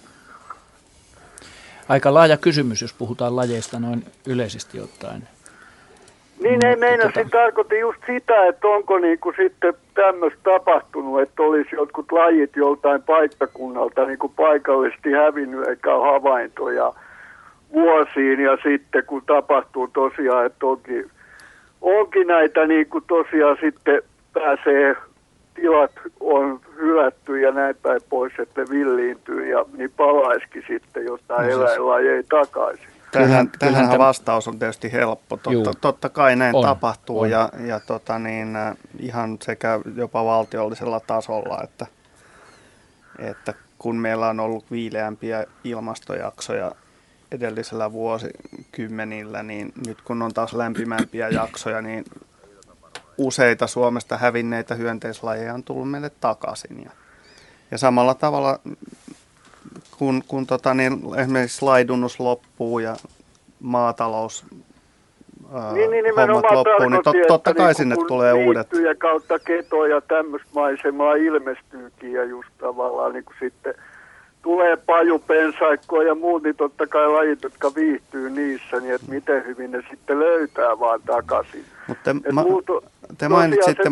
Aika laaja kysymys, jos puhutaan lajeista noin yleisesti ottaen. Niin ei meinasin tarkoitin just sitä, että onko niinku sitten tämmöistä tapahtunut, että olisi jotkut lajit joltain paikkakunnalta niinku paikallisesti hävinnyt eikä ole havaintoja vuosiin ja sitten kun tapahtuu tosiaan, että onkin näitä niinku tosiaan sitten pääsee, tilat on hylätty ja näin päin pois, että ne villiintyy ja niin palaisikin sitten jotain eläinlajeja takaisin. Tähän vastaus on tietysti helppo. Totta kai näin tapahtuu ja ihan sekä jopa valtiollisella tasolla, että kun meillä on ollut viileämpiä ilmastojaksoja edellisellä vuosikymmenillä, niin nyt kun on taas lämpimämpiä jaksoja, niin useita Suomesta hävinneitä hyönteislajeja on tullut meille takaisin. Ja samalla tavalla kun esimerkiksi laidunnus loppuu ja maatalous hommat loppuu, niin totta kai sinne tulee uudet. Ja kautta keto ja tämmöistä maisemaa ilmestyykin ja just tavallaan niin kuin sitten tulee pajupensaikkoa ja muut, niin totta kai lajit, jotka viihtyy niissä, niin että miten hyvin ne sitten löytää vaan takaisin. Mutta te mainitsitte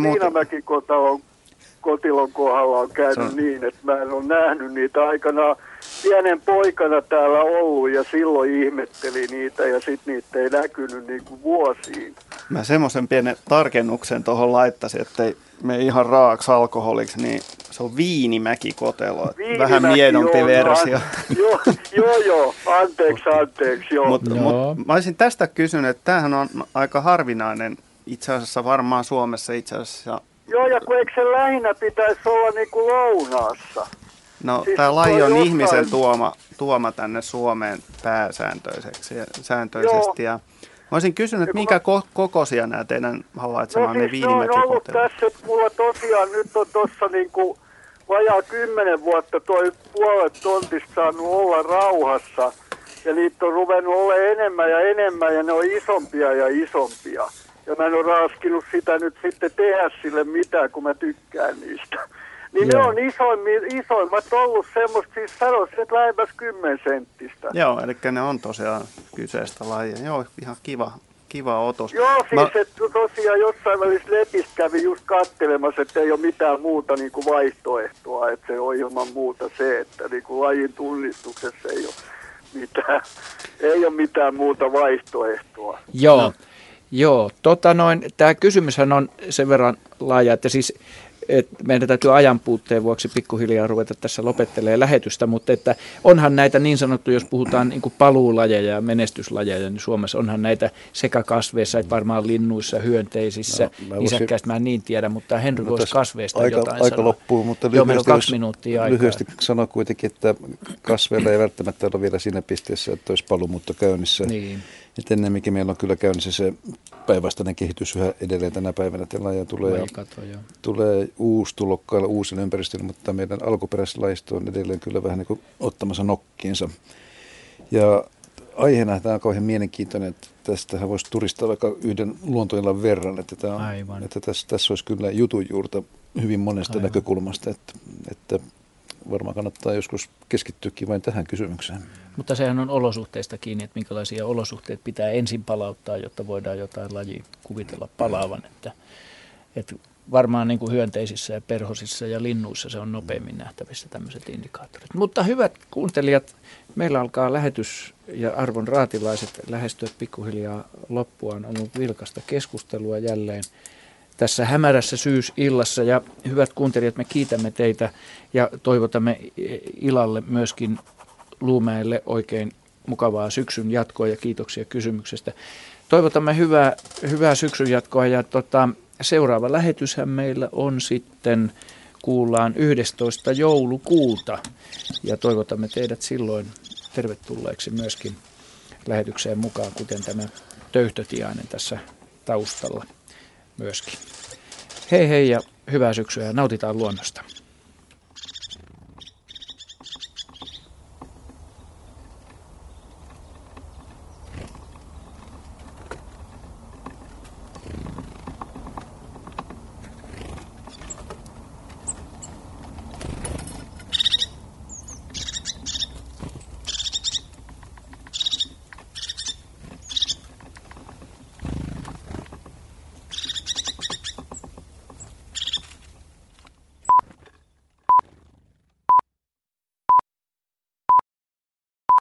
Kotilon kohdalla on käynyt niin, että mä en ole nähnyt niitä aikanaan pienen poikana täällä ollut ja silloin ihmettelin niitä ja sitten niitä ei näkynyt niin kuin vuosiin. Mä semmoisen pienen tarkennuksen tuohon laittaisin, ettei me ihan raaksi alkoholiksi, niin se on Viinimäki-kotelo. Vähän miedompi versio. Joo, anteeksi, joo. Mut mä olisin tästä kysynyt, että tämähän on aika harvinainen itse asiassa varmaan Suomessa itse asiassa. Joo, ja kun eikö se lähinnä pitäisi olla niin kuin lounaassa? No, siis tämä laji on ihmisen tuoma tänne Suomeen sääntöisesti. Ja mä olisin kysynyt, että minkä kokoisia nämä teidän havaitsemanne Viinimäki-kotelut? No siis ne on ollut tässä, että mulla tosiaan nyt on tuossa niinku vajaa 10 vuotta toi puolet tontista saanut olla rauhassa. Ja niitä on ruvennut olla enemmän ja ne on isompia ja isompia. Ja mä en ole raaskinut sitä nyt sitten tehdä sille mitään, kun mä tykkään niistä. Niin ne on isoimmat ollut semmoista, siis sanoisin, että lähemmäs 10 senttistä. Joo, eli ne on tosiaan kyseistä lajia. Joo, ihan kiva otos. Joo, siis että tosiaan jossain välissä Lepistä kävi just katselemassa, että ei ole mitään muuta niin kuin vaihtoehtoa. Että se on ilman muuta se, että niin kuin lajin tunnistuksessa ei ole mitään muuta vaihtoehtoa. Joo, tämä kysymyshän on sen verran laaja, että siis meidän täytyy ajan puutteen vuoksi pikkuhiljaa ruveta tässä lopettelemaan lähetystä, mutta että onhan näitä niin sanottu, jos puhutaan niin kuin paluulajeja ja menestyslajeja, niin Suomessa onhan näitä sekä kasveissa, että varmaan linnuissa, hyönteisissä, nisäkkäistä mä en niin tiedä, mutta Henry voisi kasveista jotain aika loppuu, mutta lyhyesti sanoa kuitenkin, että kasveilla ei välttämättä ole vielä siinä pisteessä, että olisi paluumuutto käynnissä. Niin. Että ennemminkin meillä on kyllä käynnissä se päinvastainen kehitys yhä edelleen tänä päivänä. Tulee uustulokkailla uusille ympäristöille, mutta meidän alkuperäislajisto on edelleen kyllä vähän niin kuin ottamassa nokkiinsa. Ja aiheena tämä on kauhean mielenkiintoinen, että tästähän voisi turistaa vaikka yhden luontoillan verran. Että tässä olisi kyllä jutun juurta hyvin monesta näkökulmasta, että varmaan kannattaa joskus keskittyäkin vain tähän kysymykseen. Mutta sehän on olosuhteista kiinni, että minkälaisia olosuhteet pitää ensin palauttaa, jotta voidaan jotain lajia kuvitella palaavan. Että varmaan niin kuin hyönteisissä ja perhosissa ja linnuissa se on nopeammin nähtävissä tämmöiset indikaattorit. Mutta hyvät kuuntelijat, meillä alkaa lähetys ja arvon raatilaiset lähestyä pikkuhiljaa loppuaan. On ollut vilkasta keskustelua jälleen tässä hämärässä syysillassa, ja hyvät kuuntelijat, me kiitämme teitä ja toivotamme Ilalle myöskin Luumäelle oikein mukavaa syksyn jatkoa ja kiitoksia kysymyksestä. Toivotamme hyvää syksyn jatkoa ja seuraava lähetyshän meillä on sitten, kuullaan 11. joulukuuta ja toivotamme teidät silloin tervetulleeksi myöskin lähetykseen mukaan, kuten tämä Töyhtötiainen tässä taustalla myöskin. Hei ja hyvää syksyä ja nautitaan luonnosta.